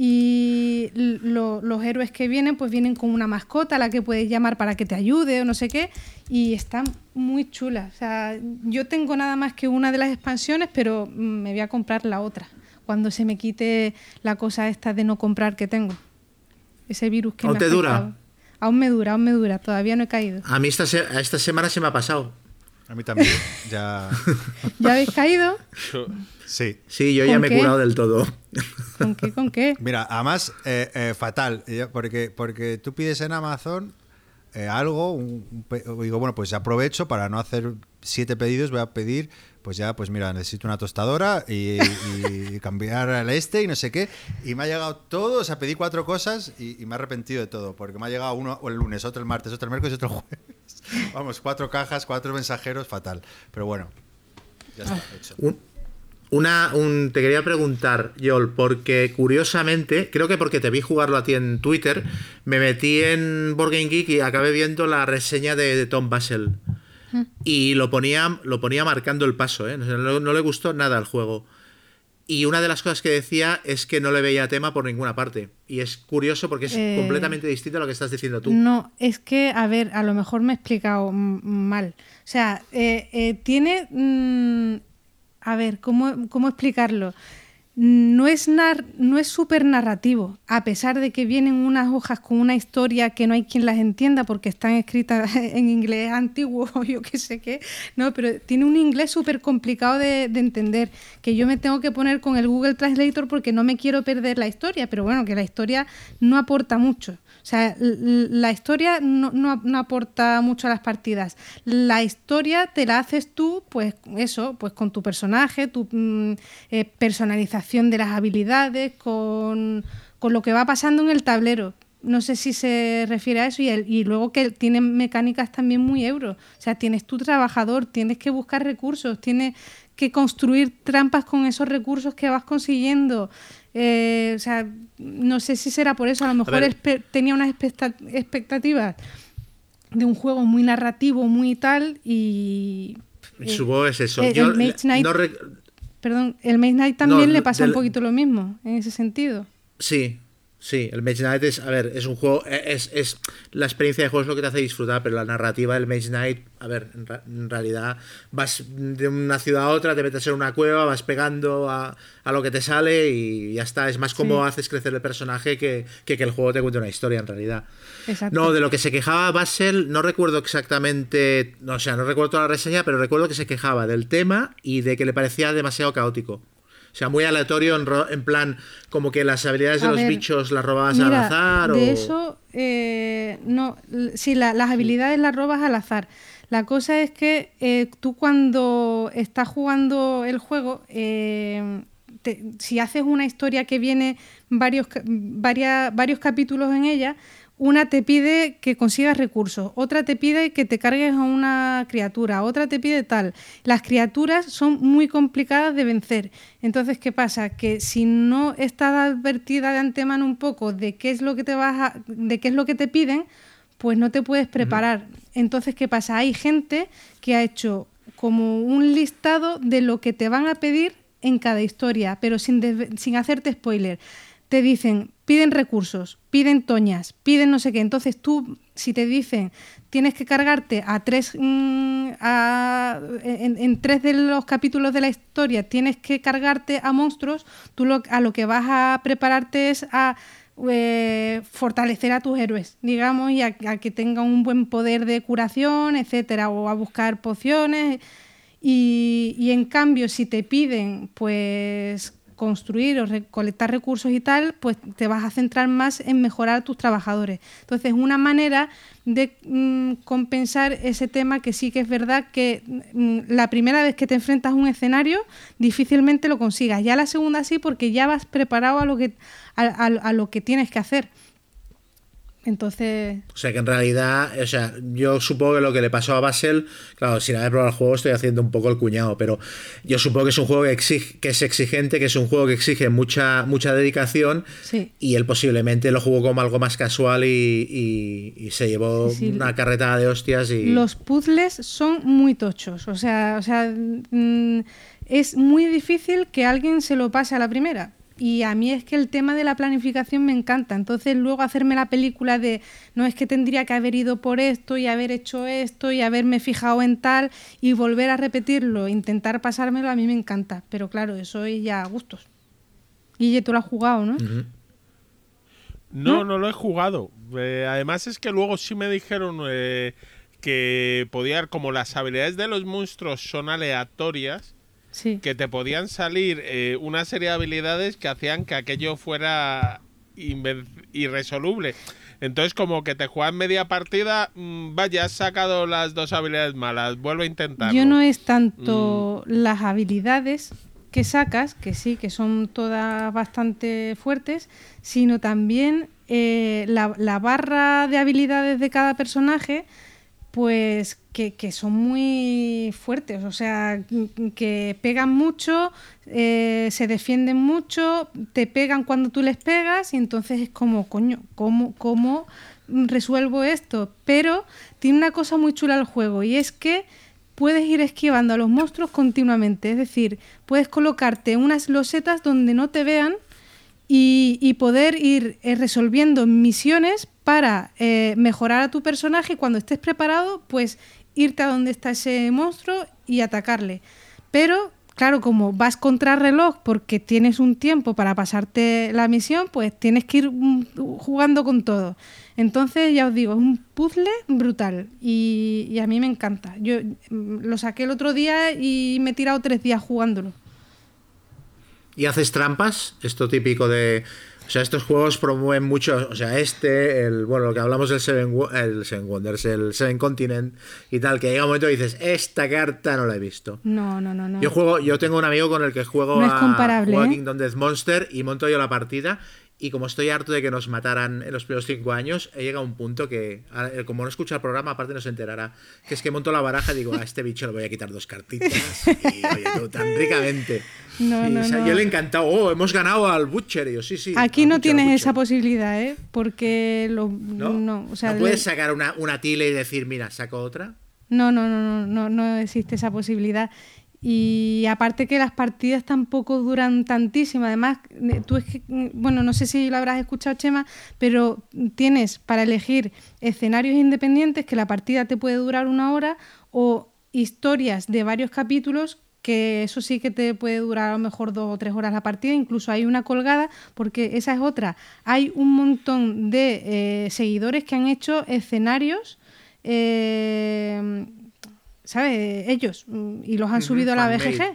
y lo, los héroes que vienen pues vienen con una mascota a la que puedes llamar para que te ayude o no sé qué y están muy chulas. O sea, yo tengo nada más que una de las expansiones, pero me voy a comprar la otra cuando se me quite la cosa esta de no comprar que tengo. Ese virus que ¿Aún me te dura? Aún me dura, aún me dura, todavía no he caído. A mí esta, se esta semana se me ha pasado. A mí también, ya... ¿Ya habéis caído? Sí. Sí, yo ya me he curado del todo. ¿Con qué? ¿Con qué? Mira, además, eh, eh, fatal, porque, porque tú pides en Amazon eh, algo, un, un pe- digo, bueno, pues aprovecho para no hacer siete pedidos, voy a pedir, pues ya, pues mira, necesito una tostadora y, y cambiar el este y no sé qué. Y me ha llegado todo, o sea, pedí cuatro cosas y, y me he arrepentido de todo, porque me ha llegado uno el lunes, otro el martes, otro el miércoles y otro el jueves. Vamos, cuatro cajas, cuatro mensajeros, fatal. Pero bueno, ya está, hecho. Un- Una, un, te quería preguntar, Yol, porque curiosamente, creo que porque te vi jugarlo a ti en Twitter, me metí en Board Game Geek y acabé viendo la reseña de, de Tom Basel. Y lo ponía, lo ponía marcando el paso, ¿eh? No, no- no le gustó nada al juego. Y una de las cosas que decía es que no le veía tema por ninguna parte. Y es curioso porque es Eh, completamente distinto a lo que estás diciendo tú. No, es que, a ver, a lo mejor me he explicado m- mal. O sea, eh, eh, tiene... mm, a ver, ¿cómo, cómo explicarlo? No es, nar- no es súper narrativo, a pesar de que vienen unas hojas con una historia que no hay quien las entienda porque están escritas en inglés antiguo o yo qué sé qué, no, pero tiene un inglés súper complicado de, de entender, que yo me tengo que poner con el Google Translator porque no me quiero perder la historia, pero bueno, que la historia no aporta mucho. O sea, l- la historia no, no- no aporta mucho a las partidas. La historia te la haces tú, pues eso, pues con tu personaje, tu mm, eh, personalización de las habilidades, con, con lo que va pasando en el tablero. No sé si se refiere a eso y, el- y luego que tiene mecánicas también muy euro. O sea, tienes tu trabajador, tienes que buscar recursos, tienes que construir trampas con esos recursos que vas consiguiendo. Eh, o sea, no sé si será por eso. A lo mejor ver. espe- tenía unas expecta- expectativas de un juego muy narrativo, muy tal, y... eh, Supongo es eso. el- Yo el Mage Knight- no rec- Perdón, el Maze Knight también No, le pasa del- un poquito lo mismo, en ese sentido. Sí, sí, el Mage Knight es, a ver, es un juego, es, es la experiencia de juego es lo que te hace disfrutar, pero la narrativa del Mage Knight, a ver, en, ra- en realidad vas de una ciudad a otra, te metes en una cueva, vas pegando a, a lo que te sale y ya está. Es más como Sí. haces crecer el personaje que, que que el juego te cuente una historia en realidad. Exacto. No, de lo que se quejaba Basel, no recuerdo exactamente, no, o sea, no recuerdo toda la reseña, pero recuerdo que se quejaba del tema y de que le parecía demasiado caótico. O sea, muy aleatorio, en, ro- en plan, como que las habilidades de A los ver, bichos las robabas Mira, al azar. de o... eso, eh, no, l- sí, la- las habilidades las robas al azar. La cosa es que eh, tú cuando estás jugando el juego, eh, te- si haces una historia que viene varios, ca- varias- varios capítulos en ella, una te pide que consigas recursos, otra te pide que te cargues a una criatura, otra te pide tal. Las criaturas son muy complicadas de vencer. Entonces, ¿qué pasa? Que si no estás advertida de antemano un poco de qué es lo que te vas a, de qué es lo que te piden, pues no te puedes preparar. Entonces, ¿qué pasa? Hay gente que ha hecho como un listado de lo que te van a pedir en cada historia, pero sin, desve- sin hacerte spoiler. Te dicen, piden recursos, piden toñas, piden no sé qué. Entonces tú, si te dicen, tienes que cargarte a tres, mm, a- en, en tres de los capítulos de la historia, tienes que cargarte a monstruos, tú lo, a lo que vas a prepararte es a eh, fortalecer a tus héroes, digamos, y a, a que tengan un buen poder de curación, etcétera, o a buscar pociones. Y, y en cambio, si te piden, pues construir o recolectar recursos y tal, pues te vas a centrar más en mejorar a tus trabajadores. Entonces, una manera de mm, compensar ese tema que sí que es verdad que mm, la primera vez que te enfrentas a un escenario difícilmente lo consigas. Ya la segunda sí, porque ya vas preparado a lo que, a, a, a lo que tienes que hacer. Entonces... O sea que en realidad, o sea, yo supongo que lo que le pasó a Basel, claro, sin haber probado el juego estoy haciendo un poco el cuñado, pero yo supongo que es un juego que, exige, que es exigente, que es un juego que exige mucha, mucha dedicación, Sí. y él posiblemente lo jugó como algo más casual y, y, y se llevó Sí, sí. una carretada de hostias y... Los puzzles son muy tochos, o sea, o sea, mm, es muy difícil que alguien se lo pase a la primera. Y a mí es que el tema de la planificación me encanta. Entonces luego hacerme la película de no es que tendría que haber ido por esto y haber hecho esto y haberme fijado en tal y volver a repetirlo, intentar pasármelo, a mí me encanta. Pero claro, eso es ya a gustos. Guille, tú lo has jugado, ¿no? Ujú. No, no lo he jugado. Eh, además es que luego sí me dijeron eh, que podía, como las habilidades de los monstruos son aleatorias, Sí. que te podían salir eh, una serie de habilidades que hacían que aquello fuera inven- irresoluble. Entonces, como que te juegas media partida, mmm, vaya, has sacado las dos habilidades malas, vuelve a intentarlo. Yo no es tanto mm. las habilidades que sacas, que sí, que son todas bastante fuertes, sino también eh, la, la barra de habilidades de cada personaje, pues que, que son muy fuertes, o sea, que pegan mucho, eh, se defienden mucho, te pegan cuando tú les pegas y entonces es como, coño, ¿cómo, cómo resuelvo esto? Pero tiene una cosa muy chula el juego y es que puedes ir esquivando a los monstruos continuamente, es decir, puedes colocarte unas losetas donde no te vean y, y poder ir eh, resolviendo misiones para eh, mejorar a tu personaje y cuando estés preparado, pues irte a donde está ese monstruo y atacarle. Pero, claro, como vas contra reloj porque tienes un tiempo para pasarte la misión, pues tienes que ir jugando con todo. Entonces, ya os digo, es un puzzle brutal y, y a mí me encanta. Yo lo saqué el otro día y me he tirado tres días jugándolo. ¿Y haces trampas? Esto típico de... O sea, estos juegos promueven mucho, o sea, este, el bueno, lo que hablamos del Seven, el Seven Wonders, el Seven Continent y tal, que llega un momento y dices, esta carta no la he visto. No, no, no, no. Yo juego, yo tengo un amigo con el que juego no es a, juego ¿eh? a Kingdom Death Monster y monto yo la partida. Y como estoy harto de que nos mataran en los primeros cinco años, he llegado a un punto que, como no escucha el programa, aparte no se enterará, que es que monto la baraja y digo, a este bicho le voy a quitar dos cartitas. Y oye, tú, tan ricamente. No, y, no, o sea, no. yo le he encantado, oh, hemos ganado al Butcher. Y yo, sí, sí. Aquí no Butcher, tienes esa posibilidad, ¿eh? Porque lo, ¿No? no, o sea, ¿No puedes le... sacar una, una tile y decir, mira, saco otra? No, no, no, no, no, no existe esa posibilidad. Y aparte que las partidas tampoco duran tantísimo. Además, tú es que, bueno, no sé si lo habrás escuchado, Chema, pero tienes para elegir escenarios independientes que la partida te puede durar una hora o historias de varios capítulos que eso sí que te puede durar a lo mejor dos o tres horas la partida. Incluso hay una colgada, porque esa es otra. Hay un montón de eh, seguidores que han hecho escenarios eh, ¿sabes? Ellos, y los han uh-huh, subido a la B G G.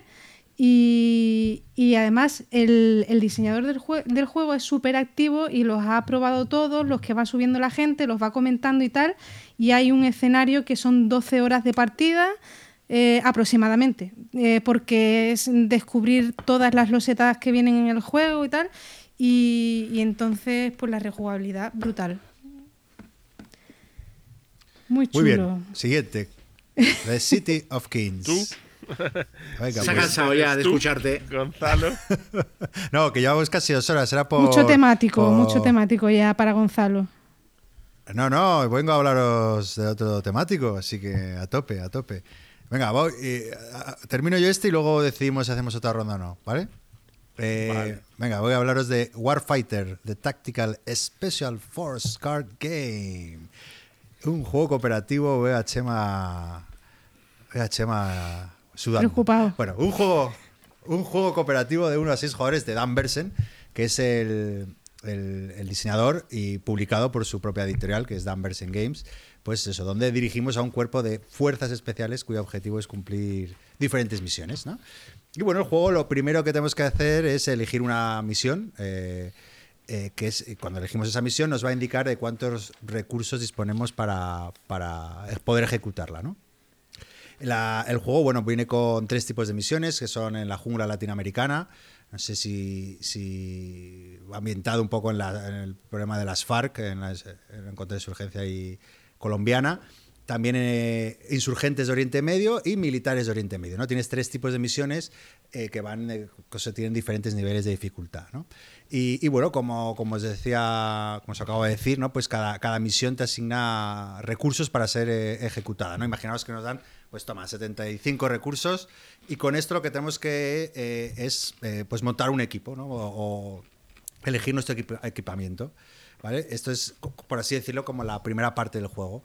Y, y además el, el diseñador del, jue- del juego es súper activo y los ha probado todos, los que va subiendo la gente, los va comentando y tal. Y hay un escenario que son doce horas de partida eh, aproximadamente, eh, porque es descubrir todas las losetas que vienen en el juego y tal. Y, y entonces, pues la rejugabilidad brutal. Muy chulo. Muy bien, siguiente. The City of Kings. ¿Tú? Venga, se ha cansado pues. ya de escucharte, Gonzalo. No, que llevamos casi dos horas. Era por, mucho temático, por... mucho temático ya para Gonzalo. No, no, vengo a hablaros de otro temático, así que a tope, a tope. Venga, voy, eh, termino yo este y luego decidimos si hacemos otra ronda o no, ¿vale? Eh, vale. Venga, voy a hablaros de Warfighter, The Tactical Special Force Card Game. Un juego cooperativo, veo a Chema. Veo a Chema sudando. Preocupado. Bueno, un juego, un juego cooperativo de uno a seis jugadores de Dan Bersen, que es el, el, el diseñador y publicado por su propia editorial, que es Dan Bersen Games. Pues eso, donde dirigimos a un cuerpo de fuerzas especiales cuyo objetivo es cumplir diferentes misiones, ¿no? Y bueno, el juego lo primero que tenemos que hacer es elegir una misión. Eh, Eh, que es cuando elegimos esa misión nos va a indicar de cuántos recursos disponemos para, para poder ejecutarla, ¿no? La, el juego, bueno, viene con tres tipos de misiones que son en la jungla latinoamericana. No sé si, si ambientado un poco en, la, en el problema de las FARC, en, las, en el contrainsurgencia y colombiana. También eh, insurgentes de Oriente Medio y militares de Oriente Medio, ¿no? Tienes tres tipos de misiones eh, que van eh, que tienen diferentes niveles de dificultad, ¿no? Y, y bueno, como, como os decía, como os acabo de decir, ¿no? Pues cada, cada misión te asigna recursos para ser eh, ejecutada, ¿no? Imaginaos que nos dan, pues toma, setenta y cinco recursos y con esto lo que tenemos que eh, es eh, pues montar un equipo, ¿no? O, o elegir nuestro equip- equipamiento, ¿vale? Esto es, por así decirlo, como la primera parte del juego.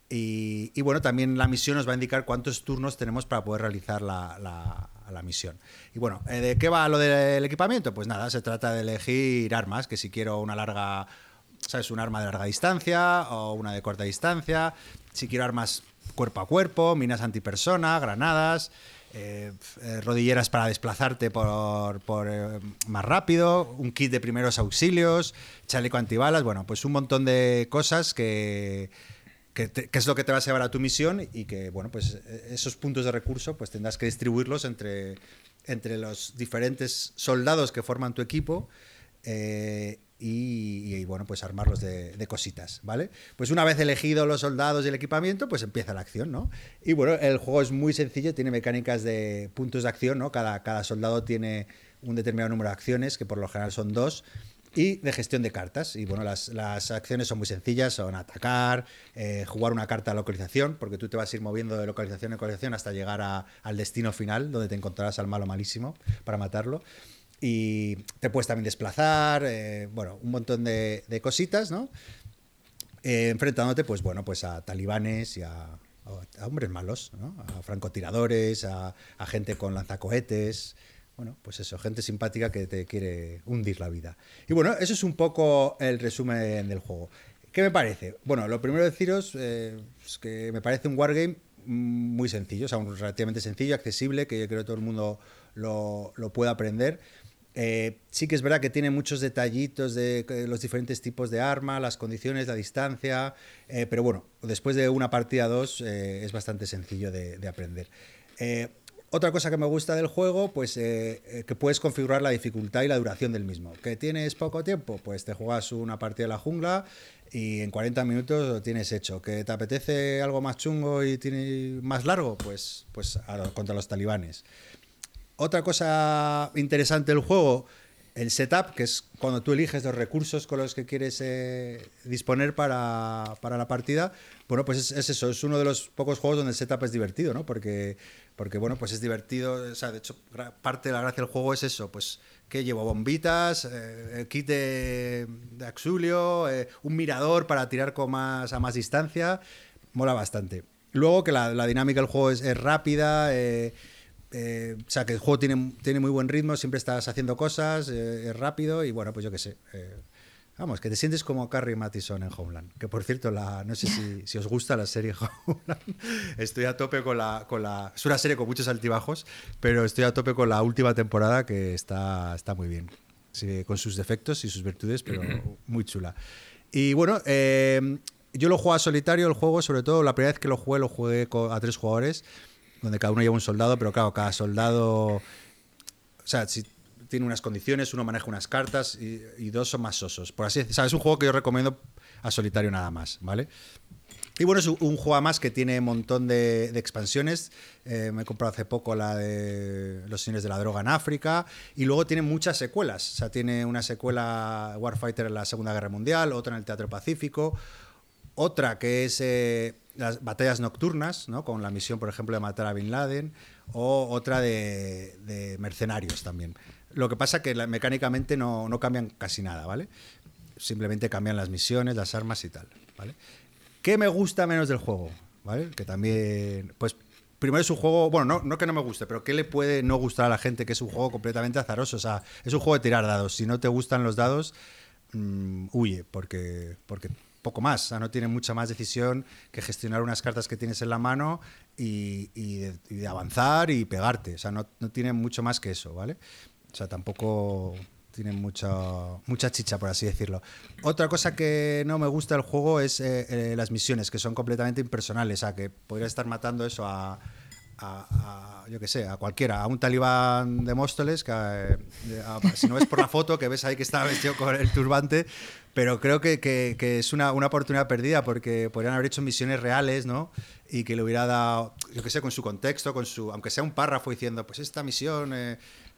Y, y bueno, también la misión nos va a indicar cuántos turnos tenemos para poder realizar la, la, la misión. Y bueno, ¿de qué va lo del equipamiento? Pues nada, se trata de elegir armas, que si quiero una larga, ¿sabes? Un arma de larga distancia o una de corta distancia, si quiero armas cuerpo a cuerpo, minas antipersona, granadas, eh, rodilleras para desplazarte por, por eh, más rápido, un kit de primeros auxilios, chaleco antibalas, bueno, pues un montón de cosas que... Que, te, que es lo que te vas a llevar a tu misión y que, bueno, pues esos puntos de recurso pues tendrás que distribuirlos entre, entre los diferentes soldados que forman tu equipo eh, y, y, bueno, pues armarlos de, de cositas, ¿vale? Pues una vez elegidos los soldados y el equipamiento, pues empieza la acción, ¿no? Y bueno, el juego es muy sencillo, tiene mecánicas de puntos de acción, ¿no? Cada, cada soldado tiene un determinado número de acciones, que por lo general son dos, y de gestión de cartas. Y bueno, las, las acciones son muy sencillas, son atacar, eh, jugar una carta de localización, porque tú te vas a ir moviendo de localización en localización hasta llegar a, al destino final, donde te encontrarás al malo malísimo para matarlo. Y te puedes también desplazar, eh, bueno, un montón de, de cositas, ¿no? Eh, enfrentándote, pues bueno, pues a talibanes y a, a hombres malos, ¿no? A francotiradores, a, a gente con lanzacohetes. Bueno, pues eso, gente simpática que te quiere hundir la vida. Y bueno, eso es un poco el resumen del juego. ¿Qué me parece? Bueno, lo primero deciros eh, es que me parece un wargame muy sencillo, o sea, un relativamente sencillo, accesible, que yo creo que todo el mundo lo, lo puede aprender. Eh, sí que es verdad que tiene muchos detallitos de los diferentes tipos de arma, las condiciones, la distancia, eh, pero bueno, después de una partida dos eh, es bastante sencillo de, de aprender. Eh, Otra cosa que me gusta del juego, pues eh, que puedes configurar la dificultad y la duración del mismo. ¿Que tienes poco tiempo? Pues te juegas una partida de la jungla y en cuarenta minutos lo tienes hecho. ¿Que te apetece algo más chungo y tiene más largo? Pues, pues a, contra los talibanes. Otra cosa interesante del juego, el setup, que es cuando tú eliges los recursos con los que quieres eh, disponer para, para la partida. Bueno, pues es, es eso, es uno de los pocos juegos donde el setup es divertido, ¿no? Porque, porque bueno, pues es divertido, o sea, de hecho, parte de la gracia del juego es eso, pues que llevo bombitas, eh, kit de, de auxilio, eh, un mirador para tirar con más, a más distancia, mola bastante. Luego que la, la dinámica del juego es, es rápida, eh, Eh, o sea, que el juego tiene, tiene muy buen ritmo, siempre estás haciendo cosas, eh, es rápido y bueno, pues yo qué sé. Eh, vamos, que te sientes como Carrie Mathison en Homeland. Que por cierto, la, no sé si, si os gusta la serie Homeland. Estoy a tope con la, con la... Es una serie con muchos altibajos, pero estoy a tope con la última temporada que está, está muy bien. Sí, con sus defectos y sus virtudes, pero muy chula. Y bueno, eh, yo lo juego a solitario, el juego, sobre todo la primera vez que lo jugué, lo jugué a tres jugadores, donde cada uno lleva un soldado, pero claro, cada soldado, o sea, si tiene unas condiciones, uno maneja unas cartas y, y dos son más sosos. Por así decirlo, o sea, es un juego que yo recomiendo a solitario nada más, ¿vale? Y bueno, es un juego más que tiene un montón de, de expansiones. Eh, me he comprado hace poco la de Los Señores de la Droga en África. Y luego tiene muchas secuelas. O sea, tiene una secuela Warfighter en la Segunda Guerra Mundial, otra en el Teatro Pacífico, otra que es eh, las batallas nocturnas, ¿no? Con la misión, por ejemplo, de matar a Bin Laden, o otra de, de mercenarios también. Lo que pasa es que la, mecánicamente no, no cambian casi nada, ¿vale? Simplemente cambian las misiones, las armas y tal, ¿vale? ¿Qué me gusta menos del juego? ¿Vale? Que también, pues, primero es un juego, bueno, no, no que no me guste, pero ¿qué le puede no gustar a la gente? Que es un juego completamente azaroso, o sea, es un juego de tirar dados. Si no te gustan los dados, mmm, huye, porque, porque poco más, o sea, no tiene mucha más decisión que gestionar unas cartas que tienes en la mano y, y, de, y de avanzar y pegarte, o sea, no, no tiene mucho más que eso, ¿vale? O sea, tampoco tiene mucha, mucha chicha, por así decirlo. Otra cosa que no me gusta del juego es eh, eh, las misiones, que son completamente impersonales. O sea, que podría estar matando eso a, a, a yo qué sé, a cualquiera, a un talibán de Móstoles, que a, a, si no ves por la foto, que ves ahí que está vestido con el turbante, pero creo que, que, que es una, una oportunidad perdida, porque podrían haber hecho misiones reales, ¿no? Y que le hubiera dado, yo qué sé, con su contexto, con su, aunque sea un párrafo diciendo, pues esta misión... Eh,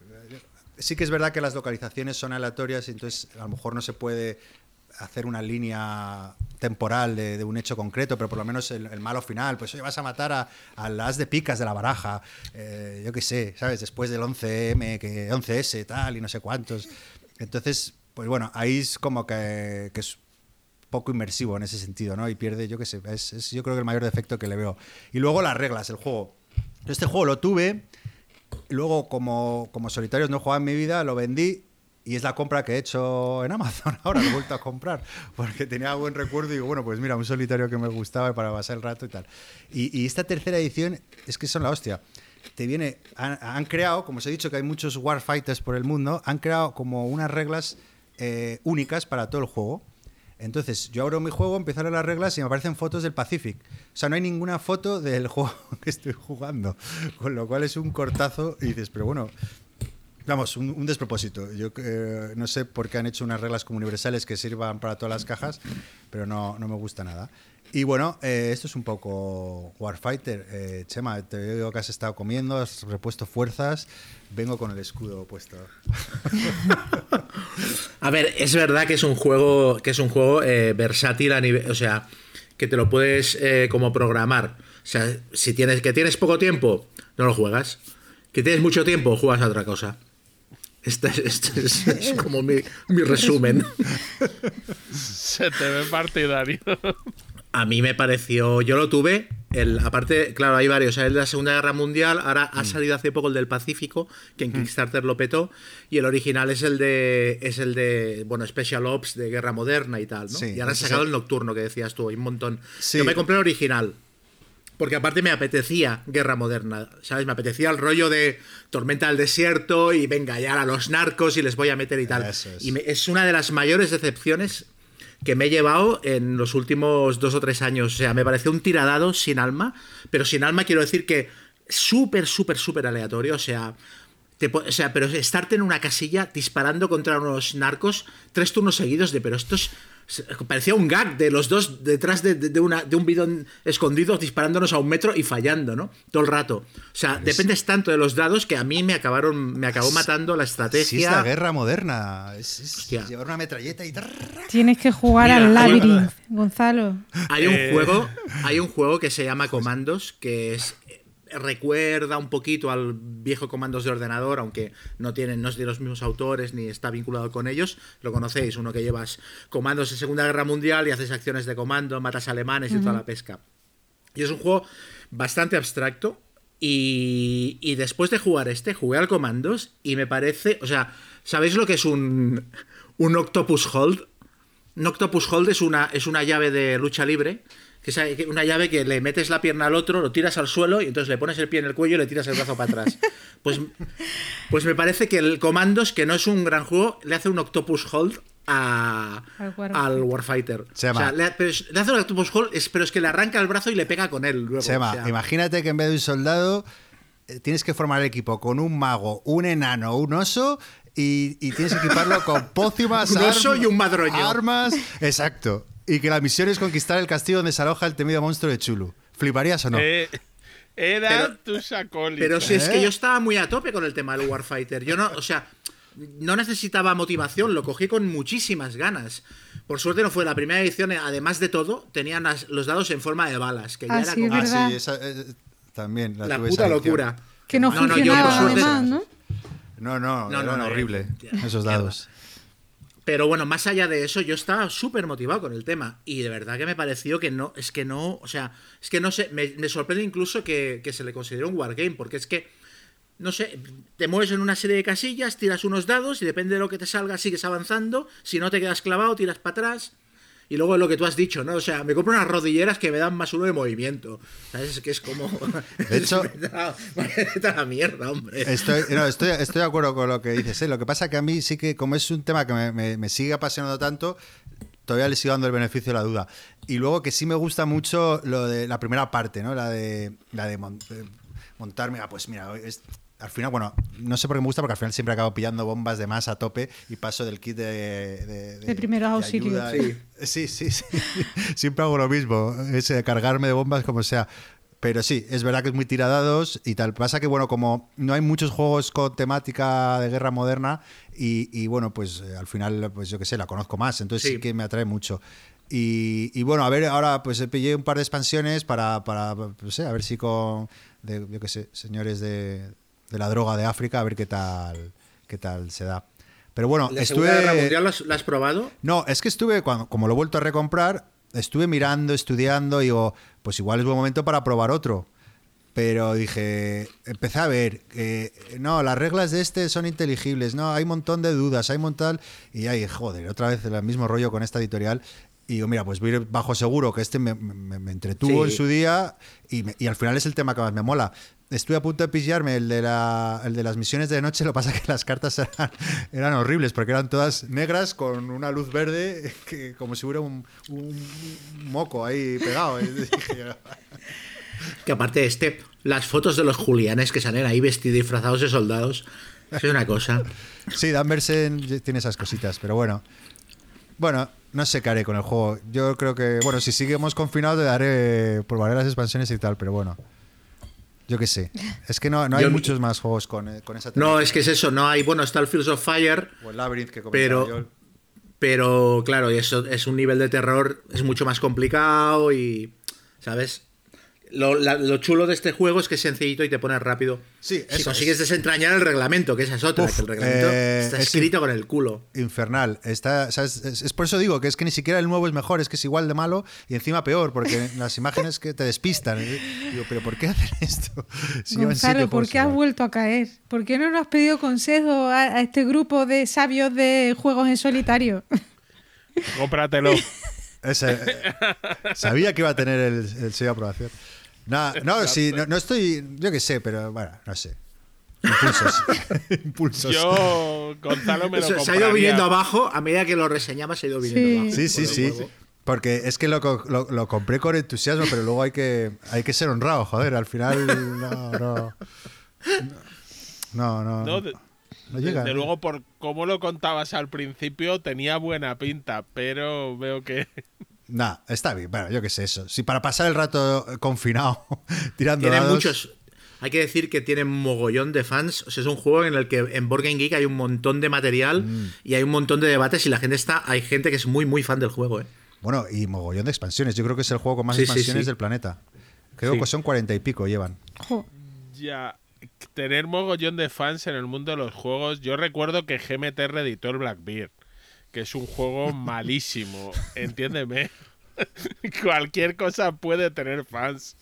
sí que es verdad que las localizaciones son aleatorias y entonces a lo mejor no se puede hacer una línea temporal de, de un hecho concreto, pero por lo menos el, el malo final, pues oye, vas a matar a, a las de picas de la baraja, eh, yo qué sé, ¿sabes? Después del once eme, que once ese, tal, y no sé cuántos. Entonces, pues bueno, ahí es como que, que es poco inmersivo en ese sentido, ¿no? Y pierde, yo qué sé, es, es yo creo que el mayor defecto que le veo. Y luego las reglas, el juego. Este juego lo tuve... Luego, como, como solitarios no jugaba en mi vida, lo vendí y es la compra que he hecho en Amazon. Ahora lo he vuelto a comprar porque tenía buen recuerdo y digo, bueno, pues mira, un solitario que me gustaba para pasar el rato y tal. Y, y esta tercera edición es que son la hostia. te viene, han, han creado, como os he dicho que hay muchos Warfighters por el mundo, han creado como unas reglas eh, únicas para todo el juego. Entonces, yo abro mi juego, empiezo a leer las reglas y me aparecen fotos del Pacific. O sea, no hay ninguna foto del juego que estoy jugando. Con lo cual es un cortazo y dices, pero bueno, vamos, un, un despropósito. Yo eh, no sé por qué han hecho unas reglas como universales que sirvan para todas las cajas, pero no, no me gusta nada. Y bueno, eh, esto es un poco Warfighter. Eh, Chema, te veo que has estado comiendo, has repuesto fuerzas. Vengo con el escudo puesto. A ver, es verdad que es un juego, que es un juego eh, versátil a nivel, o sea, que te lo puedes eh, como programar. O sea, si tienes que tienes poco tiempo, no lo juegas. Que tienes mucho tiempo, juegas a otra cosa. Este es, este es, es como mi, mi resumen. Se te ve partidario. A mí me pareció, yo lo tuve, el, aparte, claro, hay varios, el de la Segunda Guerra Mundial, ahora ha salido hace poco el del Pacífico, que en Kickstarter lo petó, y el original es el de, es el de, bueno, Special Ops de Guerra Moderna y tal, ¿no? Sí, y ahora han sacado el Nocturno, que decías tú, hay un montón. Sí. Yo me compré el original, porque aparte me apetecía Guerra Moderna, ¿sabes? Me apetecía el rollo de Tormenta del Desierto y venga, ya a los narcos y les voy a meter y tal. Eso es. Y me, es una de las mayores decepciones que me he llevado en los últimos dos o tres años. O sea, me pareció un tiradado sin alma, pero sin alma quiero decir que súper, súper, súper aleatorio. O sea, te, o sea, pero estarte en una casilla disparando contra unos narcos tres turnos seguidos de, pero esto es... Parecía un gag de los dos detrás de, de, de, una, de un bidón escondido disparándonos a un metro y fallando, ¿no? Todo el rato. O sea, es... dependes tanto de los dados que a mí me acabaron me acabó matando la estrategia. Sí, es la guerra moderna. Es, es llevar una metralleta y... Tienes que jugar Mira, al Labyrinth, hay... Gonzalo. Hay un Eh... juego, hay un juego que se llama Commandos, que es... recuerda un poquito al viejo Comandos de ordenador, aunque no tienen, no es de los mismos autores ni está vinculado con ellos. Lo conocéis, uno que llevas comandos de Segunda Guerra Mundial y haces acciones de comando, matas alemanes y uh-huh. toda la pesca. Y es un juego bastante abstracto. Y, y después de jugar este, jugué al Comandos y me parece, o sea, ¿sabéis lo que es un, un Octopus Hold? Un Octopus Hold es una, es una llave de lucha libre, que es una llave que le metes la pierna al otro, lo tiras al suelo y entonces le pones el pie en el cuello y le tiras el brazo para atrás. Pues, pues me parece que el Commandos, que no es un gran juego, le hace un Octopus Hold a, War al Warfighter. Chema. O sea, le, pero es, le hace un Octopus Hold, es, pero es que le arranca el brazo y le pega con él luego. Chema, o sea, imagínate que en vez de un soldado eh, tienes que formar el equipo con un mago, un enano, un oso... Y, y tienes que equiparlo con pócimas, un oso arma, y un madroño. Armas. Exacto. Y que la misión es conquistar el castillo donde se aloja el temido monstruo de Chulu. ¿Fliparías o no? Eh, era pero, tus acólitos. Pero si ¿Eh? es que yo estaba muy a tope con el tema del Warfighter. Yo no, o sea, no necesitaba motivación, lo cogí con muchísimas ganas. Por suerte no fue la primera edición, además de todo, tenían las, los dados en forma de balas. Que ya ah, era sí, como... Ah, sí, esa, eh, también. La, la tuve puta esa locura. Que no, no funcionaba no, además, ¿no? No, no, no, eran no, horrible no, esos dados. Pero bueno, más allá de eso, yo estaba súper motivado con el tema. Y de verdad que me pareció que no, es que no, o sea, es que no sé, me, me sorprende incluso que, que se le considere un wargame, porque es que, no sé, te mueves en una serie de casillas, tiras unos dados y depende de lo que te salga, sigues avanzando. Si no te quedas clavado, tiras para atrás. Y luego lo que tú has dicho, ¿no? O sea, me compro unas rodilleras que me dan más uno de movimiento. ¿Sabes? Que es como... De hecho... Vete a la mierda, hombre. Estoy, no, estoy, estoy de acuerdo con lo que dices, ¿eh? Lo que pasa que a mí sí que, como es un tema que me, me, me sigue apasionando tanto, todavía le sigo dando el beneficio de la duda. Y luego que sí me gusta mucho lo de la primera parte, ¿no? La de, la de, mont, de montarme... Ah, pues mira, es... Al final, bueno, no sé por qué me gusta, porque al final siempre acabo pillando bombas de más a tope y paso del kit de... De, de, de primeros auxilios. Sí. sí, sí, sí. Siempre hago lo mismo, es cargarme de bombas como sea. Pero sí, es verdad que es muy tiradados y tal. Pasa que, bueno, como no hay muchos juegos con temática de guerra moderna y, y bueno, pues eh, al final, pues yo qué sé, la conozco más. Entonces sí, sí que me atrae mucho. Y, y bueno, a ver, ahora pues pillé un par de expansiones para, para no sé, a ver si con, de, yo qué sé, señores de... de la droga de África, a ver qué tal qué tal se da. Pero bueno, ¿La estuve... Segunda Guerra Mundial la has, la has probado? No, es que estuve, cuando, como lo he vuelto a recomprar, estuve mirando, estudiando, y digo, pues igual es buen momento para probar otro. Pero dije, empecé a ver, que no, las reglas de este son inteligibles, no, hay un montón de dudas, hay un montón... Y ahí, joder, otra vez el mismo rollo con esta editorial. Y digo, mira, pues voy a ir bajo seguro, que este me, me, me entretuvo Sí. en su día y, me, y al final es el tema que más me mola. Estuve a punto de pillarme el de, la, el de las misiones de noche, lo que pasa es que las cartas eran, eran horribles, porque eran todas negras con una luz verde, que, como si hubiera un, un moco ahí pegado. Y dije, Que aparte de este, las fotos de los Julianes que salen ahí vestidos disfrazados de soldados, eso es una cosa. sí, Dan Bersen tiene esas cositas, pero bueno. Bueno, no sé qué haré con el juego. Yo creo que, bueno, si seguimos confinados, le daré, probaré las expansiones y tal, pero bueno. Yo qué sé. Es que no, no hay Yo- muchos más juegos con, eh, con esa No, temática. es que es eso, no hay, bueno, está el Fields of Fire, O el Labyrinth que comentaba pero, yo. pero claro, y eso es un nivel de terror, es mucho más complicado y, ¿sabes? Lo, la- lo chulo de este juego es que es sencillito y te pones rápido. Sí, si eso consigues es. desentrañar el reglamento, que esa es otra, Uf, que el reglamento eh, está es escrito con el culo. Infernal. Está, ¿sabes? Es, es por eso digo que es que ni siquiera el nuevo es mejor, es que es igual de malo y encima peor, porque las imágenes que te despistan. Y digo, ¿pero por qué hacen esto? Si llevan siete Gonzalo, ¿por juegos qué has igual. vuelto a caer? ¿Por qué no nos has pedido consejo a, a este grupo de sabios de juegos en solitario? Cómpratelo. Ese, eh, sabía que iba a tener el, el sello de aprobación. Nada, no, sí, no, no estoy. Yo qué sé, pero bueno, no sé. Impulsos. Impulsos. Yo, Gonzalo, me lo O sea, se ha compraría. ido viniendo abajo, a medida que lo reseñaba se ha ido viniendo Sí. abajo. Sí, sí, por el sí. juego. Porque es que lo, co- lo, lo compré con entusiasmo, pero luego hay que, hay que ser honrado, joder. Al final, no, no. No, no. No, de- no llega. Desde luego, por cómo lo contabas al principio, tenía buena pinta, pero veo que... Nah, está bien. Bueno, yo qué sé eso. Si para pasar el rato eh, confinado, tirando Tiene dados, muchos. Hay que decir que tiene mogollón de fans. O sea, es un juego en el que en Board Game Geek hay un montón de material Mm. y hay un montón de debates y la gente está. Hay gente que es muy, muy fan del juego, ¿eh? Bueno, y mogollón de expansiones. Yo creo que es el juego con más Sí, sí, expansiones sí. del planeta. Creo Sí. que son cuarenta y pico llevan. Jo, Ya, tener mogollón de fans en el mundo de los juegos. Yo recuerdo que G M T reeditó el Blackbeard, que es un juego malísimo, entiéndeme. Cualquier cosa puede tener fans.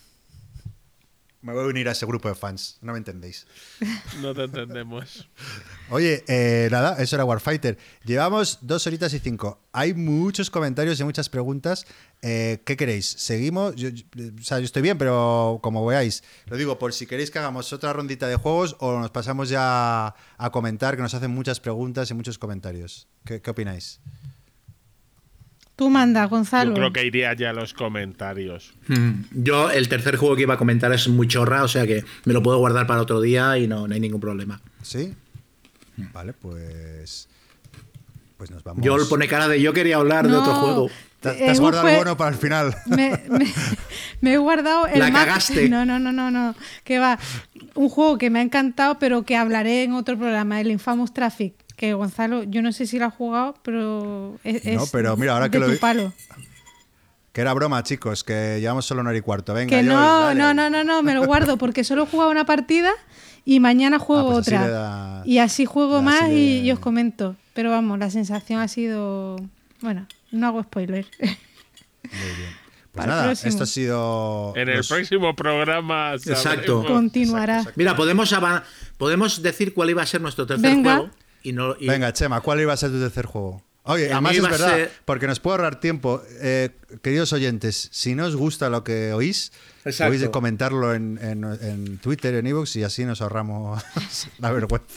Me voy a unir a ese grupo de fans. No me entendéis. No te entendemos. Oye, eh, nada, eso era Warfighter. Llevamos dos horitas y cinco. Hay muchos comentarios y muchas preguntas. Eh, ¿Qué queréis? ¿Seguimos? Yo, yo- o sea, yo estoy bien, pero como veáis, lo digo por si queréis que hagamos otra rondita de juegos o nos pasamos ya a comentar, que nos hacen muchas preguntas y muchos comentarios. ¿Qué, qué opináis? tú mandas, Gonzalo. Yo creo que iría ya a los comentarios. Yo, el tercer juego que iba a comentar es muy chorra, o sea que me lo puedo guardar para otro día y no, no hay ningún problema. ¿Sí? Vale, pues. Pues nos vamos. Yo pone cara de yo quería hablar de No, otro juego. Te, te es has un guardado el jue- bueno para el final. Me, me- me he guardado el La más- cagaste. No, no, no, no, no. Que va. Un juego que me ha encantado, pero que hablaré en otro programa, el Infamous Traffic. Que Gonzalo, yo no sé si lo ha jugado, pero es, No, es pero mira, ahora de que lo tu vi- palo. Que era broma, chicos, que llevamos solo una hora y cuarto. Venga, Que Joel, no, dale. no, no, no, no, me lo guardo porque solo he jugado una partida y mañana juego Ah, pues así otra. le da- Y así juego así más le- y, y os comento. Pero vamos, la sensación ha sido. Bueno, no hago spoiler. Muy bien. Pues Para el nada, próximo. esto ha sido. En el los- próximo programa Exacto. sabremos. Continuará. exacto. Mira, podemos, ava- podemos decir cuál iba a ser nuestro tercer Venga. juego. Y no, y- Venga, Chema, ¿cuál iba a ser tu tercer juego? Oye, El además mío es iba a verdad, ser- porque nos puede ahorrar tiempo. Eh, queridos oyentes, si no os gusta lo que oís, Exacto. podéis comentarlo en, en, en Twitter, en iVoox, y así nos ahorramos la vergüenza.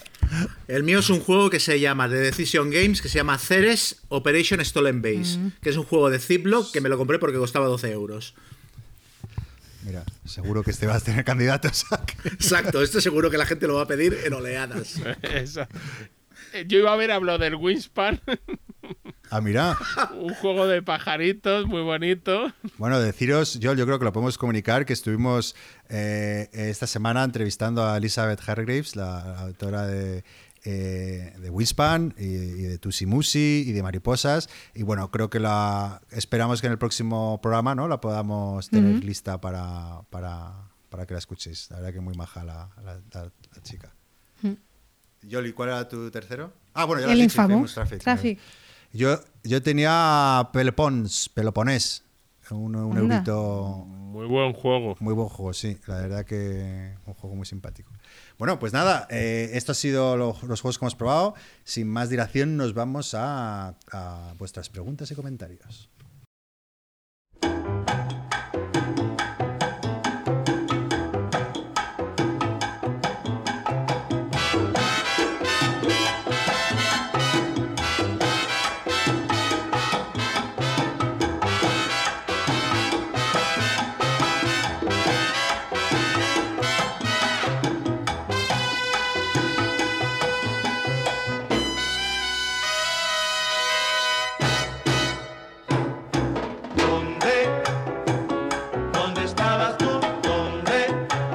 El mío es un juego que se llama de Decision Games, que se llama Ceres Operation Stolen Base, que es un juego de Ziploc que me lo compré porque costaba doce euros. Mira, seguro que este va a tener candidatos. Exacto, esto seguro que la gente lo va a pedir en oleadas. Esa. Yo iba a ver, hablo del Wingspan, Ah, mira. un juego de pajaritos muy bonito. Bueno, deciros, yo, yo creo que lo podemos comunicar, que estuvimos eh, esta semana entrevistando a Elizabeth Hargraves, la, la autora de, eh, de Wingspan y, y de Tusi Musi y de Mariposas. Y bueno, creo que la esperamos que en el próximo programa, ¿no?, la podamos tener lista para, para, para que la escuchéis. La verdad que muy maja la, la, la- la chica. Yoli, ¿cuál era tu tercero? Ah, bueno, ya lo has El dicho, Infamous Infamous Traffic. Traffic. Yo, yo tenía Pelopons, Peloponés. Un, un Anda. eurito. Muy buen juego. Muy buen juego, sí. La verdad que un juego muy simpático. Bueno, pues nada, eh, esto ha sido lo- los juegos que hemos probado. Sin más dilación, nos vamos a, a vuestras preguntas y comentarios. ¿Dónde? ¿Dónde estabas tú? ¿Dónde?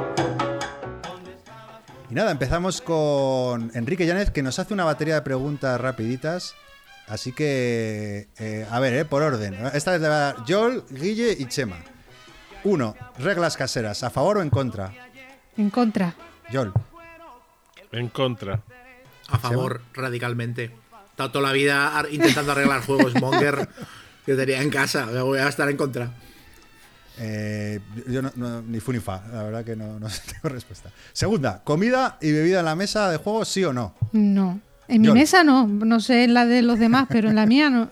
Y nada, empezamos con Enrique Llanes, que nos hace una batería de preguntas rapiditas. Así que, eh, a ver, eh, por orden. Esta vez le va a dar Joel, Guille y Chema. Uno, reglas caseras, ¿a favor o en contra? En contra. Joel. En contra. A favor, radicalmente. He estado toda la vida ar- intentando arreglar juegos Monger que tenía en casa. Me voy a estar en contra. Eh, yo no, no- ni fu ni fa, la verdad que no, no tengo respuesta. Segunda, comida y bebida en la mesa de juego, ¿sí o no? No. En mi Yo- mesa no. No sé en la de los demás, pero en la mía no.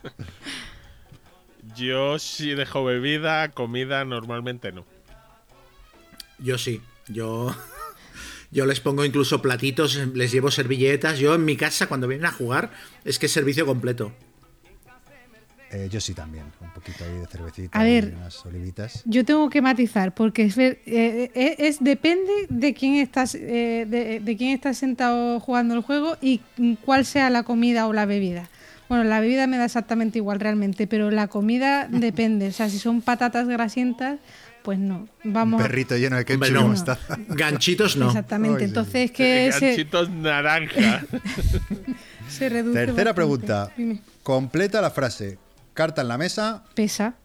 Yo sí dejo bebida, comida normalmente no. Yo sí. Yo, yo les pongo incluso platitos, les llevo servilletas. Yo en mi casa, cuando vienen a jugar, es que es servicio completo. Eh, yo sí también, un poquito ahí de cervecita A y ver. unas olivitas. Yo tengo que matizar, porque es, ver- eh, eh, es depende de quién estás eh, de, de quién está sentado jugando el juego y cuál sea la comida o la bebida. Bueno, la bebida me da exactamente igual realmente, pero la comida depende. O sea, si son patatas grasientas, pues no. Un Vamos. a- perrito lleno de ketchup Hombre, y no. mostaza. Ganchitos no. Exactamente. Ay, sí. Entonces que se, Ganchitos naranja. se reduce. Tercera bastante. pregunta. Dime. Completa la frase. Carta en la mesa, Pesa.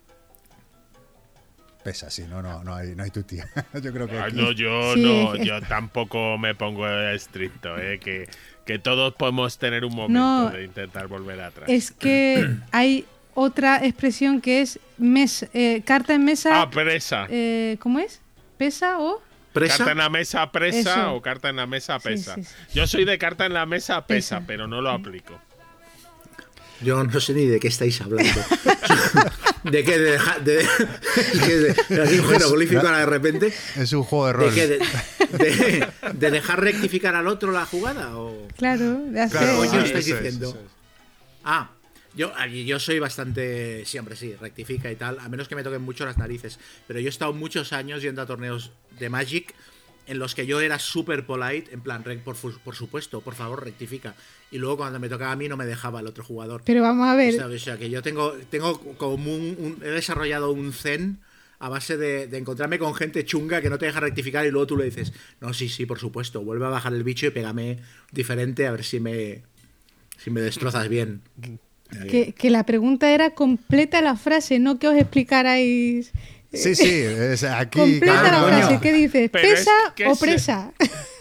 pesa, sí, no, no, no hay, no hay tu tía. Yo creo que Ah, aquí- no, yo Sí, no, es- yo tampoco me pongo estricto, eh, que, que todos podemos tener un momento No. de intentar volver atrás. Es que hay otra expresión que es mes, eh, carta en mesa. Ah, presa. eh, ¿Cómo es? ¿Pesa o? ¿Presa? Carta en la mesa presa Eso. o carta en la mesa Sí, pesa. sí, sí. Yo soy de carta en la mesa pesa, Eso. pero no lo aplico. Yo no sé ni de qué estáis hablando. ¿De qué? De dejar. De, es que de, de aquí un jeroglífico ahora de repente. es un juego de ¿De rol. qué? De, de- de dejar rectificar al otro la jugada? ¿O Claro, de hacer- Claro, coño ah, estáis eso es, diciendo? eso es. Ah, yo, yo soy bastante. Siempre sí, rectifica y tal. A menos que me toquen mucho las narices. Pero yo he estado muchos años yendo a torneos de Magic en los que yo era súper polite. En plan, "Rec- por, fu- por supuesto, por favor, rectifica". Y luego cuando me tocaba a mí no me dejaba el otro jugador. Pero vamos a O ver, sea, o sea, que yo tengo, tengo como un, un- he desarrollado un zen a base de, de encontrarme con gente chunga que no te deja rectificar y luego tú le dices, no, sí, sí, por supuesto, vuelve a bajar el bicho y pégame diferente a ver si me, si me destrozas bien. que, que la pregunta era completa la frase, no que os explicarais. Sí, sí, es aquí. Completa claro, la coño. frase, ¿qué dices? Pero es ¿Pesa que o se- presa?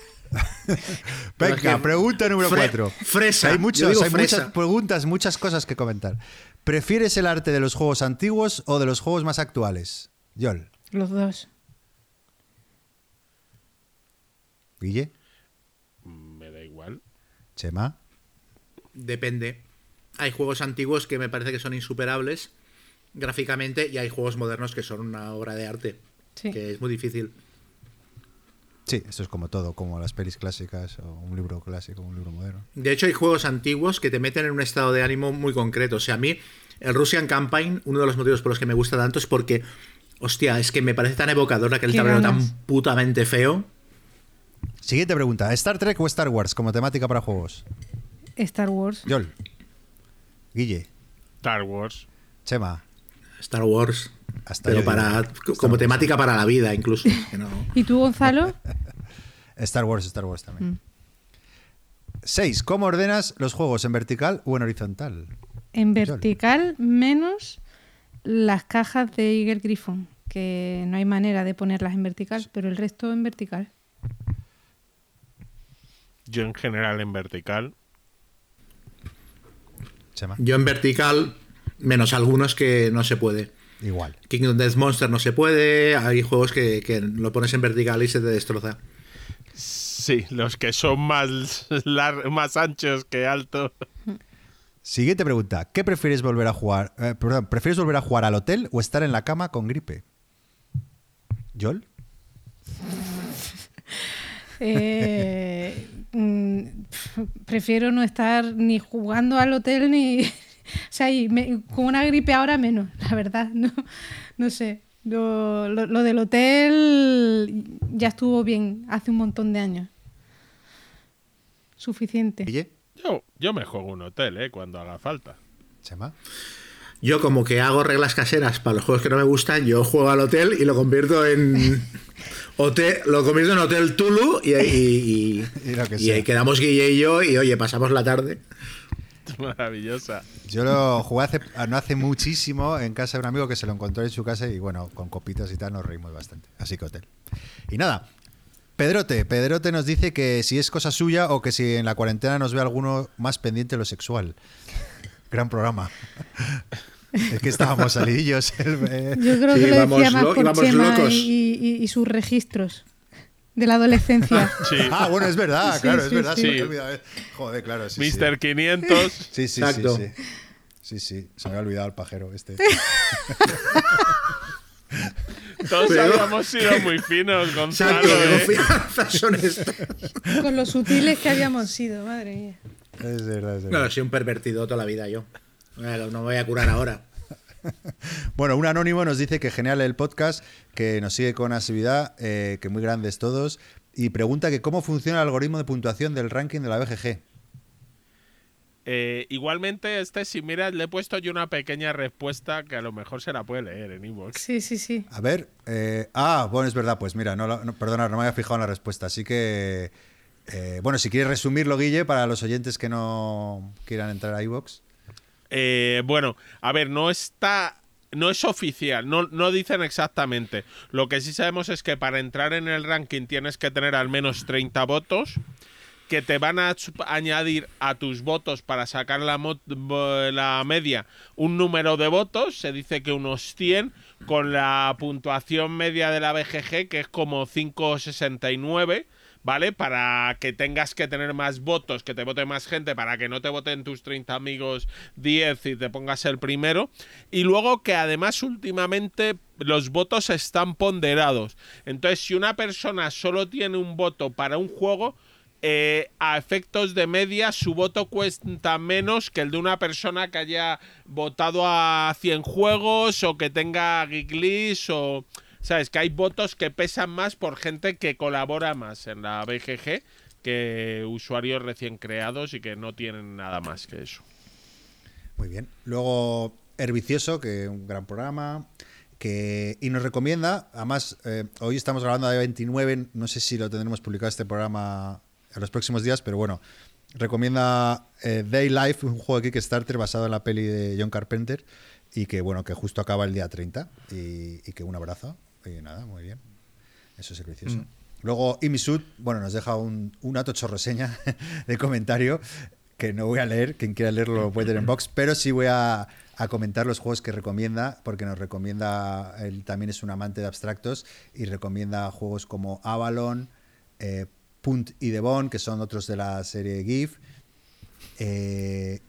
Venga, pregunta número Fre- cuatro. fresa, Hay, yo muchos, digo hay fresa. muchas preguntas, muchas cosas que comentar. ¿Prefieres el arte de los juegos antiguos o de los juegos más actuales? Yol, Los dos. Guille, Me da igual. Chema. Depende. Hay juegos antiguos que me parece que son insuperables gráficamente y hay juegos modernos que son una obra de arte, Sí. que es muy difícil. Sí, esto es como todo, como las pelis clásicas o un libro clásico, un libro moderno. De hecho, hay juegos antiguos que te meten en un estado de ánimo muy concreto. O sea, a mí, el Russian Campaign, uno de los motivos por los que me gusta tanto es porque, hostia, es que me parece tan evocador aquel Qué tablero ganas. tan putamente feo. Siguiente pregunta. ¿Star Trek o Star Wars como temática para juegos? Star Wars. Yol, Guille, Star Wars. Chema. Star Wars. Hasta pero yo para digo, Star como Wars. temática para la vida, incluso. Que no- ¿Y tú, Gonzalo? Star Wars, Star Wars también. Mm. seis. ¿Cómo ordenas los juegos en vertical o en horizontal? En vertical, menos las cajas de Eagle Griffon, que no hay manera de ponerlas en vertical, pero el resto en vertical. Yo en general en vertical. Chema. Yo en vertical, menos algunos que no se puede. Igual. Kingdom Death Monster no se puede. Hay juegos que, que lo pones en vertical y se te destroza. Sí, los que son más, lar- más anchos que altos. Siguiente pregunta. ¿Qué prefieres volver a jugar? Eh, perdón, ¿prefieres volver a jugar al hotel o estar en la cama con gripe? ¿Yol? Eh, mm, prefiero no estar ni jugando al hotel ni... O sea, y me- con una gripe ahora menos, la verdad. No, no sé. Lo, lo- lo del hotel ya estuvo bien hace un montón de años. Suficiente. ¿Guille? Yo, yo me juego un hotel, ¿eh? Cuando haga falta. ¿Chema? Yo, como que hago reglas caseras para los juegos que no me gustan, yo juego al hotel y lo convierto en. Hotel, lo convierto en Hotel Tulu y, y, y, Y lo que y sea. ahí quedamos Guille y yo y oye, pasamos la tarde. Maravillosa. Yo lo jugué hace, no hace muchísimo en casa de un amigo que se lo encontró en su casa y bueno, con copitas y tal nos reímos bastante. Así que hotel. Y nada, Pedrote. Pedrote nos dice que si es cosa suya o que si en la cuarentena nos ve alguno más pendiente de lo sexual. Gran programa. Es que estábamos salidillos. El, eh, Yo creo Sí, que lo vamos decía más lo- por íbamos Chema locos. y, y- y sus registros de la adolescencia. Sí. Ah, bueno, es verdad, Sí, claro, sí, es verdad. sí. se me había olvidado, eh. Joder, claro, sí, sí. mister quinientos. Sí, sí, Exacto. sí, sí. Sí, sí, se me había olvidado el pajero este. Todos Pero- habíamos sido muy finos, Gonzalo. Exacto, qué ¿eh? confianza son estas. Con lo sutiles que habíamos sido, madre mía. Es verdad, es No, verdad. soy un pervertido toda la vida yo. Bueno, no me voy a curar ahora. Bueno, un anónimo nos dice que genial el podcast, que nos sigue con asiduidad, eh, que muy grandes todos, y pregunta que cómo funciona el algoritmo de puntuación del ranking de la B G G. Eh, igualmente, este, si miras, le he puesto yo una pequeña respuesta que a lo mejor se la puede leer en iVoox. Sí, sí, sí. A ver, eh, ah, bueno, es verdad, pues mira, no, lo- no, perdona, no me había fijado en la respuesta, así que, eh, bueno, si quieres resumirlo, Guille, para los oyentes que no quieran entrar a iVoox. Eh, bueno, a ver, no está. No es oficial, no, no dicen exactamente. Lo que sí sabemos es que para entrar en el ranking tienes que tener al menos treinta votos, que te van a ch- añadir a tus votos para sacar la, mo- bo- la media un número de votos, se dice que unos cien, con la puntuación media de la B G G, que es como cinco coma sesenta y nueve. ¿Vale? Para que tengas que tener más votos, que te vote más gente, para que no te voten tus treinta amigos diez y te pongas el primero. Y luego que además últimamente los votos están ponderados. Entonces, si una persona solo tiene un voto para un juego, eh, a efectos de media, su voto cuesta menos que el de una persona que haya votado a cien juegos o que tenga Geeklist o... ¿Sabes? Que hay votos que pesan más por gente que colabora más en la B G G que usuarios recién creados y que no tienen nada más que eso. Muy bien. Luego, Herbicioso, que un gran programa, que y nos recomienda, además, eh, hoy estamos grabando de veintinueve, no sé si lo tendremos publicado este programa en los próximos días, pero bueno, recomienda eh, Day Life, un juego de Kickstarter basado en la peli de John Carpenter y que, bueno, que justo acaba el día treinta y, y que un abrazo. Y nada, muy bien. Eso es Herbicioso. Mm. Luego, Imisud, bueno, nos deja un, una tocho reseña de comentario que no voy a leer, quien quiera leerlo lo puede tener en box, pero sí voy a, a comentar los juegos que recomienda, porque nos recomienda, él también es un amante de abstractos y recomienda juegos como Avalon, eh, Punt y Devon, que son otros de la serie GIF. Eh,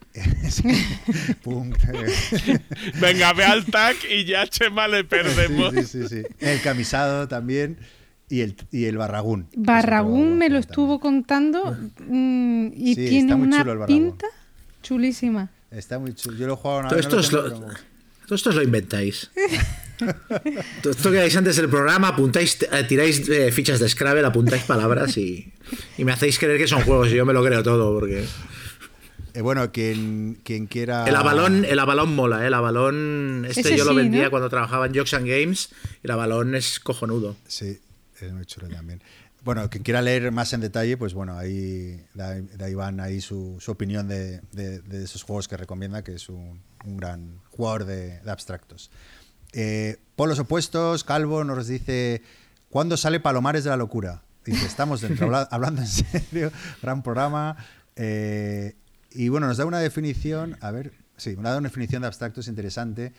Punk, eh. Venga, ve al tag y ya Chema le perdemos. Sí, sí, sí, sí. El Camisado también y el, y el Barragún. Barragún me lo estuvo contando mmm, y Sí, tiene está muy una chulo el Barragún. pinta chulísima. Está muy chulo. Yo lo he jugado una Todo vez. esto, no es lo lo, tengo, pero- todo esto os lo inventáis. Todo esto que dais antes del programa, apuntáis, eh, tiráis eh, fichas de Scrabble, apuntáis palabras y, y me hacéis creer que son juegos y yo me lo creo todo porque... Eh, bueno, quien, quien quiera... El Avalon, el Avalon mola, ¿eh? El Avalon, este Ese yo lo sí, vendía ¿no? cuando trabajaba en Jokes and Games. El Avalon es cojonudo. Sí, es muy chulo también. Bueno, quien quiera leer más en detalle, pues bueno, ahí da, da Iván ahí su, su opinión de, de, de esos juegos que recomienda, que es un, un gran jugador de, de abstractos. Eh, Polos Opuestos, Calvo nos dice, ¿cuándo sale Palomares de la Locura? Dice, estamos dentro, habla, hablando en serio, gran programa. Eh, y bueno, nos da una definición, a ver, sí, nos da una definición de abstractos interesante.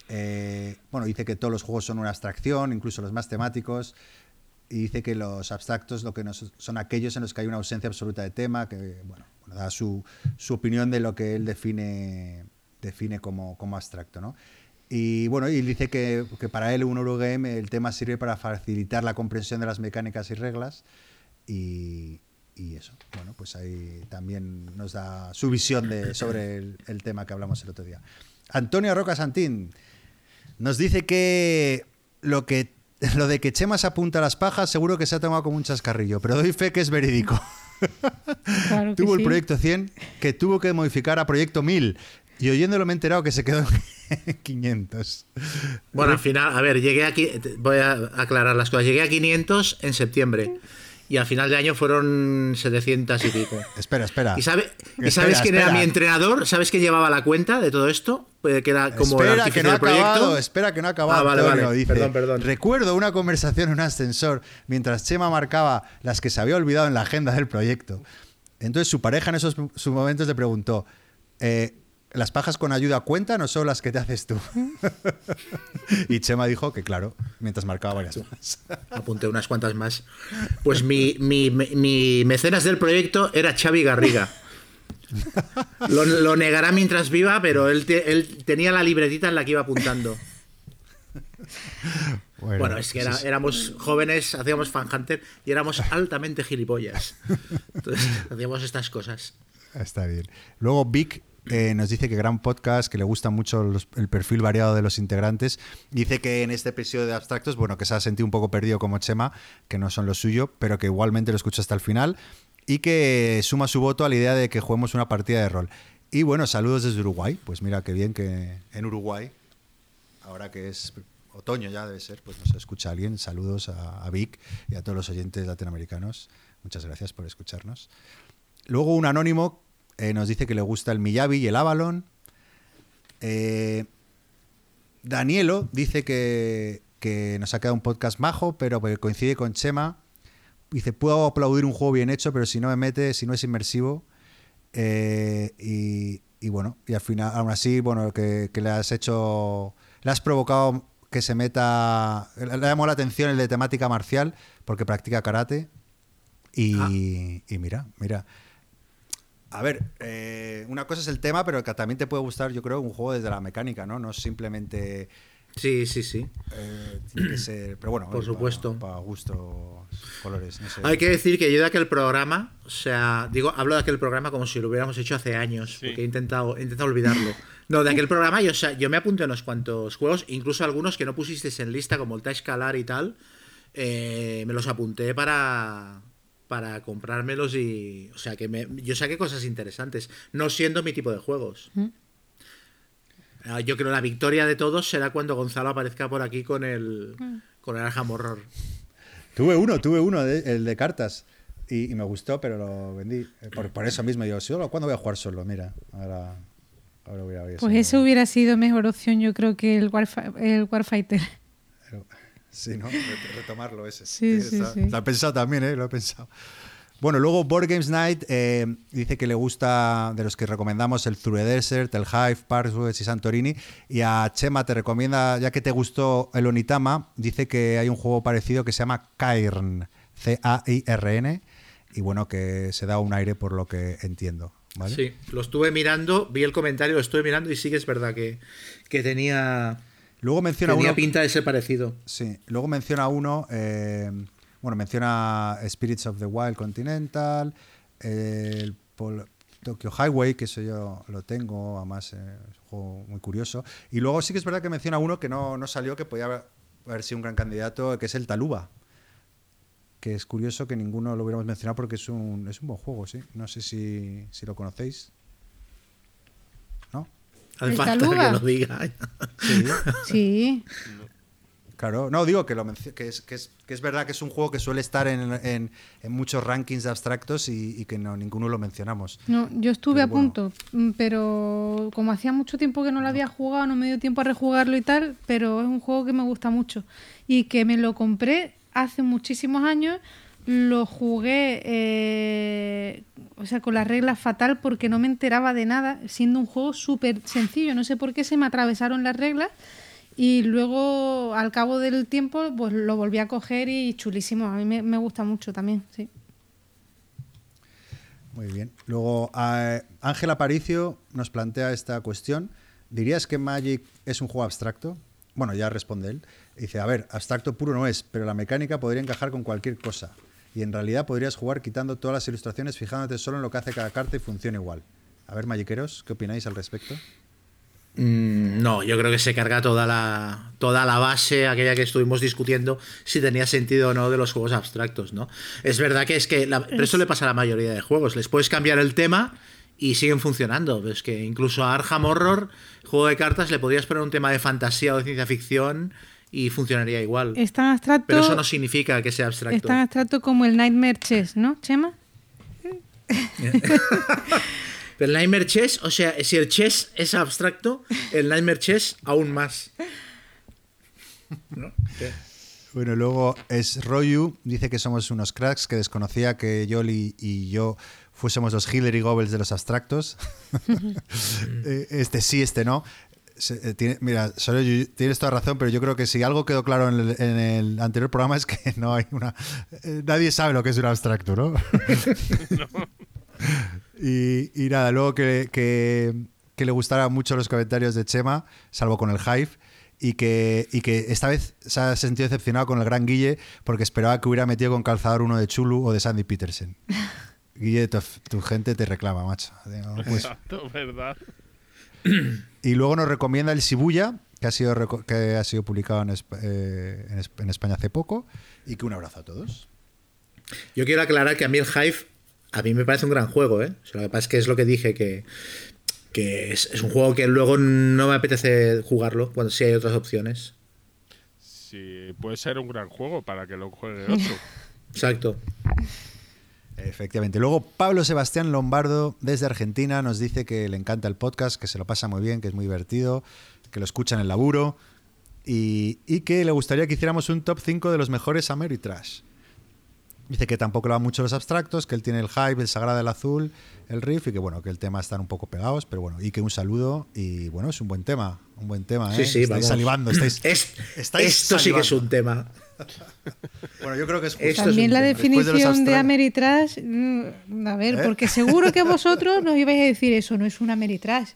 Eh, bueno, dice que todos los juegos son una abstracción, incluso los más temáticos. Y dice que los abstractos lo que nos, son aquellos en los que hay una ausencia absoluta de tema, que bueno, bueno da su, su opinión de lo que él define, define como, como abstracto, ¿no? Y bueno, y dice que, que para él un Eurogame el tema sirve para facilitar la comprensión de las mecánicas y reglas y, y eso. Bueno, pues ahí también nos da su visión de, sobre el, el tema que hablamos el otro día. Antonio Roca Santín nos dice que lo que lo de que Chema se apunta a las pajas seguro que se ha tomado como un chascarrillo, pero doy fe que es verídico. Claro que Tuvo el sí. proyecto cien que tuvo que modificar a proyecto mil y oyéndolo me he enterado que se quedó en quinientos. Bueno, al final, a ver, llegué aquí, voy a aclarar las cosas. Llegué a quinientos en septiembre y al final de año fueron setecientos y pico. Espera, espera. ¿Y, sabe, ¿y Espera, sabes quién era espera. mi entrenador? ¿Sabes quién llevaba la cuenta de todo esto? Pues que era como el espera, artífice que no ha del proyecto. acabado, espera que no ha acabado. Ah, vale, Antonio, vale. dice, Perdón, perdón. recuerdo una conversación en un ascensor mientras Chema marcaba las que se había olvidado en la agenda del proyecto. Entonces su pareja en esos sus momentos le preguntó, eh, ¿las pajas con ayuda cuentan o son las que te haces tú? Y Chema dijo que claro, mientras marcaba varias más. Apunté unas cuantas más. Pues mi, mi, mi, mi mecenas del proyecto era Xavi Garriga. Lo, lo negará mientras viva, pero él, te- él tenía la libretita en la que iba apuntando. Bueno, Bueno, es que era- pues es- éramos jóvenes, hacíamos fan hunter y éramos altamente gilipollas. Entonces hacíamos estas cosas. Está bien. Luego Vic eh, nos dice que gran podcast, que le gusta mucho los- el perfil variado de los integrantes. Dice que en este episodio de Abstractos, bueno, que se ha sentido un poco perdido como Chema, que no son lo suyo, pero que igualmente lo escucha hasta el final y que suma su voto a la idea de que juguemos una partida de rol. Y bueno, saludos desde Uruguay. Pues mira, qué bien que en Uruguay, ahora que es otoño ya debe ser, pues nos escucha alguien. Saludos a, a Vic y a todos los oyentes latinoamericanos. Muchas gracias por escucharnos. Luego un anónimo eh, nos dice que le gusta el Miyabi y el Avalon. Eh, Danielo dice que, que nos ha quedado un podcast majo, pero que coincide con Chema. Dice, puedo aplaudir un juego bien hecho, pero si no me mete, si no es inmersivo. Eh, y, y bueno, y al final, aún así, bueno, que, que le has hecho, le has provocado que se meta, le llamó la atención el de temática marcial, porque practica karate. Y, Ah. y mira, mira. A ver, eh, una cosa es el tema, pero que también te puede gustar, yo creo, un juego desde la mecánica, ¿no? No simplemente Sí, sí, sí. eh, tiene que ser, pero bueno, Por eh, supuesto. Para gustos, colores, no sé. Hay que decir que yo de aquel programa, o sea, digo, hablo de aquel programa como si lo hubiéramos hecho hace años, Sí. porque he intentado, he intentado olvidarlo. No, de aquel programa yo, o sea, yo me apunté a unos cuantos juegos, incluso algunos que no pusisteis en lista, como el Touch Calar y tal, eh, me los apunté para, para comprármelos y, o sea, que me, yo saqué cosas interesantes, no siendo mi tipo de juegos. Ah, Yo creo que la victoria de todos será cuando Gonzalo aparezca por aquí con el, con el Arkham Horror. Tuve uno, tuve uno, de- el de cartas. Y, y me gustó, pero lo vendí. Eh, Por, por eso mismo, digo, solo, ¿cuándo voy a jugar solo? Mira, ahora, ahora voy a ver. Pues eso hubiera sido mejor opción, yo creo, que el, Warfa- el Warfighter. Sí, ¿no? Ret- Retomarlo ese. Sí, sí, está- sí. Lo he pensado también, ¿eh? Lo he pensado. Bueno, luego Board Games Night eh, dice que le gusta, de los que recomendamos, el Through the Desert, el Hive, Parkwest y Santorini. Y a Chema te recomienda, ya que te gustó el Onitama, dice que hay un juego parecido que se llama Cairn, C A I R N. Y bueno, que se da un aire por lo que entiendo. ¿Vale? Sí, lo estuve mirando, vi el comentario, lo estuve mirando y sí que es verdad que, que tenía, Luego menciona tenía uno. pinta de ser parecido. Sí, luego menciona uno, eh, bueno, menciona Spirits of the Wild Continental, el Pol- Tokyo Highway, que eso yo lo tengo, además eh, es un juego muy curioso. Y luego sí que es verdad que menciona uno que no, no salió, que podía haber, haber sido un gran candidato, que es el Taluba. Que es curioso que ninguno lo hubiéramos mencionado porque es un, es un buen juego, sí. No sé si, si lo conocéis. ¿No? Hace ¿El falta Taluba? que lo diga. Sí. Sí. Claro, no, digo que, lo mencio- que, es, que, es, que es verdad que es un juego que suele estar en, en, en muchos rankings de abstractos y, y que no ninguno lo mencionamos. No, yo estuve Pero a bueno. punto, mm, pero como hacía mucho tiempo que no lo había jugado, no me dio tiempo a rejugarlo y tal, pero es un juego que me gusta mucho y que me lo compré hace muchísimos años, lo jugué eh, o sea, con las reglas fatal porque no me enteraba de nada, siendo un juego súper sencillo, no sé por qué se me atravesaron las reglas Y luego, al cabo del tiempo, pues lo volví a coger y chulísimo. A mí me, me gusta mucho también, sí. Muy bien. Luego, eh, Ángel Aparicio nos plantea esta cuestión. ¿Dirías que Magic es un juego abstracto? Bueno, ya responde él. Dice, a ver, abstracto puro no es, pero la mecánica podría encajar con cualquier cosa. Y en realidad podrías jugar quitando todas las ilustraciones, fijándote solo en lo que hace cada carta y funciona igual. A ver, magiqueros, ¿qué opináis al respecto? Mm, no, yo creo que se carga toda la, toda la base, aquella que estuvimos discutiendo, si tenía sentido o no de los juegos abstractos, ¿no? Es verdad que es que, la, pero eso le pasa a la mayoría de juegos, les puedes cambiar el tema y siguen funcionando. Es que incluso a Arkham Horror, juego de cartas, le podrías poner un tema de fantasía o de ciencia ficción y funcionaría igual. Es tan abstracto, pero eso no significa que sea abstracto. Es tan abstracto como el Nightmare Chess, ¿no, Chema? Pero el Nightmare Chess, o sea, si el chess es abstracto, el Nightmare Chess aún más. ¿No? ¿Qué? Bueno, luego es Royu, dice que somos unos cracks, que desconocía que Yoli y yo fuésemos los Hillary Goebbels de los abstractos. Este sí, este no. Se, eh, tiene, mira, Royu, tienes toda razón, pero yo creo que si algo quedó claro en el, en el anterior programa es que no hay una... Eh, nadie sabe lo que es un abstracto, ¿no? No. Y, y nada, luego que, que, que le gustaran mucho los comentarios de Chema, salvo con el Hive, y que, y que esta vez se ha sentido decepcionado con el gran Guille porque esperaba que hubiera metido con calzador uno de Chulu o de Sandy Petersen. Guille, tu, tu gente te reclama, macho. Digo, pues. Exacto, ¿verdad? Y luego nos recomienda el Shibuya, que ha sido, que ha sido publicado en, eh, en España hace poco, y que un abrazo a todos. Yo quiero aclarar que a mí el Hive a mí me parece un gran juego, ¿eh? O sea, lo que pasa es que es lo que dije, que, que es, es un juego que luego no me apetece jugarlo cuando sí hay otras opciones. Sí, puede ser un gran juego para que lo juegue otro. Exacto. Efectivamente. Luego Pablo Sebastián Lombardo, desde Argentina, nos dice que le encanta el podcast, que se lo pasa muy bien, que es muy divertido, que lo escucha en el laburo y, y que le gustaría que hiciéramos un top cinco de los mejores Ameritrash. Dice que tampoco le van mucho los abstractos, que él tiene el Hive, el Sagrada, el Azul, el Riff, y que bueno, que el tema están un poco pegados, pero bueno, y que un saludo, y bueno, es un buen tema, un buen tema, ¿eh? Sí, sí, estáis vamos. salivando, estáis, es, estáis esto salivando. Sí que es un tema. Bueno, yo creo que es justo. También es la tema. definición de, de Ameritrash, mmm, a ver, ¿Eh? Porque seguro que vosotros nos ibais a decir eso, no es un Ameritrash.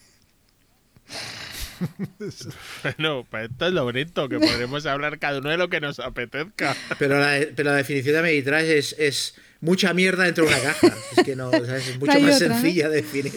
Bueno, pues esto es lo bonito, que podremos hablar cada uno de lo que nos apetezca. Pero la, pero la definición de Ameritrash es, es mucha mierda dentro de una caja. Es que no, o sea, es mucho más otra, sencilla ¿eh? de definir.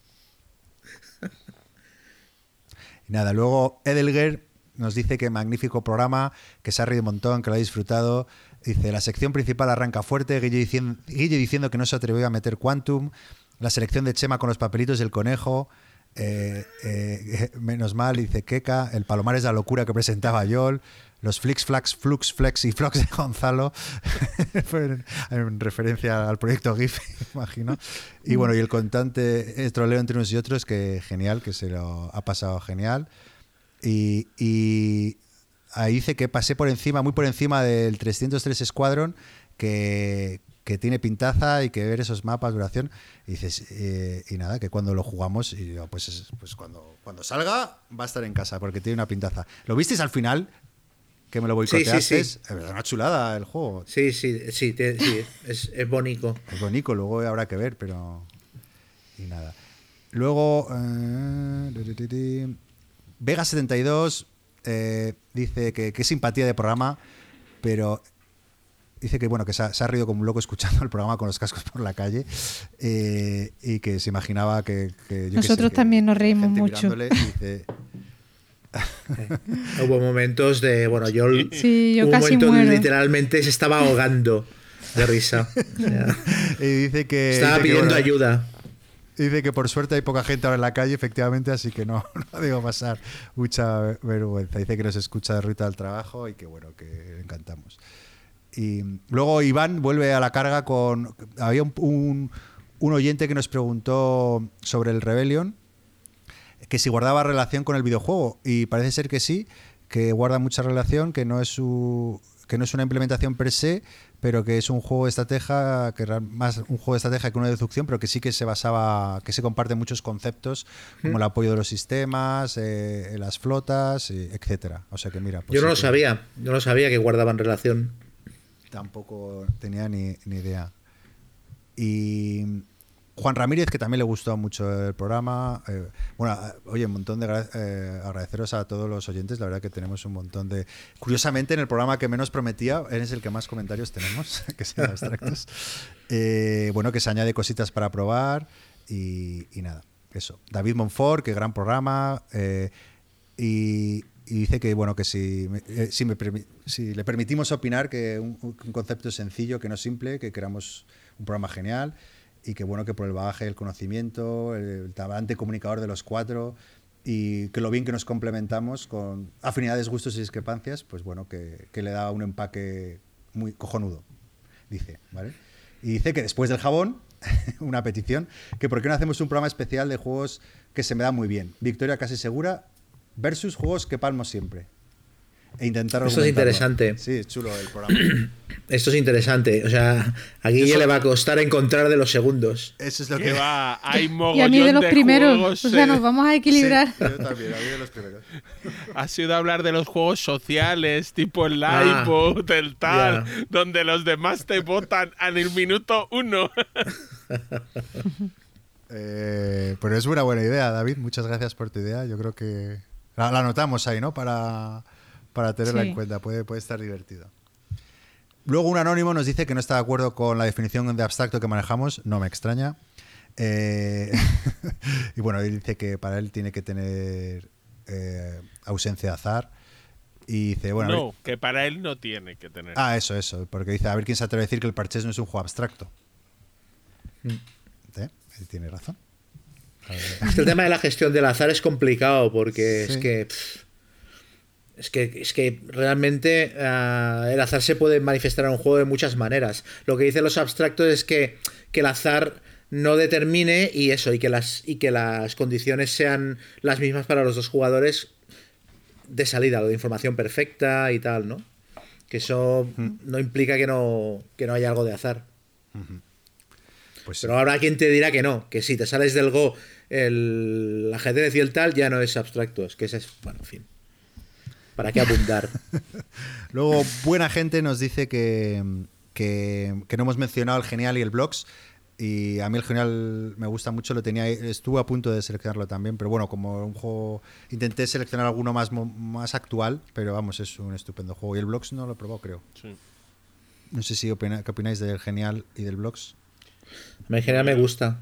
Y nada, luego Edelger nos dice que magnífico programa, que se ha reído un montón, que lo ha disfrutado. Dice, la sección principal arranca fuerte, Guille diciendo, Guille diciendo que no se atrevió a meter Quantum, la selección de Chema con los papelitos del conejo. Eh, eh, menos mal, dice Keka, el Palomar es la locura que presentaba Yol, los Flix, Flax, Flux, Flex y Flox de Gonzalo, en, en referencia al proyecto GIF, imagino. Y bueno, y el constante troleo entre unos y otros, que genial, que se lo ha pasado genial. Y, y ahí dice que pasé por encima, muy por encima del trescientos tres Squadron, que, que tiene pintaza y que ver esos mapas, duración. Y dices, eh, y nada, que cuando lo jugamos, y yo, pues, pues cuando, cuando salga va a estar en casa, porque tiene una pintaza. ¿Lo visteis al final? Que me lo boicoteaste. Sí, sí, sí. Es una chulada el juego. Sí, sí, sí, te, sí es, es bonito. Es bonito, luego habrá que ver, pero... Y nada. Luego... Eh... Vega setenta y dos eh, dice que qué simpatía de programa, pero dice que bueno que se ha, se ha reído como un loco escuchando el programa con los cascos por la calle eh, y que se imaginaba que, que yo nosotros que sé, también que nos reímos mucho. Dice... Hubo momentos de bueno yo, sí, yo un casi momento muero. Literalmente se estaba ahogando de risa. O sea, y dice que estaba dice pidiendo que, bueno, ayuda. Dice que por suerte hay poca gente ahora en la calle, efectivamente, así que no, no digo pasar mucha vergüenza. Dice que nos escucha de ruta al trabajo y que bueno, que encantamos. Y luego Iván vuelve a la carga con... Había un, un, un oyente que nos preguntó sobre el Rebellion, que si guardaba relación con el videojuego, y parece ser que sí, que guarda mucha relación, que no es su... que no es una implementación per se, pero que es un juego de estrategia, que era más un juego de estrategia que una deducción, pero que sí que se basaba, que se comparten muchos conceptos, como el apoyo de los sistemas, eh, las flotas, eh, etcétera. O sea que mira, pues yo no sí lo que sabía, yo no sabía que guardaban relación. tampoco tenía ni, ni idea. Y Juan Ramírez, que también le gustó mucho el programa. Eh, bueno, oye, un montón de gra- eh, agradeceros a todos los oyentes. La verdad que tenemos un montón de... Curiosamente, en el programa que menos prometía, es el que más comentarios tenemos, que es el de abstractos. Eh, bueno, que se añade cositas para probar y, y nada, eso. David Monfort, que gran programa. Eh, y, y dice que, bueno, que si, eh, si, me permi- si le permitimos opinar, que un, un concepto sencillo, que no simple, que queramos un programa genial. Y que bueno, que por el bagaje del conocimiento, el talante comunicador de los cuatro y que lo bien que nos complementamos con afinidades, gustos y discrepancias, pues bueno, que, que le da un empaque muy cojonudo, dice, ¿vale? Y dice que después del jabón, una petición, que por qué no hacemos un programa especial de juegos que se me dan muy bien. Victoria casi segura versus juegos que palmo siempre. E intentar Esto es interesante. Sí, es chulo el programa. Esto es interesante. O sea, a Guille Eso- le va a costar encontrar de los segundos. Eso es lo Que que... va, hay Y mogollón a mí de los de primeros. juegos, O sea, eh, nos vamos a equilibrar. Sí, yo también, a mí de los primeros. Ha sido hablar de los juegos sociales, tipo el Ah, iPod, el tal, ya. donde los demás te votan en el minuto uno. Eh, pero es una buena idea, David. Muchas gracias por tu idea. Yo creo que la, la anotamos ahí, ¿no? Para, para tenerla Sí. en cuenta. Puede, puede estar divertido. Luego un anónimo nos dice que no está de acuerdo con la definición de abstracto que manejamos. No me extraña. Eh, y bueno, él dice que para él tiene que tener eh, ausencia de azar. Y dice, bueno... a ver- No, que para él no tiene que tener. Ah, eso, eso. Porque dice, a ver quién se atreve a decir que el Parchís no es un juego abstracto. ¿Eh? Él tiene razón. A ver. Es que el tema de la gestión del azar es complicado porque Sí. es que pff, es que es que realmente uh, el azar se puede manifestar en un juego de muchas maneras. Lo que dicen los abstractos es que, que el azar no determine y eso y que las y que las condiciones sean las mismas para los dos jugadores de salida, lo de información perfecta y tal, ¿no? Que eso no implica que no que no haya algo de azar. Pues Pero habrá quien te dirá que no, que si te sales del Go, el ajedrez y el tal ya no es abstracto, es que ese es, bueno, en fin. ¿Para qué abundar? Luego, buena gente nos dice que, que, que no hemos mencionado el Genial y el Blocks. Y a mí el Genial me gusta mucho, lo tenía ahí, estuve a punto de seleccionarlo también, pero bueno, como un juego, intenté seleccionar alguno más, mo- más actual, pero vamos, es un estupendo juego. Y el Blocks no lo he probado, creo. Sí. No sé si opina, qué opináis del Genial y del Blocks. A mí en general me gusta.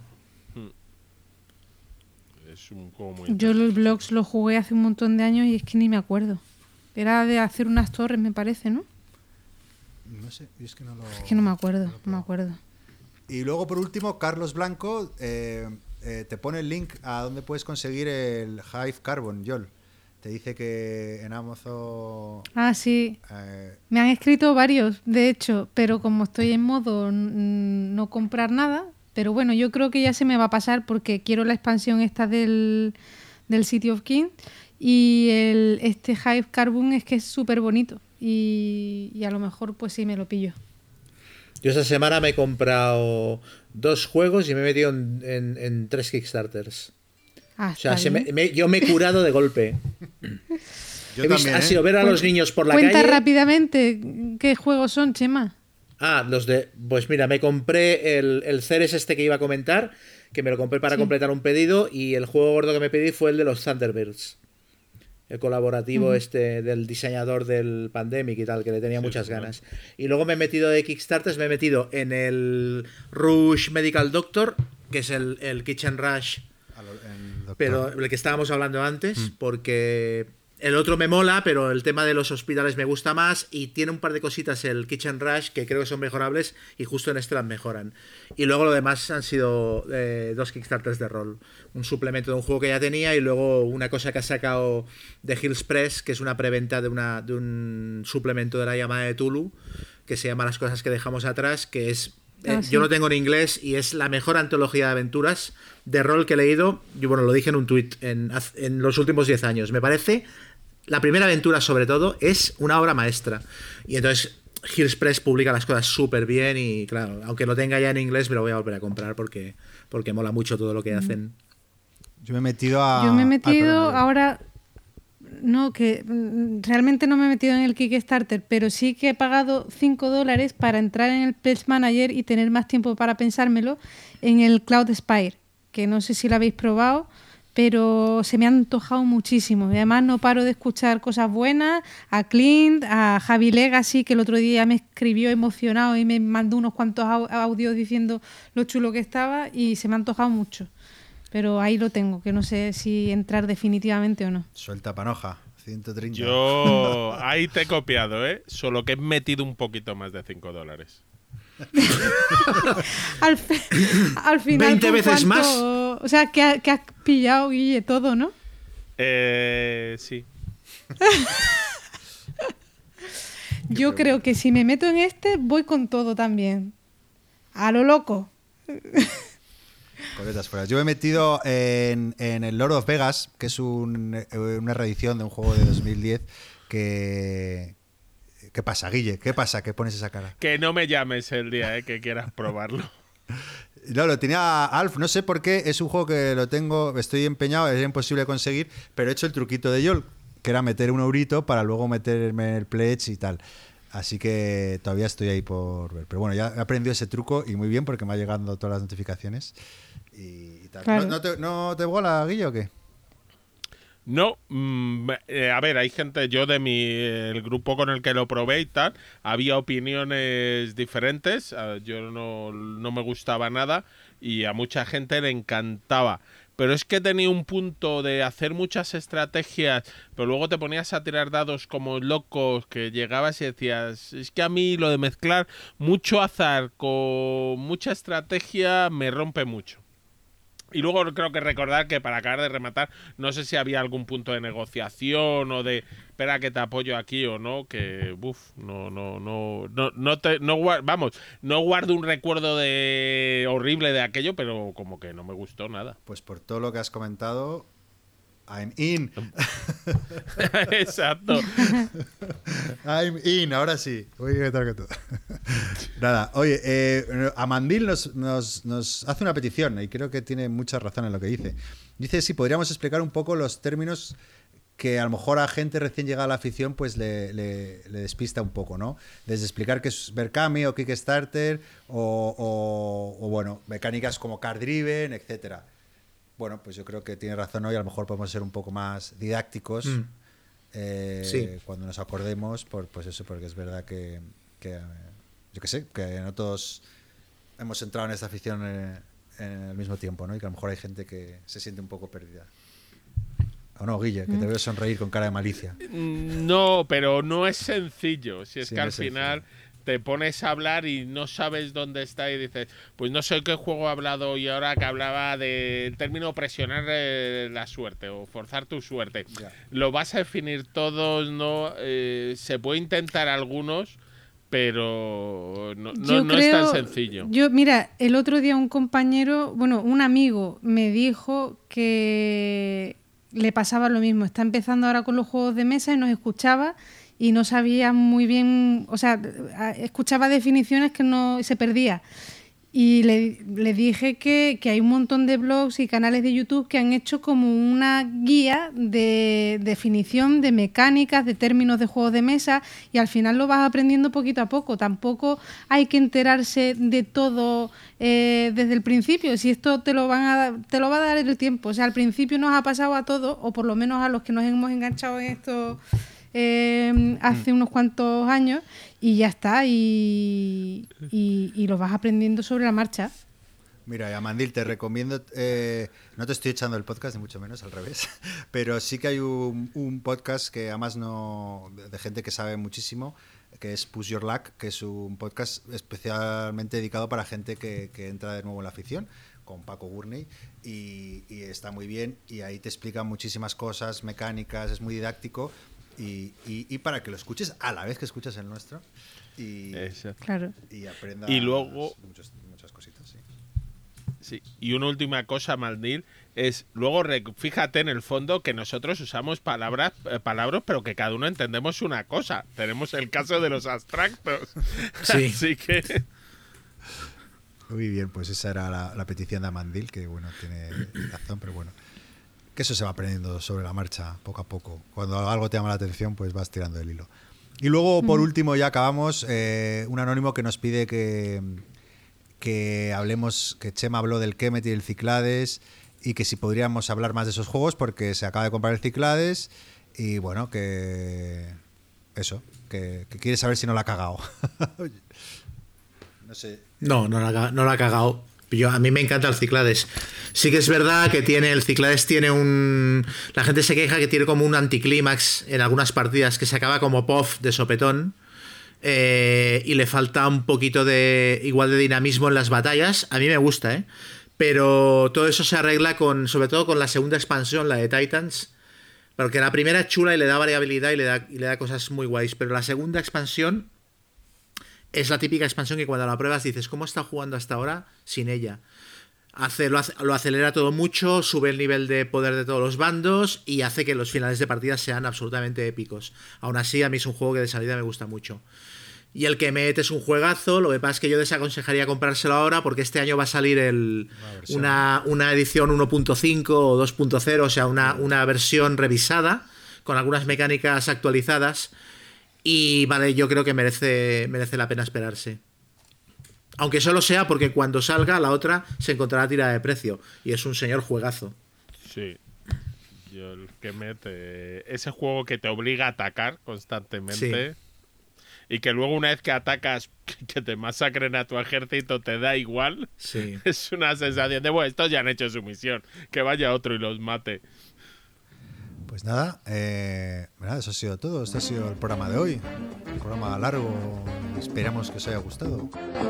Es un juego muy Yo los blogs los jugué hace un montón de años y es que ni me acuerdo. Era de hacer unas torres, me parece, ¿no? No sé, yo es que no lo... Es que no me acuerdo, no me acuerdo. Y luego, por último, Carlos Blanco eh, eh, te pone el link a donde puedes conseguir el Hive Carbon, Yol. Te dice que en Amazon... Ah, sí. eh, Me han escrito varios, de hecho, pero como estoy en modo mm, no comprar nada, pero bueno, yo creo que ya se me va a pasar porque quiero la expansión esta del, del City of Kings y el, este Hive Carbon es que es súper bonito y, y a lo mejor pues sí me lo pillo. Yo esta semana me he comprado dos juegos y me he metido en, en- en tres Kickstarters. Ah, O sea, está se me- bien. me- yo me he curado de golpe. yo He visto- también, ha ¿eh? sido ver a los niños por la Cuenta calle. rápidamente qué juegos son, Chema. Ah, los de. Pues mira, me compré el, el Ceres este que iba a comentar, que me lo compré para Sí. completar un pedido, y el juego gordo que me pedí fue el de los Thunderbirds. El colaborativo Ujú. este del diseñador del Pandemic y tal, que le tenía Sí, muchas señor. ganas. Y luego me he metido de Kickstarters, me he metido en el Rush Medical Doctor, que es el, el Kitchen Rush, A lo- en Doctor. pero el que estábamos hablando antes, porque el otro me mola, pero el tema de los hospitales me gusta más y tiene un par de cositas el Kitchen Rush que creo que son mejorables y justo en este las mejoran. Y luego lo demás han sido eh, dos Kickstarters de rol. Un suplemento de un juego que ya tenía y luego una cosa que ha sacado de Hills Press, que es una preventa de, una, de un suplemento de la llamada de Tulu, que se llama Las cosas que dejamos atrás, que es... Ah, eh, sí. Yo lo tengo en inglés y es la mejor antología de aventuras de rol que he leído. Yo, bueno, lo dije en un tuit en, haz- en los últimos diez años. Me parece la primera aventura sobre todo, es una obra maestra. Y entonces Hearst Press publica las cosas súper bien y claro, aunque lo tenga ya en inglés, me lo voy a volver a comprar porque, porque mola mucho todo lo que hacen. Yo me he metido a... Yo me he metido ah, perdón, ahora... No, que mm, realmente no me he metido en el Kickstarter, pero sí que he pagado cinco dólares para entrar en el Pledge Manager y tener más tiempo para pensármelo en el Cloud Spire, que no sé si lo habéis probado, pero se me ha antojado muchísimo. Y además no paro de escuchar cosas buenas, a Clint, a Javi Legacy, que el otro día me escribió emocionado y me mandó unos cuantos au- audios diciendo lo chulo que estaba y se me ha antojado mucho. Pero ahí lo tengo, que no sé si entrar definitivamente o no. Suelta panoja, ciento treinta. Yo ahí te he copiado, ¿eh? Solo que he metido un poquito más de cinco dólares. al, fi- al final. ¿veinte ¿con veces cuánto? más? O sea, que, ha- que has pillado, Guille, todo, ¿no? Eh, sí. Yo creo que si me meto en este, voy con todo también. A lo loco. Coletas fuera. Yo me he metido en, en el Lord of Vegas, que es un, eh, una reedición de un juego de dos mil diez que... ¿Qué pasa, Guille? ¿Qué pasa? ¿Qué pones esa cara? Que no me llames el día, ¿eh? Que quieras probarlo. No, lo tenía Alf, no sé por qué, es un juego que lo tengo, estoy empeñado, es imposible conseguir, pero he hecho el truquito de Yol, que era meter un eurito para luego meterme en el pledge y tal. Así que todavía estoy ahí por ver. Pero bueno, ya he aprendido ese truco y muy bien porque me van llegando todas las notificaciones y, y tal. Claro. ¿No, no te, ¿No te bola, Guille, o qué? No, mm, eh, a ver, hay gente, yo de mi, el grupo con el que lo probé y tal, había opiniones diferentes, eh, yo no, no me gustaba nada y a mucha gente le encantaba. Pero es que tenía un punto de hacer muchas estrategias, pero luego te ponías a tirar dados como locos, que llegabas y decías, es que a mí lo de mezclar mucho azar con mucha estrategia me rompe mucho. Y luego creo que recordar que para acabar de rematar, no sé si había algún punto de negociación o de espera que te apoyo aquí o no, que uff, no, no, no, no, no te, no guar- vamos, no guardo un recuerdo de horrible de aquello, pero como que no me gustó nada. Pues por todo lo que has comentado, I'm in. Exacto. I'm in, ahora sí. Voy a estar con todo. Nada, oye, eh, Amandil nos, nos, nos hace una petición y creo que tiene mucha razón en lo que dice. Dice si podríamos explicar un poco los términos que a lo mejor a gente recién llegada a la afición pues le, le, le despista un poco, ¿no? Desde explicar qué es Berkami o Kickstarter o, o, o bueno, mecánicas como Card Driven, etcétera. Bueno, pues yo creo que tiene razón hoy, a lo mejor podemos ser un poco más didácticos Mm. eh, Sí. cuando nos acordemos, por, pues eso, porque es verdad que, que eh, yo qué sé, que no todos hemos entrado en esta afición eh, en el mismo tiempo, ¿no? Y que a lo mejor hay gente que se siente un poco perdida. ¿O no, Guille? Que te veo sonreír con cara de malicia. No, pero no es sencillo. Si es Sí, que no al es sencillo. final te pones a hablar y no sabes dónde está y dices, pues no sé qué juego he hablado y ahora que hablaba del término presionar eh, la suerte o forzar tu suerte. Ya. Lo vas a definir todos, no eh, se puede intentar algunos, pero no, no, Yo no es tan creo- sencillo. Yo, mira, el otro día un compañero, bueno, un amigo me dijo que le pasaba lo mismo. Está empezando ahora con los juegos de mesa y nos escuchaba y no sabía muy bien, o sea, a- escuchaba definiciones que no se perdía. Y le, le dije que, que hay un montón de blogs y canales de YouTube que han hecho como una guía de definición de mecánicas, de términos de juegos de mesa y al final lo vas aprendiendo poquito a poco. Tampoco hay que enterarse de todo eh, desde el principio. Si esto te lo, van a, dar- te lo va a dar el tiempo. O sea, al principio nos ha pasado a todos, o por lo menos a los que nos hemos enganchado en esto eh, hace unos cuantos años y ya está, y, y, y lo vas aprendiendo sobre la marcha. Mira, y Amandil, te recomiendo, eh, no te estoy echando el podcast, ni mucho menos, al revés, pero sí que hay un, un podcast que además no, de gente que sabe muchísimo, que es Push Your Luck, que es un podcast especialmente dedicado para gente que, que entra de nuevo en la afición, con Paco Gurney, y, y está muy bien, y ahí te explican muchísimas cosas, mecánicas, es muy didáctico, y, y, y para que lo escuches a la vez que escuchas el nuestro, y, Exacto. Claro. y aprendas Y luego- muchos- muchas cositas, sí. Sí. Y una última cosa, Mandil, es luego re- fíjate en el fondo que nosotros usamos palabras, eh, palabras, pero que cada uno entendemos una cosa. Tenemos el caso de los abstractos. Sí. Así que... Muy bien, pues esa era la, la petición de Amandil, que bueno, tiene razón, pero bueno. Que eso se va aprendiendo sobre la marcha, poco a poco. Cuando algo te llama la atención, pues vas tirando del hilo. Y luego, por mm. último, ya acabamos, eh, un anónimo que nos pide que, que hablemos, que Chema habló del Kemet y el Cyclades, y que si podríamos hablar más de esos juegos, porque se acaba de comprar el Cyclades, y bueno, que eso, que, que quiere saber si no la ha cagado. No sé. No, no la, no la ha cagado. Yo, a mí me encanta el Cyclades. Sí que es verdad que tiene el Cyclades tiene un... La gente se queja que tiene como un anticlímax en algunas partidas, que se acaba como puff de sopetón, eh, y le falta un poquito de igual de dinamismo en las batallas. A mí me gusta, ¿eh? Pero todo eso se arregla con, sobre todo con la segunda expansión, la de Titans, porque la primera es chula y le da variabilidad y le da, y le da cosas muy guays, pero la segunda expansión es la típica expansión que cuando la pruebas dices, ¿cómo está jugando hasta ahora sin ella? Hace, lo, hace, lo acelera todo mucho, sube el nivel de poder de todos los bandos y hace que los finales de partida sean absolutamente épicos. Aún así, a mí es un juego que de salida me gusta mucho. Y el Kemet es un juegazo, lo que pasa es que yo desaconsejaría comprárselo ahora porque este año va a salir el, una, una edición uno punto cinco o dos punto cero, o sea, una, una versión revisada con algunas mecánicas actualizadas. Y vale, yo creo que merece, merece la pena esperarse. Aunque solo sea porque cuando salga la otra se encontrará tirada de precio. Y es un señor juegazo. Sí. Yo el Kemet, eh, ese juego que te obliga a atacar constantemente. Sí. Y que luego una vez que atacas, que te masacren a tu ejército, te da igual. Sí. Es una sensación de, bueno, estos ya han hecho su misión. Que vaya otro y los mate. Pues nada, eh, nada, eso ha sido todo. Este ha sido el programa de hoy. Un programa largo. Esperamos que os haya gustado.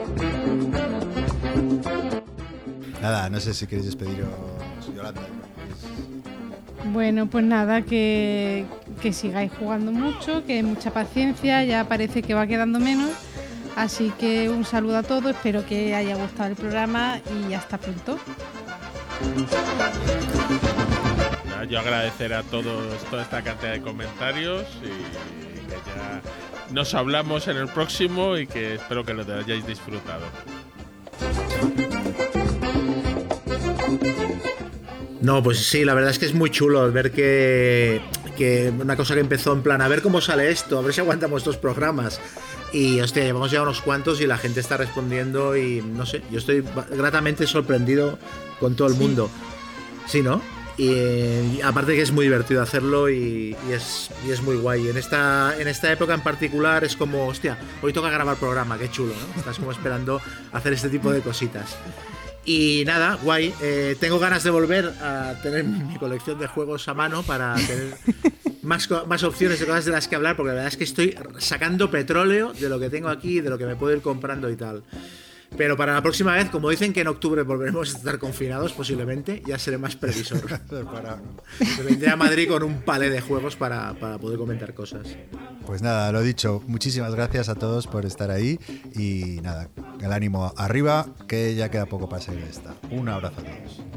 Nada, no sé si queréis despediros, Yolanda. Bueno, pues nada, que, que sigáis jugando mucho, que mucha paciencia, ya parece que va quedando menos. Así que un saludo a todos, espero que haya gustado el programa y hasta pronto. Yo agradecer a todos toda esta cantidad de comentarios y que ya nos hablamos en el próximo y que espero que lo hayáis disfrutado. No, pues sí, la verdad es que es muy chulo ver que, que una cosa que empezó en plan, a ver cómo sale esto, a ver si aguantamos estos programas. Y hostia, llevamos ya unos cuantos y la gente está respondiendo y no sé, yo estoy gratamente sorprendido con todo el mundo. Sí, ¿no? Y, y aparte que es muy divertido hacerlo y, y, es, y es muy guay. En esta, en esta época en particular es como, hostia, hoy toca grabar programa, qué chulo, ¿no? Estás como esperando hacer este tipo de cositas. Y nada, guay. Eh, tengo ganas de volver a tener mi colección de juegos a mano para tener más, más opciones de cosas de las que hablar, porque la verdad es que estoy sacando petróleo de lo que tengo aquí, de lo que me puedo ir comprando y tal. Pero para la próxima vez, como dicen que en octubre volveremos a estar confinados, posiblemente, ya seré más previsor. Me vendré a Madrid con un palé de juegos para, para poder comentar cosas. Pues nada, lo dicho, muchísimas gracias a todos por estar ahí y nada, el ánimo arriba, que ya queda poco para salir de esta. Un abrazo a todos.